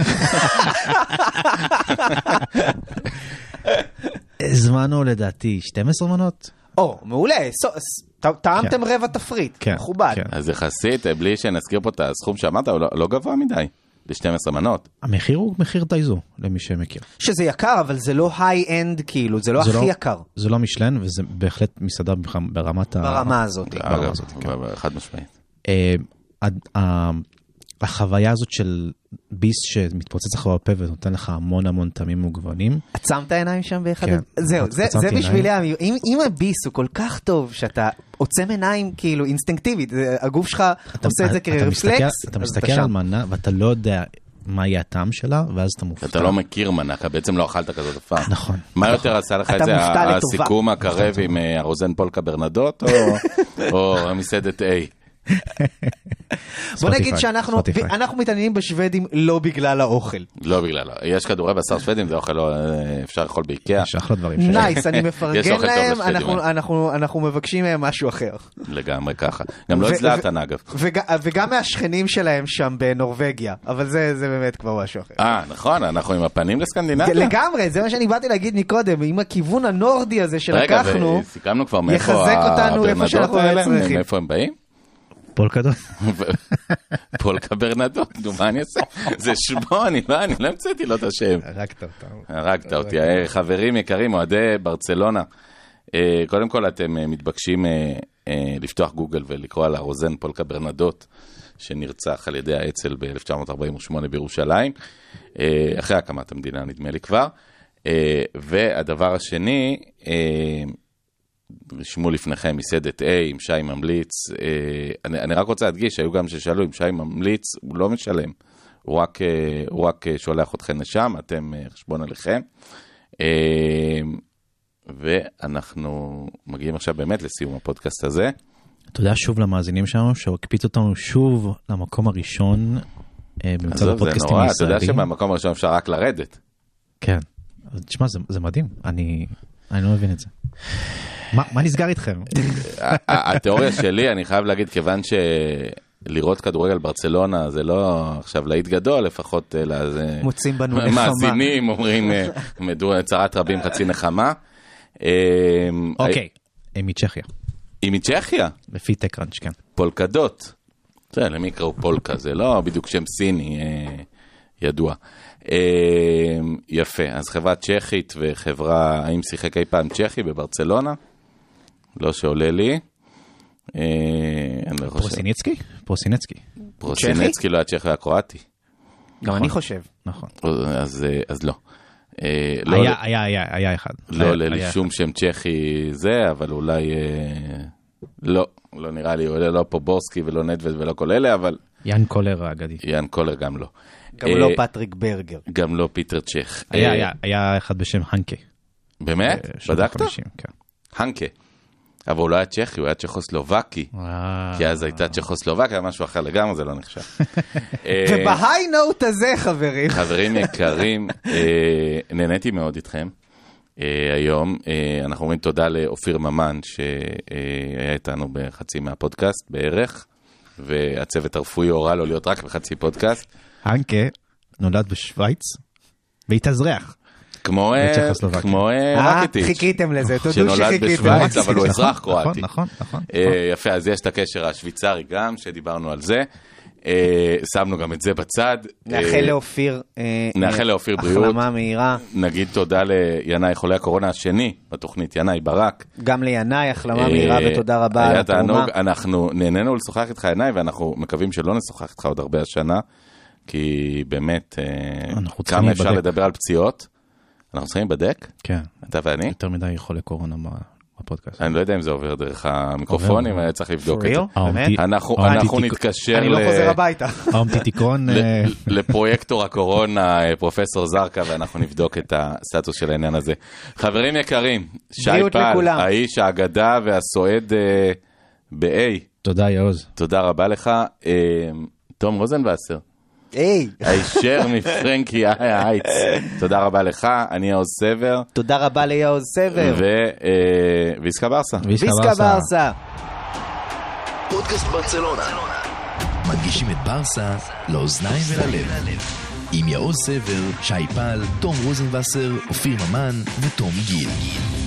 הזמנו לדעתי שתים עשרה מנות? או, מעולה. סו- ס- ט- טעמתם רבע תפריט. כן, מכובד. כן. אז יחסית, אה, בלי שנזכיר פה את הסכום שאמרת, הוא לא- לא גבוה מדי. ל-שתים עשרה מנות. המחיר הוא מחיר תייזו, למי שמכיר. שזה יקר, אבל זה לא היי-אנד, כאילו, זה לא זה הכי לא- יקר. זה לא משלן, וזה בהחלט מסעדה בכלל ברמת ה... ברמה הזאת. אגב, הזאת, כן. חד משמעית. אה, הד- ה- החוויה הזאת של ביס שמתפוצץ לך בפה ונותן לך המון המון טעמים מוגוונים. עצמת העיניים שם באחד... כן. ה- זהו, זה- עצמתי זה בשבילי, עיניים. אם אם הביס הוא כל כך טוב, שאתה עוצם עיניים כאילו אינסטינקטיבית, זה- הגוף שלך עושה את זה אתה מסתכל- כרפלקס, אתה אז מסתכל על שם. מנה ואתה לא יודע מה יהיה הטעם שלה, ואז אתה מופתע. אתה לא מכיר מנקה, בעצם לא אכלת כזאת אף פעם. נכון. מה יותר עשה לך אתה את זה, מופתע לטובה. הסיכום הקרב עם אה, הרוזן פולקה ברנדות, או- או המסעדת A? בוא נגיד ספוטיפיי, שאנחנו ספוטיפיי. אנחנו מתעניינים בשוודים לא בגלל האוכל. לא בגלל, יש כדורי בשר שוודים, זה אוכל לא, אה, אפשר לאכול באיקאה, יש אחלה דברים. ש- נייס, אני יש מפרגן אוכל טוב להם, לשוודים, אנחנו- אה. אנחנו- אנחנו מבקשים מהם משהו אחר. לגמרי ככה. גם לא ו- הזלעתן אגב. וג- וגם מהשכנים שלהם שם בנורווגיה, אבל זה זה באמת כבר משהו אחר. אה, נכון, אנחנו עם הפנים לסקנדינביה. לגמרי, זה מה שאני באתי להגיד מקודם, עם הכיוון הנורדי הזה רגע, שלקחנו, וסיכמנו כבר מאיפה יחזק אותנו איפה הברנדות שאנחנו האלה, צריכים. מאיפה הם באים? פולקדות. פולקה ברנדות, נו מה אני אעשה? זה שמו, אני לא אני לא המצאתי לו את השם. הרגת אותם. הרגת אותי. אה, חברים יקרים, אוהדי ברצלונה, אה, קודם כל אתם אה, מתבקשים אה, אה, לפתוח גוגל ולקרוא על הרוזן פולקה ברנדות, שנרצח על ידי האצ"ל ב-אלף תשע מאות ארבעים ושמונה בירושלים, אה, אחרי הקמת המדינה נדמה לי כבר. אה, והדבר השני, אה, רשמו לפניכם מסעדת A עם שי ממליץ. אה, אני, אני רק רוצה להדגיש, היו גם ששאלו אם שי ממליץ, הוא לא משלם. הוא רק, אה, הוא רק אה, שולח אתכם לשם, אתם אה, חשבון עליכם. אה, ואנחנו מגיעים עכשיו באמת לסיום הפודקאסט הזה. תודה שוב למאזינים שלנו, שהקפיץ אותנו שוב למקום הראשון אה, במצב עזוב, זה הפודקאסטים נורא, אתה יודע הישראלים. שבמקום הראשון אפשר רק לרדת. כן. אז תשמע, זה- זה מדהים. אני אני לא מבין את זה. מה מה נסגר איתכם? ה- התיאוריה שלי, אני חייב להגיד, כיוון שלראות כדורגל ברצלונה זה לא עכשיו להיט גדול, לפחות אה, לזה... מוצאים בנו נחמה. מאזינים אומרים, אה, מדוע צרת רבים חצי נחמה. אה, אוקיי. הם מצ'כיה. היא מצ'כיה, לפי טקראנץ', כן. פולקדות. זה, למי יקראו פולקה, זה לא בדיוק שם סיני אה, ידוע. אה, יפה, אז חברה צ'כית וחברה, האם שיחק אי פעם צ'כי בברצלונה? לא שעולה לי. אה, אני לא חושב. פרוסיניצקי? פרוסיניצקי. פרוסינצקי לא היה צ'כי, היה קרואטי. גם אני חושב. נכון. אז, אה, אז לא. אה, לא היה, ל- היה, היה, היה אחד. לא היה- עולה לי היה שום שם צ'כי זה, אבל אולי... אה, לא. לא נראה לי, לא פובורסקי ולא נדווד ולא כל אלה, אבל... יאן קולר האגדי. יאן קולר גם לא. גם לא פטריק ברגר. גם לא פיטר צ'ך. היה אחד בשם הנקה. באמת? בדקת? כן. הנקה. אבל הוא לא היה צ'כי, הוא היה צ'כוסלובקי. כי אז הייתה צ'כוסלובקיה, משהו אחר לגמרי, זה לא נחשב. ובהיי נוט הזה, חברים. חברים יקרים, נהניתי מאוד איתכם. היום אנחנו אומרים תודה לאופיר ממן, שהיה איתנו בחצי מהפודקאסט בערך, והצוות הרפואי הורה לו להיות רק בחצי פודקאסט. הנקה נולד בשוויץ, והתאזרח. כמו כמו רקטיץ'. חיכיתם לזה, תודו שנולד שחיכיתם. בשוויץ, אבל הוא אזרח קרואטי. נכון, נכון. יפה, אז יש את הקשר השוויצרי גם, שדיברנו על זה. שמנו גם את זה בצד. נאחל לאופיר נאחל לאופיר בריאות. החלמה מהירה. נגיד תודה לינאי חולי הקורונה השני בתוכנית, ינאי ברק. גם לינאי החלמה מהירה ותודה רבה על התרומה. אנחנו נהנינו לשוחח איתך ינאי, ואנחנו מקווים שלא נשוחח איתך עוד הרבה השנה, כי באמת כמה אפשר לדבר על פציעות. אנחנו צריכים בדק? כן. אתה ואני? יותר מדי חולי קורונה בפודקאסט. אני לא יודע אם זה עובר דרך המיקרופונים, אני צריך לבדוק את זה. באמת? אנחנו נתקשר אני לא חוזר הביתה. האומטיטיקון. לפרויקטור הקורונה, פרופסור זרקה, ואנחנו נבדוק את הסטטוס של העניין הזה. חברים יקרים, שי פל, האיש האגדה והסועד ב-A. תודה יעוז. תודה רבה לך. תום רוזנבסר. היי. הישר מפרנקי הייץ. תודה רבה לך, אני יעוז סבר. תודה רבה ליעוז סבר. וויסקה ברסה. ויסקה ברסה. פודקאסט ברצלונה. מנגישים את ברסה לאוזניים וללב. עם יעוז סבר, שי פל, תום רוזנבסר, אופיר ממן ותום גיל.